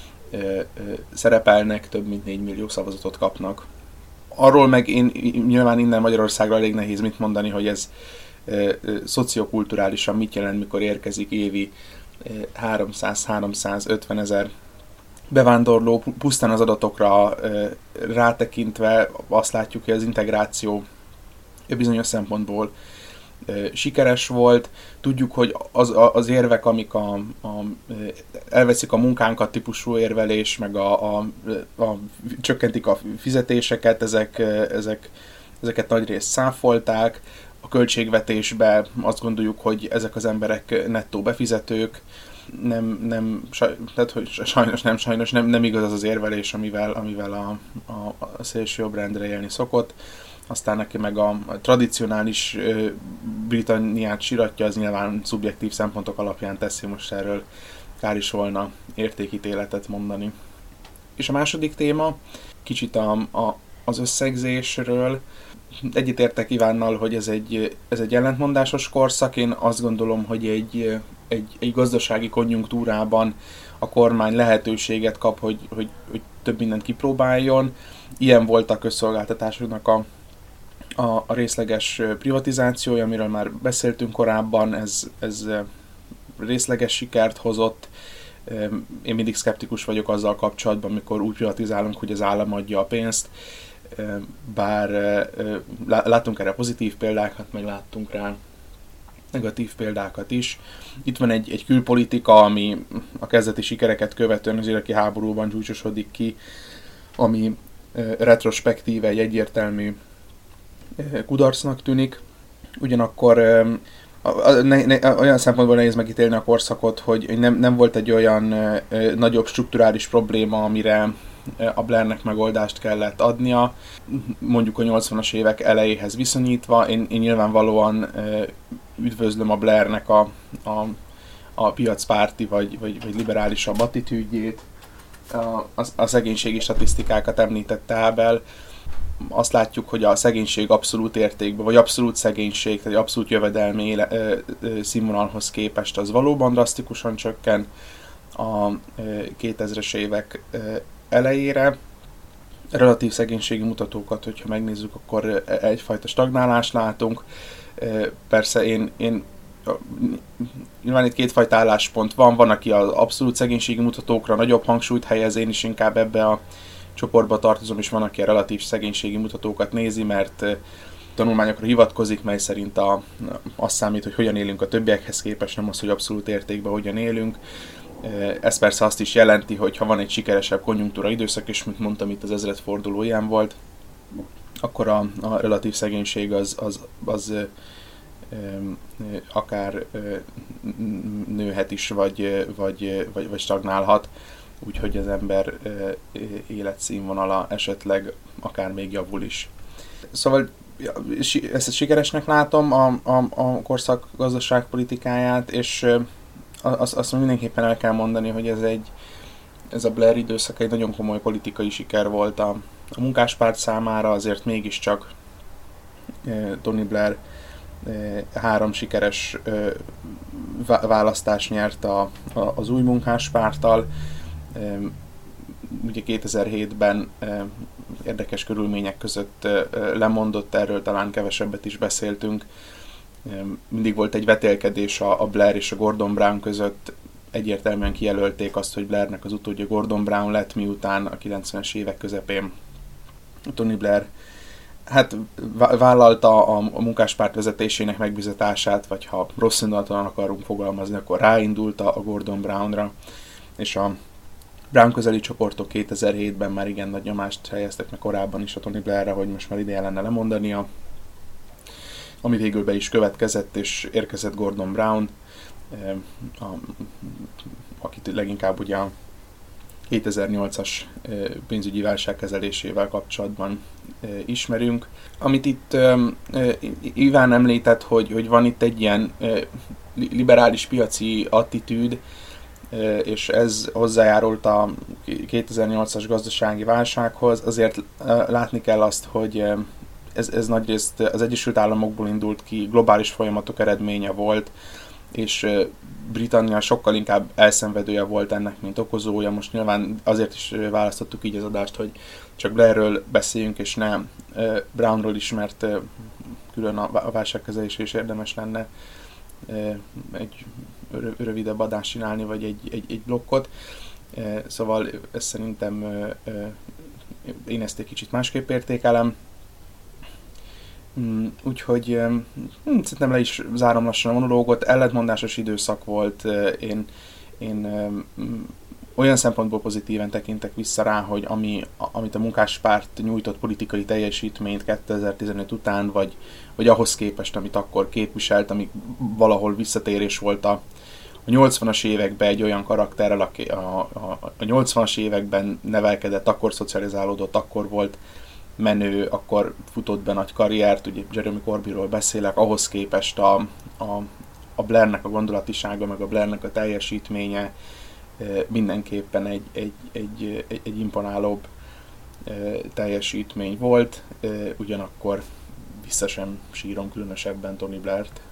szerepelnek, több mint négy millió szavazatot kapnak. Arról meg én nyilván innen Magyarországra elég nehéz mit mondani, hogy ez szociokulturálisan mit jelent, mikor érkezik évi háromszáz-háromszázötven ezer bevándorló. Pusztán az adatokra rátekintve azt látjuk, hogy az integráció bizonyos szempontból sikeres volt. Tudjuk, hogy az, az érvek, amik a, a, elveszik a munkánkat típusú érvelés, meg a, a, a, csökkentik a fizetéseket, ezek, ezek, ezeket nagyrészt száfolták. A költségvetésbe azt gondoljuk, hogy ezek az emberek nettó befizetők, nem, nem, tehát, hogy sajnos nem, sajnos nem, nem igaz az az érvelés, amivel, amivel a, a, a szélső jobb rendre élni szokott. Aztán neki meg a tradicionális Britanniát siratja, az nyilván szubjektív szempontok alapján teszi, most erről kár is volna értékítéletet mondani. És a második téma, kicsit a, a, az összegzésről. Egyetértek Ivánnal, hogy ez egy, ez egy ellentmondásos korszak. Én azt gondolom, hogy egy, egy, egy gazdasági konjunktúrában a kormány lehetőséget kap, hogy, hogy, hogy több mindent kipróbáljon. Ilyen volt a közszolgáltatásoknak a A, a részleges privatizációja, amiről már beszéltünk korábban, ez, ez részleges sikert hozott. Én mindig szkeptikus vagyok azzal kapcsolatban, amikor úgy privatizálunk, hogy az állam adja a pénzt, bár láttunk erre pozitív példákat, meg láttunk rá negatív példákat is. Itt van egy, egy külpolitika, ami a kezdeti sikereket követően az iraki háborúban csúcsosodik ki, ami retrospektíve egy egyértelmű kudarcnak tűnik. Ugyanakkor ne, ne, olyan szempontból nehéz megítélni a korszakot, hogy nem, nem volt egy olyan ö, nagyobb strukturális probléma, amire a Blairnek megoldást kellett adnia, mondjuk a nyolcvanas évek elejéhez viszonyítva. Én, én nyilvánvalóan ö, üdvözlöm a Blairnek a, a, a piacpárti vagy, vagy, vagy liberálisabb attitűdjét. A, a, a szegénységi statisztikákat említette Ábel. Azt látjuk, hogy a szegénység abszolút értékben, vagy abszolút szegénység, tehát abszolút jövedelmi éle, ö, ö, színvonalhoz képest az valóban drasztikusan csökken a ö, kétezres évek ö, elejére. Relatív szegénységi mutatókat, hogyha megnézzük, akkor egyfajta stagnálást látunk. Ö, persze én, én nyilván itt kétfajta álláspont van, van, aki az abszolút szegénységi mutatókra nagyobb hangsúlyt helyez, én is inkább ebbe a csoportba tartozom, és van, aki a relatív szegénységi mutatókat nézi, mert tanulmányokra hivatkozik, mely szerint a, azt számít, hogy hogyan élünk a többiekhez képest, nem az, hogy abszolút értékben hogyan élünk. Ez persze azt is jelenti, hogy ha van egy sikeresebb konjunktúra időszak, és mint mondtam, itt az ezredforduló ilyen volt, akkor a, a relatív szegénység az, az, az akár nőhet is, vagy, vagy, vagy, vagy stagnálhat, úgyhogy az ember életszínvonala esetleg akár még javul is. Szóval ezt sikeresnek látom a, a, a korszak gazdaságpolitikáját, és azt, azt mindenképpen el kell mondani, hogy ez, egy, ez a Blair időszak egy nagyon komoly politikai siker volt a, a munkáspárt számára, azért mégiscsak Tony Blair három sikeres választást nyert a, a, az új munkáspárttal. ugye kétezer-hétben érdekes körülmények között lemondott, erről talán kevesebbet is beszéltünk. Mindig volt egy vetélkedés a Blair és a Gordon Brown között, egyértelműen kijelölték azt, hogy Blairnek az utódja Gordon Brown lett, miután a kilencvenes évek közepén Tony Blair hát vállalta a munkáspárt vezetésének megbízatását, vagy ha rossz indulatosan akarunk fogalmazni, akkor ráindult a Gordon Brownra, és a Brown közeli csoportok kétezer-hétben már igen nagy nyomást helyeztek meg korábban is a Tony Blairre, hogy most már ideje lenne lemondania, ami végül be is következett, és érkezett Gordon Brown, a, akit leginkább ugye a kétezer-nyolcas pénzügyi válság kezelésével kapcsolatban ismerünk. Amit itt Iván említett, hogy, hogy van itt egy ilyen liberális piaci attitűd, és ez hozzájárult a kétezer-nyolcas gazdasági válsághoz, azért látni kell azt, hogy ez, ez nagyrészt az Egyesült Államokból indult ki, globális folyamatok eredménye volt, és Britannia sokkal inkább elszenvedője volt ennek, mint okozója. Most nyilván azért is választottuk így az adást, hogy csak Blairről beszéljünk, és ne Brownról is, mert külön a válságkezelés is érdemes lenne egy rövidebb adást csinálni, vagy egy, egy, egy blokkot. Szóval ezt szerintem én ezt egy kicsit másképp értékelem. Úgyhogy szerintem le is zárom lassan a monológot. Ellentmondásos időszak volt. Én, én olyan szempontból pozitíven tekintek vissza rá, hogy ami, amit a munkáspárt nyújtott politikai teljesítményt kétezer-tizenöt után, vagy, vagy ahhoz képest, amit akkor képviselt, ami valahol visszatérés volt a, a nyolcvanas években egy olyan karakterrel, aki a, a, a nyolcvanas években nevelkedett, akkor szocializálódott, akkor volt menő, akkor futott be nagy karriert, ugye Jeremy Corbynról beszélek, ahhoz képest a, a, a Blairnek a gondolatisága, meg a Blairnek a teljesítménye mindenképpen egy, egy, egy, egy, egy imponálóbb teljesítmény volt, ugyanakkor vissza sem sírom különösebben Tony Blairt.